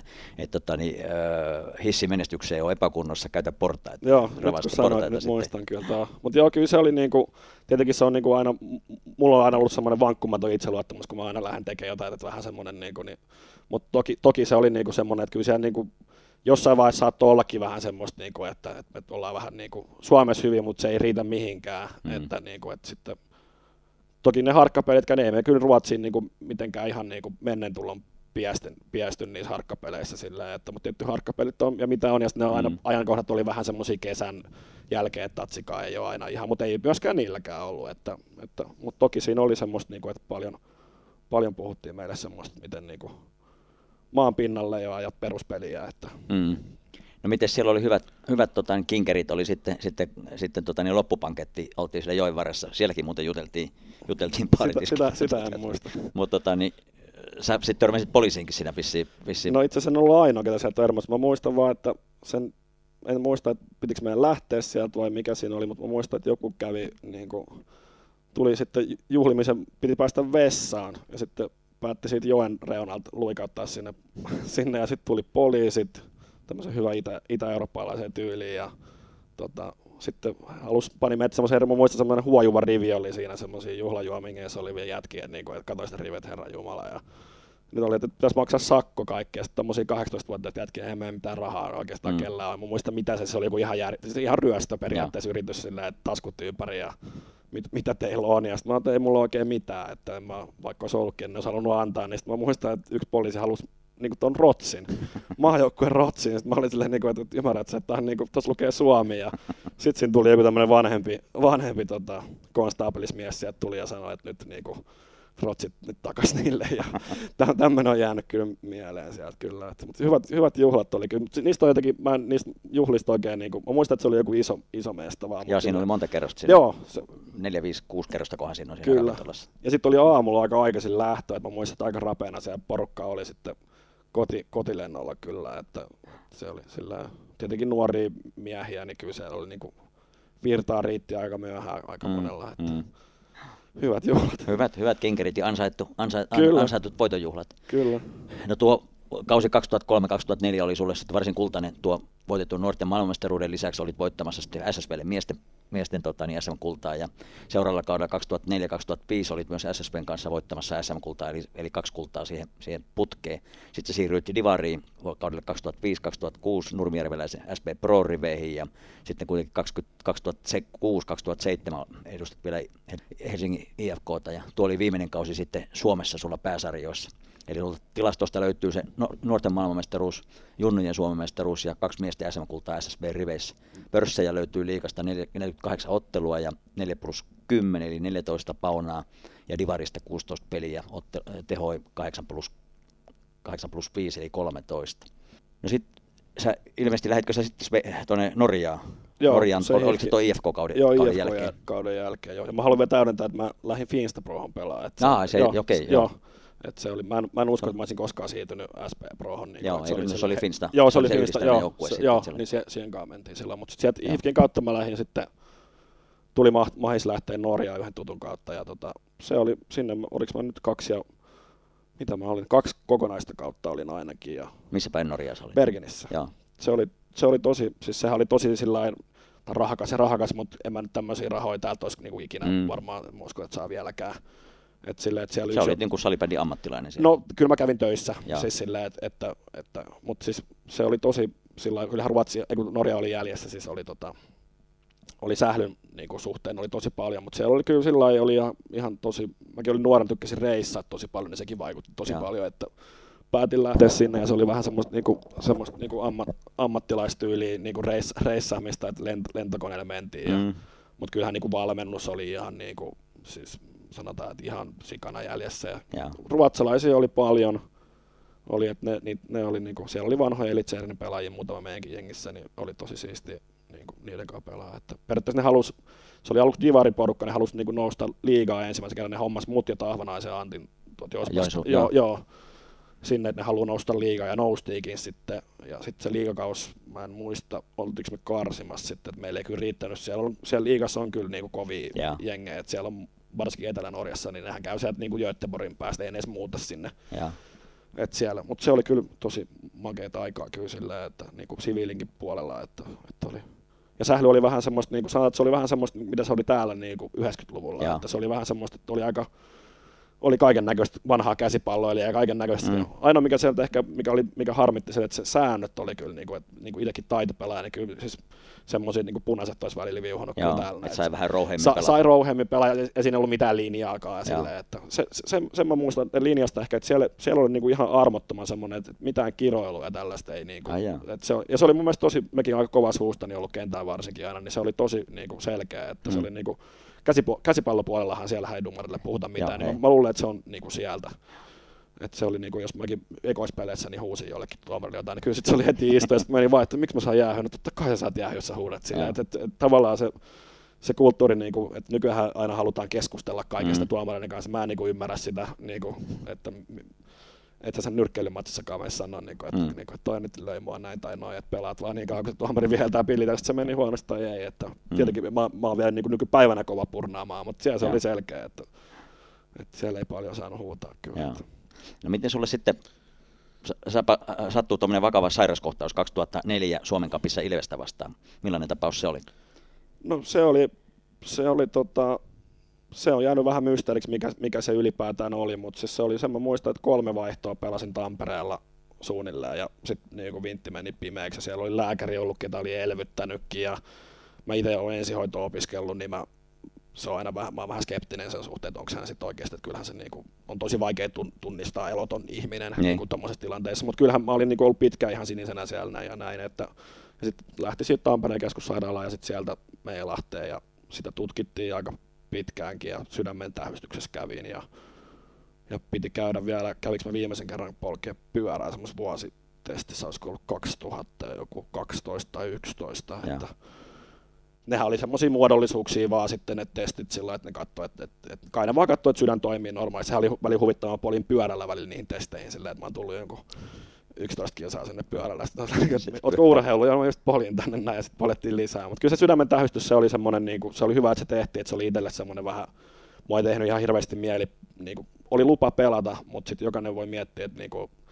[SPEAKER 2] hissi menestykseen on epäkunnossa, käytä portaita.
[SPEAKER 8] Joo, nyt kun sanoit, nyt muistan kyllä. Mutta joo, kyllä se oli niinku, tietenkin se on niinku aina, mulla on aina ollut semmoinen vankkumaton itseluottamus, kun mä aina lähden tekemään jotain, että vähän semmoinen, niinku, niin, mutta toki se oli niinku semmoinen, että kyllä siellä niinku, jossain vaiheessa saattoi ollakin vähän semmoista, niinku, että ollaan vähän niinku, Suomessa hyvin, mutta se ei riitä mihinkään, että sitten toki ne harkkapelitkään ei me kyllä Ruotsiin niinku, mitenkään ihan niinku, menneen tullon piesty niissä harkkapeleissä silleen, mutta tietty harkkapelit on ja mitä on, ja sitten ne on aina ajankohdat oli vähän semmoisia kesän jälkeen, että tatsikaan ei ole aina ihan, mutta ei myöskään niilläkään ollut, mutta toki siinä oli semmoista, niinku, että paljon puhuttiin meille semmoista, miten niinku, maan pinnalle jo ajat peruspeliä. Että.
[SPEAKER 2] No miten siellä oli hyvät kinkerit, oli sitten loppupanketti, oltiin siellä joen varressa, sielläkin muuten juteltiin paritiskilla. Sitä
[SPEAKER 8] en muista.
[SPEAKER 2] Mutta sä sitten törmäsit poliisiinkin siinä vissiin.
[SPEAKER 8] No itse asiassa en ollut ainoa, ketä siellä törmäsi. Mä muistan vaan, että en muista, että pitikö meidän lähteä sieltä vai mikä siinä oli, mutta mä muistan, että joku kävi, niin kuin, tuli sitten juhlimisen, piti päästä vessaan ja sitten päätti siitä joen reunalta luikauttaa sinne ja sitten tuli poliisit, tämmöisen hyvän itä-eurooppalaiseen tyyliin ja sitten pani meitä semmoisen, mä muistan semmoinen huojuva rivi oli siinä semmoisia juhlajuomingeissa olivia jätkiä, niin kuin, että katsoi sitä rivet, Herran Jumala. Ja nyt oli, että pitäisi maksaa sakko kaikki, ja sitten tommosia 18-vuotiaita jätkiä, ei mene mitään rahaa oikeastaan kellään. Mä muistan mitä se oli, joku ihan ryöstö periaatteessa yritys silleen, että taskut ympäri ja mitä teillä on. Ja sitten mä ajattelin, että ei mulla oikein mitään, että vaikka olisi ollutkin, en olisi halunnut antaa, niin sitten mä muistan, että yksi poliisi halusi niin tuon Rotsin, maajoukkueen Rotsin, sitten mä olin silleen, että ymmärrät, että tuossa lukee Suomi, ja sitten siinä tuli joku tämmöinen vanhempi konstaapelismies sieltä tuli ja sanoi, että nyt niinku Rotsit nyt takas niille, ja tämmöinen on jäänyt kyllä mieleen sieltä kyllä, mutta hyvät juhlat oli kyllä, niistä on jotenkin, mä en niistä juhlista oikein, niinku, mä muistan, että se oli joku iso mesta vaan.
[SPEAKER 2] Ja siinä oli monta kerrosta siinä.
[SPEAKER 8] Joo.
[SPEAKER 2] 4, 5, 6 kerrosta kohan siinä on siinä
[SPEAKER 8] kyllä.
[SPEAKER 2] ravintolassa.
[SPEAKER 8] Ja sitten oli aamulla aika aikaisin lähtö, että mä muistan, että aika rapeena se porukka oli sitten kotilennolla kyllä, että se oli sillä tietenkin nuoria miehiä, niin kyllä se oli niinku virtaa riitti aika myöhään aika monella, että hyvät juhlat.
[SPEAKER 2] Hyvät kinkerit ja ansaitut voitonjuhlat.
[SPEAKER 8] Kyllä.
[SPEAKER 2] No tuo kausi 2003-2004 oli sulle sitten varsin kultainen, tuo voitettu nuorten maailmanmestaruuden lisäksi olit voittamassa sitten SSV:lle miesten SM-kultaa, ja seuraavalla kaudella 2004-2005 olit myös SSP:n kanssa voittamassa SM-kultaa, eli 2 kultaa siihen putkeen. Sitten se siirryit Divariin kaudelle 2005-2006 nurmijärveläisen SP Pro-riveihin, ja sitten kuitenkin 2006-2007 edustit vielä Helsingin IFK:ta, ja tuo oli viimeinen kausi sitten Suomessa sulla pääsarjoissa. Eli tilastosta löytyy se nuorten maailmanmestaruus, junnujen Suomen mestaruus ja 2 miesten SM-kultaa SSB-riveissä. Pörssejä löytyy liigasta 48 ottelua ja 4+10 eli 14 paunaa ja Divarista 16 peliä, tehoi 8+5 eli 13. No sitten sä ilmeisesti lähditkö sä sitten tuonne Norjaan?
[SPEAKER 8] Joo,
[SPEAKER 2] Norjaan, oliko se tuo IFK-kauden jälkeen?
[SPEAKER 8] Joo, kauden jälkeen. Joo. Ja mä haluan vielä täydentää, että mä lähdin Finsta Prohon pelaamaan.
[SPEAKER 2] Joo.
[SPEAKER 8] Että se oli, mä en usko, että mä olisin koskaan siirtynyt SP Prohon. Niin
[SPEAKER 2] joo, se oli Finsta.
[SPEAKER 8] Joo, se oli Finsta. Joo, niin siihen kanssa mentiin silloin. Mutta sieltä IFK:n kautta mä lähdin sitten, tuli mahis lähteä Norjaan yhden tutun kautta. Ja se oli sinne, oliko mä nyt 2 kokonaista kautta olin ainakin. Ja
[SPEAKER 2] missä päin Norjaa oli?
[SPEAKER 8] Bergenissä.
[SPEAKER 2] Joo.
[SPEAKER 8] Se oli tosi, siis sehän oli tosi sillain rahakas, mutta en mä nyt tämmöisiä rahoja täältä olisi niinku ikinä varmaan, en usko, että saa vieläkään. Että siellä
[SPEAKER 2] se oli niin kuin salibändin ammattilainen siellä.
[SPEAKER 8] No kyllä mä kävin töissä, siis silleen, mutta siis se oli tosi sillain, kyllähän Norja oli jäljessä, siis oli Sählyn niinku suhteen oli tosi paljon, mutta siellä oli kyllä sillain, oli ihan tosi, mäkin olin nuoren, tykkäsin reissaa tosi paljon, niin sekin vaikutti tosi paljon, että päätin lähteä sinne ja se oli vähän semmoista niinku ammattilaistyyliä niinku reissaamista, että lentokoneelle mentiin, mutta kyllähän niinku valmennus oli ihan niinku, siis sanotaan, että ihan sikana jäljessä. Ja ruotsalaisia oli paljon, että ne oli niinku, siellä oli vanhoja Elitserien pelaajia, muutama meidänkin jengissä, niin oli tosi siistiä niinku, niiden kanssa pelaa. Että periaatteessa ne halusi, se oli aluksi Divari-porukka, ne halusi niinku nousta liigaa ensimmäisen kerran, ne hommas mut ja Tahvanaisen Antin Joo. Sinne, että ne haluaa nousta liigaa ja noustiikin sitten. Ja sitten se liigakaus, mä en muista, oltiinko me karsimassa sitten, että meillä ei kyllä riittänyt. Siellä liigassa on kyllä niinku kovia jengejä, että siellä on varsinkin Etelä-Norjassa, niin nehän käy sieltä niinku Göteborgin päästä, ei edes muuta sinne. Mutta se oli kyllä tosi makeata aikaa kyllä silleen, että niinku siviilinkin puolella, että oli. Ja Sähly oli vähän semmoista, niinku sanotaan, että se oli vähän semmoista, mitä se oli täällä niinku 90-luvulla, että se oli vähän semmoista, että oli kaiken näköistä vanhaa käsipalloilijaa ja kaiken näköistä. Ainoa mikä sieltä ehkä, mikä harmitti se, että se säännöt oli kyllä, niin kuin itsekin taitopelaaja, niin kyllä siis semmoisia niin punaiset olisi välillä viuhannut kyllä täällä.
[SPEAKER 2] Että sai vähän rouheammin pelaa.
[SPEAKER 8] Sai rouheammin pelaa ja siinä ei ollut mitään linjaakaan. Silleen, että sen mä muistan että linjasta ehkä, että siellä oli niin kuin ihan armottoman semmoinen, että mitään kiroilua ja tällaista ei. Niin kuin, ja se oli mun mielestä tosi, mekin aika kovassa huusta niin ollut kentään varsinkin aina, niin se oli tosi niin kuin selkeä, että se oli niin kuin, käsipallopuolellahan siellä ei dumarille puhuta mitään, niin mä luulen, että se on niinku sieltä. Että se oli niinku, jos mäkin ekoispeleissä niin huusin jollekin tuomarille jotain, niin kyllä sit se oli heti istu, ja sitten menin vaan, että miksi mä saan jäähyä, no totta kai sä saat jäähyä, jos sä huudat silleen. Että tavallaan se kulttuuri, niinku, että nykyään aina halutaan keskustella kaikesta tuomareiden kanssa, mä en niinku ymmärrä sitä, niinku, että sen nyrkkeilymatsissakaan mene sanoa, että toi nyt löi mua näin tai noin, että pelaat vaan niin kauan, kun tuomari viheltää pillitä, että se meni huonosti tai ei. Että tietenkin mä oon vielä niin nykypäivänä kova purnaamaan, mutta siellä se oli selkeä, että siellä ei paljon saanut huutaa kyllä.
[SPEAKER 2] No miten sulle sitten sattuu tuommoinen vakava sairauskohtaus 2004 Suomen Cupissa Ilvestä vastaan? Millainen tapaus se oli?
[SPEAKER 8] No se on jäänyt vähän mysteeriksi, mikä se ylipäätään oli, mutta siis se oli sen, mä muistan, että 3 vaihtoa pelasin Tampereella suunnilleen ja sitten niin vintti meni pimeäksi ja siellä oli lääkäri ollut, ketä oli elvyttänytkin ja mä itse olen ensihoitoa opiskellut, niin mä oon vähän skeptinen sen suhteen, että onko hän sitten oikeasti, että kyllähän se niinku, on tosi vaikea tunnistaa eloton ihminen niinku tuommoisessa tilanteessa, mutta kyllähän mä olin niinku ollut pitkään ihan sinisenä siellä ja näin, että ja sitten lähti siitä Tampereen keskussairaalaan ja sitten sieltä Meilahteen ja sitä tutkittiin aika pitkäänkin ja sydämen tähystyksessä kävin ja piti käydä vielä, kävikö mä viimeisen kerran polkea pyörää semmoisessa vuositestissä, olisiko ollut 2012 tai 2011, että nehän oli semmoisia muodollisuuksia vaan sitten ne testit sillä, että ne katsoi, että kai ne vaan katsoi, että sydän toimii normaalisti. Sehän oli välillä huvittavaa, polin pyörällä välillä niihin testeihin silleen, että mä oon tullut jonkun 11 kilsaa sinne pyörällä. Ootko urheillut? Ja mä just polin tänne näin ja sitten poljettiin lisää. Mutta kyllä se sydämen tähystys, se oli semmoinen, niinku, se oli hyvä, että se tehtiin, että se oli itselle semmoinen vähän, mua ei tehnyt ihan hirveästi mieli, niinku, oli lupa pelata, mutta sitten jokainen voi miettiä, että niinku,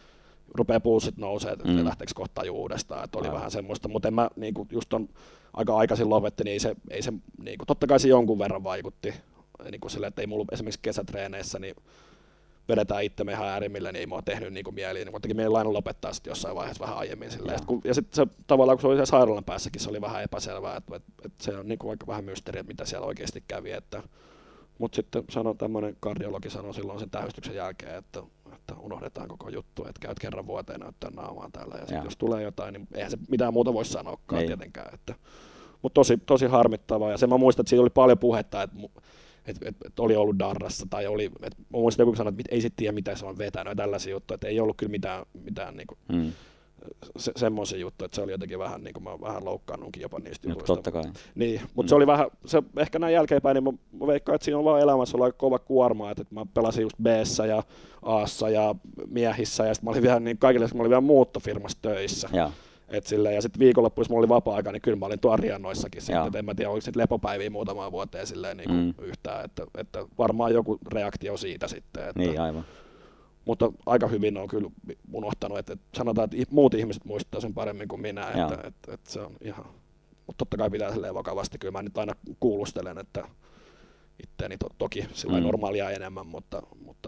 [SPEAKER 8] rupeaa pulssit nousee, että lähteekö kohta uudestaan, että oli vähän semmoista, mutta en mä niin kuin, just on aika aikaisin lopetti, niin ei se niin kuin, totta kai se jonkun verran vaikutti, niin kuin sille, että ei mulla esimerkiksi kesätreeneissä, niin vedetään itsemme ihan äärimmille, niin ei mua tehnyt niin kuin mieliin, niin kuitenkin meidän laina lopettaa sitten jossain vaiheessa vähän aiemmin silleen. Ja sitten se tavallaan, kun se oli siellä sairaalan päässäkin, se oli vähän epäselvää, että se on niin kuin aika vähän mysteeri, että mitä siellä oikeasti kävi, mutta sitten tämmöinen kardiologi sanoi silloin sen tähystyksen jälkeen, että unohdetaan koko juttu, että käyt kerran vuoteen näyttää naamaa täällä, ja sitten jos tulee jotain, niin eihän se mitään muuta voi sanoakaan tietenkään. Mutta tosi harmittavaa, ja sen mä muistan, että siitä oli paljon puhetta, että oli ollut darrassa, tai oli, että mä muistan joku sanoi, että ei sitten tiedä, mitä se on vetänyt, ja tällaisia juttuja, että ei ollut kyllä mitään niin kuin, semmoisia juttuja, että se oli jotenkin vähän, niin kuin mä vähän loukkaannutkin jopa niistä jutuista.
[SPEAKER 2] Totta kai.
[SPEAKER 8] Niin, mutta se oli vähän, se ehkä näin jälkeenpäin, niin mä veikkaan, että siinä on vaan elämässä ollut aika kova kuorma, että mä pelasin just B:ssä ja A:ssa ja miehissä, ja sitten mä olin vielä niin kaikille, mä olin vielä muuttofirmassa töissä. Ja sitten viikonloppuissa mulla oli vapaa-aika, niin kyllä mä olin tuolla Riannoissakin sitten, että en mä tiedä, oliko sitten lepopäiviä muutamaan vuoteen silleen niin yhtään, että varmaan joku reaktio siitä sitten. Että,
[SPEAKER 2] niin, aivan.
[SPEAKER 8] Mutta aika hyvin on kyllä unohtanut, että sanotaan, että muut ihmiset muistaa sen paremmin kuin minä, että se on ihan, mutta totta kai pitää silleen vakavasti, kyllä mä nyt aina kuulustelen, että itteeni toki sillä normaalia enemmän, mutta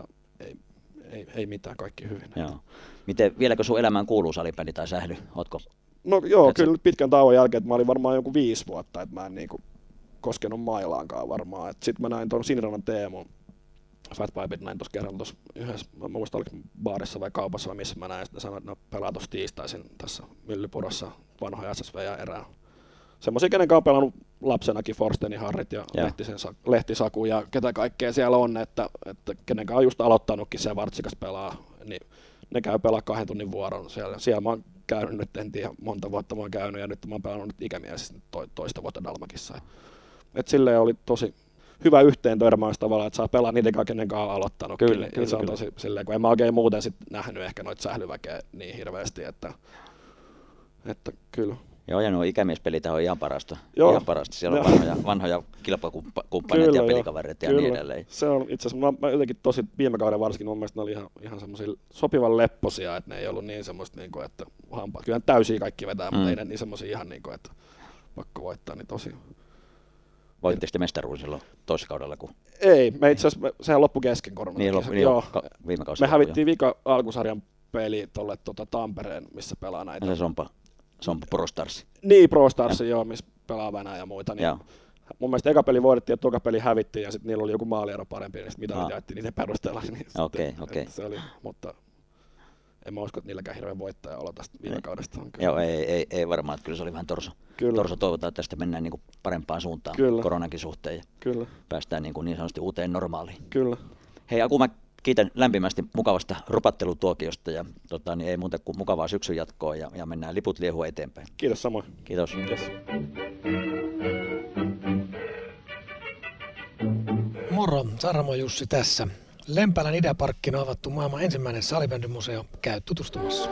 [SPEAKER 8] ei mitään, kaikki hyvin.
[SPEAKER 2] Joo. Miten, vieläkö sun elämään kuuluu salibändi tai sähly? Ootko?
[SPEAKER 8] No joo, kyllä pitkän tauon jälkeen, että mä olin varmaan joku 5 vuotta, että mä en niinku koskenut mailaankaan varmaan. Sitten mä näin tuon Sinirannan Teemun Fatpipeit näin tuossa kerran yhdessä, mä muistan oliko baarissa vai kaupassa vai missä mä näin, että sanoin, että ne pelaa tuossa tiistaisin tässä Myllypurossa vanhoja SSV ja erää. Semmoisia, kenen kanssa on pelannut lapsenakin Forstenin Harrit ja Lehtisaku ja ketä kaikkea siellä on, että kenen kanssa on just aloittanutkin se Vartsikas pelaa, niin ne käy pelaa 2 tunnin vuoron siellä. Siellä mä oon käynyt nyt, en tiedä monta vuotta mä oon käynyt ja nyt mä oon pelannut nyt ikämiesissä toista vuotta Dalmakissa. Et silleen oli tosi hyvä yhteen törmäys tavallaan, että saa pelaa niiden kanssa, kenen kanssa on aloittanut. Kyllä, se on tosi silleen, kun en mä oikein muuten sit nähnyt ehkä noita sählyväkeä niin hirveästi, että kyllä.
[SPEAKER 2] Joo, ja nuo ikämiespelit on ihan parasta. Ihan parasta. Siellä on vanhoja kilpakumppaneita ja pelikavereita ja niin edelleen.
[SPEAKER 8] Se on itse asiassa, mä jotenkin tosi viime kauden varsinkin mun mielestä ne oli ihan semmoisia sopivan lepposia, että ne ei ollut niin semmoista, niin kuin, että hampaat. Kyllähän täysiä kaikki vetää, mutta ei ne niin semmoisia ihan niin kuin, että pakko voittaa, niin tosi.
[SPEAKER 2] Voitteko te mestaruuden silloin toisessa kaudella?
[SPEAKER 8] Ei, me itse asiassa, sehän loppui kesken koronan.
[SPEAKER 2] Joo, viime kaudella.
[SPEAKER 8] Me hävittiin vika alkusarjan peli tuolle Tampereen, missä pelaa näitä.
[SPEAKER 2] Se on Pro Stars.
[SPEAKER 8] Niin, Pro Stars, joo, missä pelaa Venäjä ja muita. Niin mun mielestä eka peli voitettiin ja toka peli hävittiin ja sitten niillä oli joku maaliero parempi ja sitten mitä jaettiin niiden perusteella. Niin
[SPEAKER 2] Okei.
[SPEAKER 8] Se oli, mutta en mä usko, että niilläkään hirveän voittaja olo tästä viime kaudesta.
[SPEAKER 2] Joo, ei varmaan, että kyllä se oli vähän torso. Toivotaan, että tästä mennään niin kuin parempaan suuntaan koronankin suhteen ja päästään niin sanotusti uuteen normaaliin.
[SPEAKER 8] Kyllä.
[SPEAKER 2] Hei Aku, mä kiitän lämpimästi mukavasta rupattelutuokiosta ja niin ei muuta kuin mukavaa syksyn jatkoa ja mennään liput liehua eteenpäin.
[SPEAKER 8] Kiitos samoin.
[SPEAKER 2] Kiitos.
[SPEAKER 9] Moro, Saramo Jussi tässä. Lempäälän Ideaparkkiin on avattu maailman ensimmäinen salibändimuseo. Käy tutustumassa.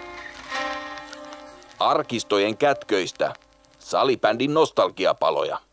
[SPEAKER 1] Arkistojen kätköistä salibändin nostalgiapaloja.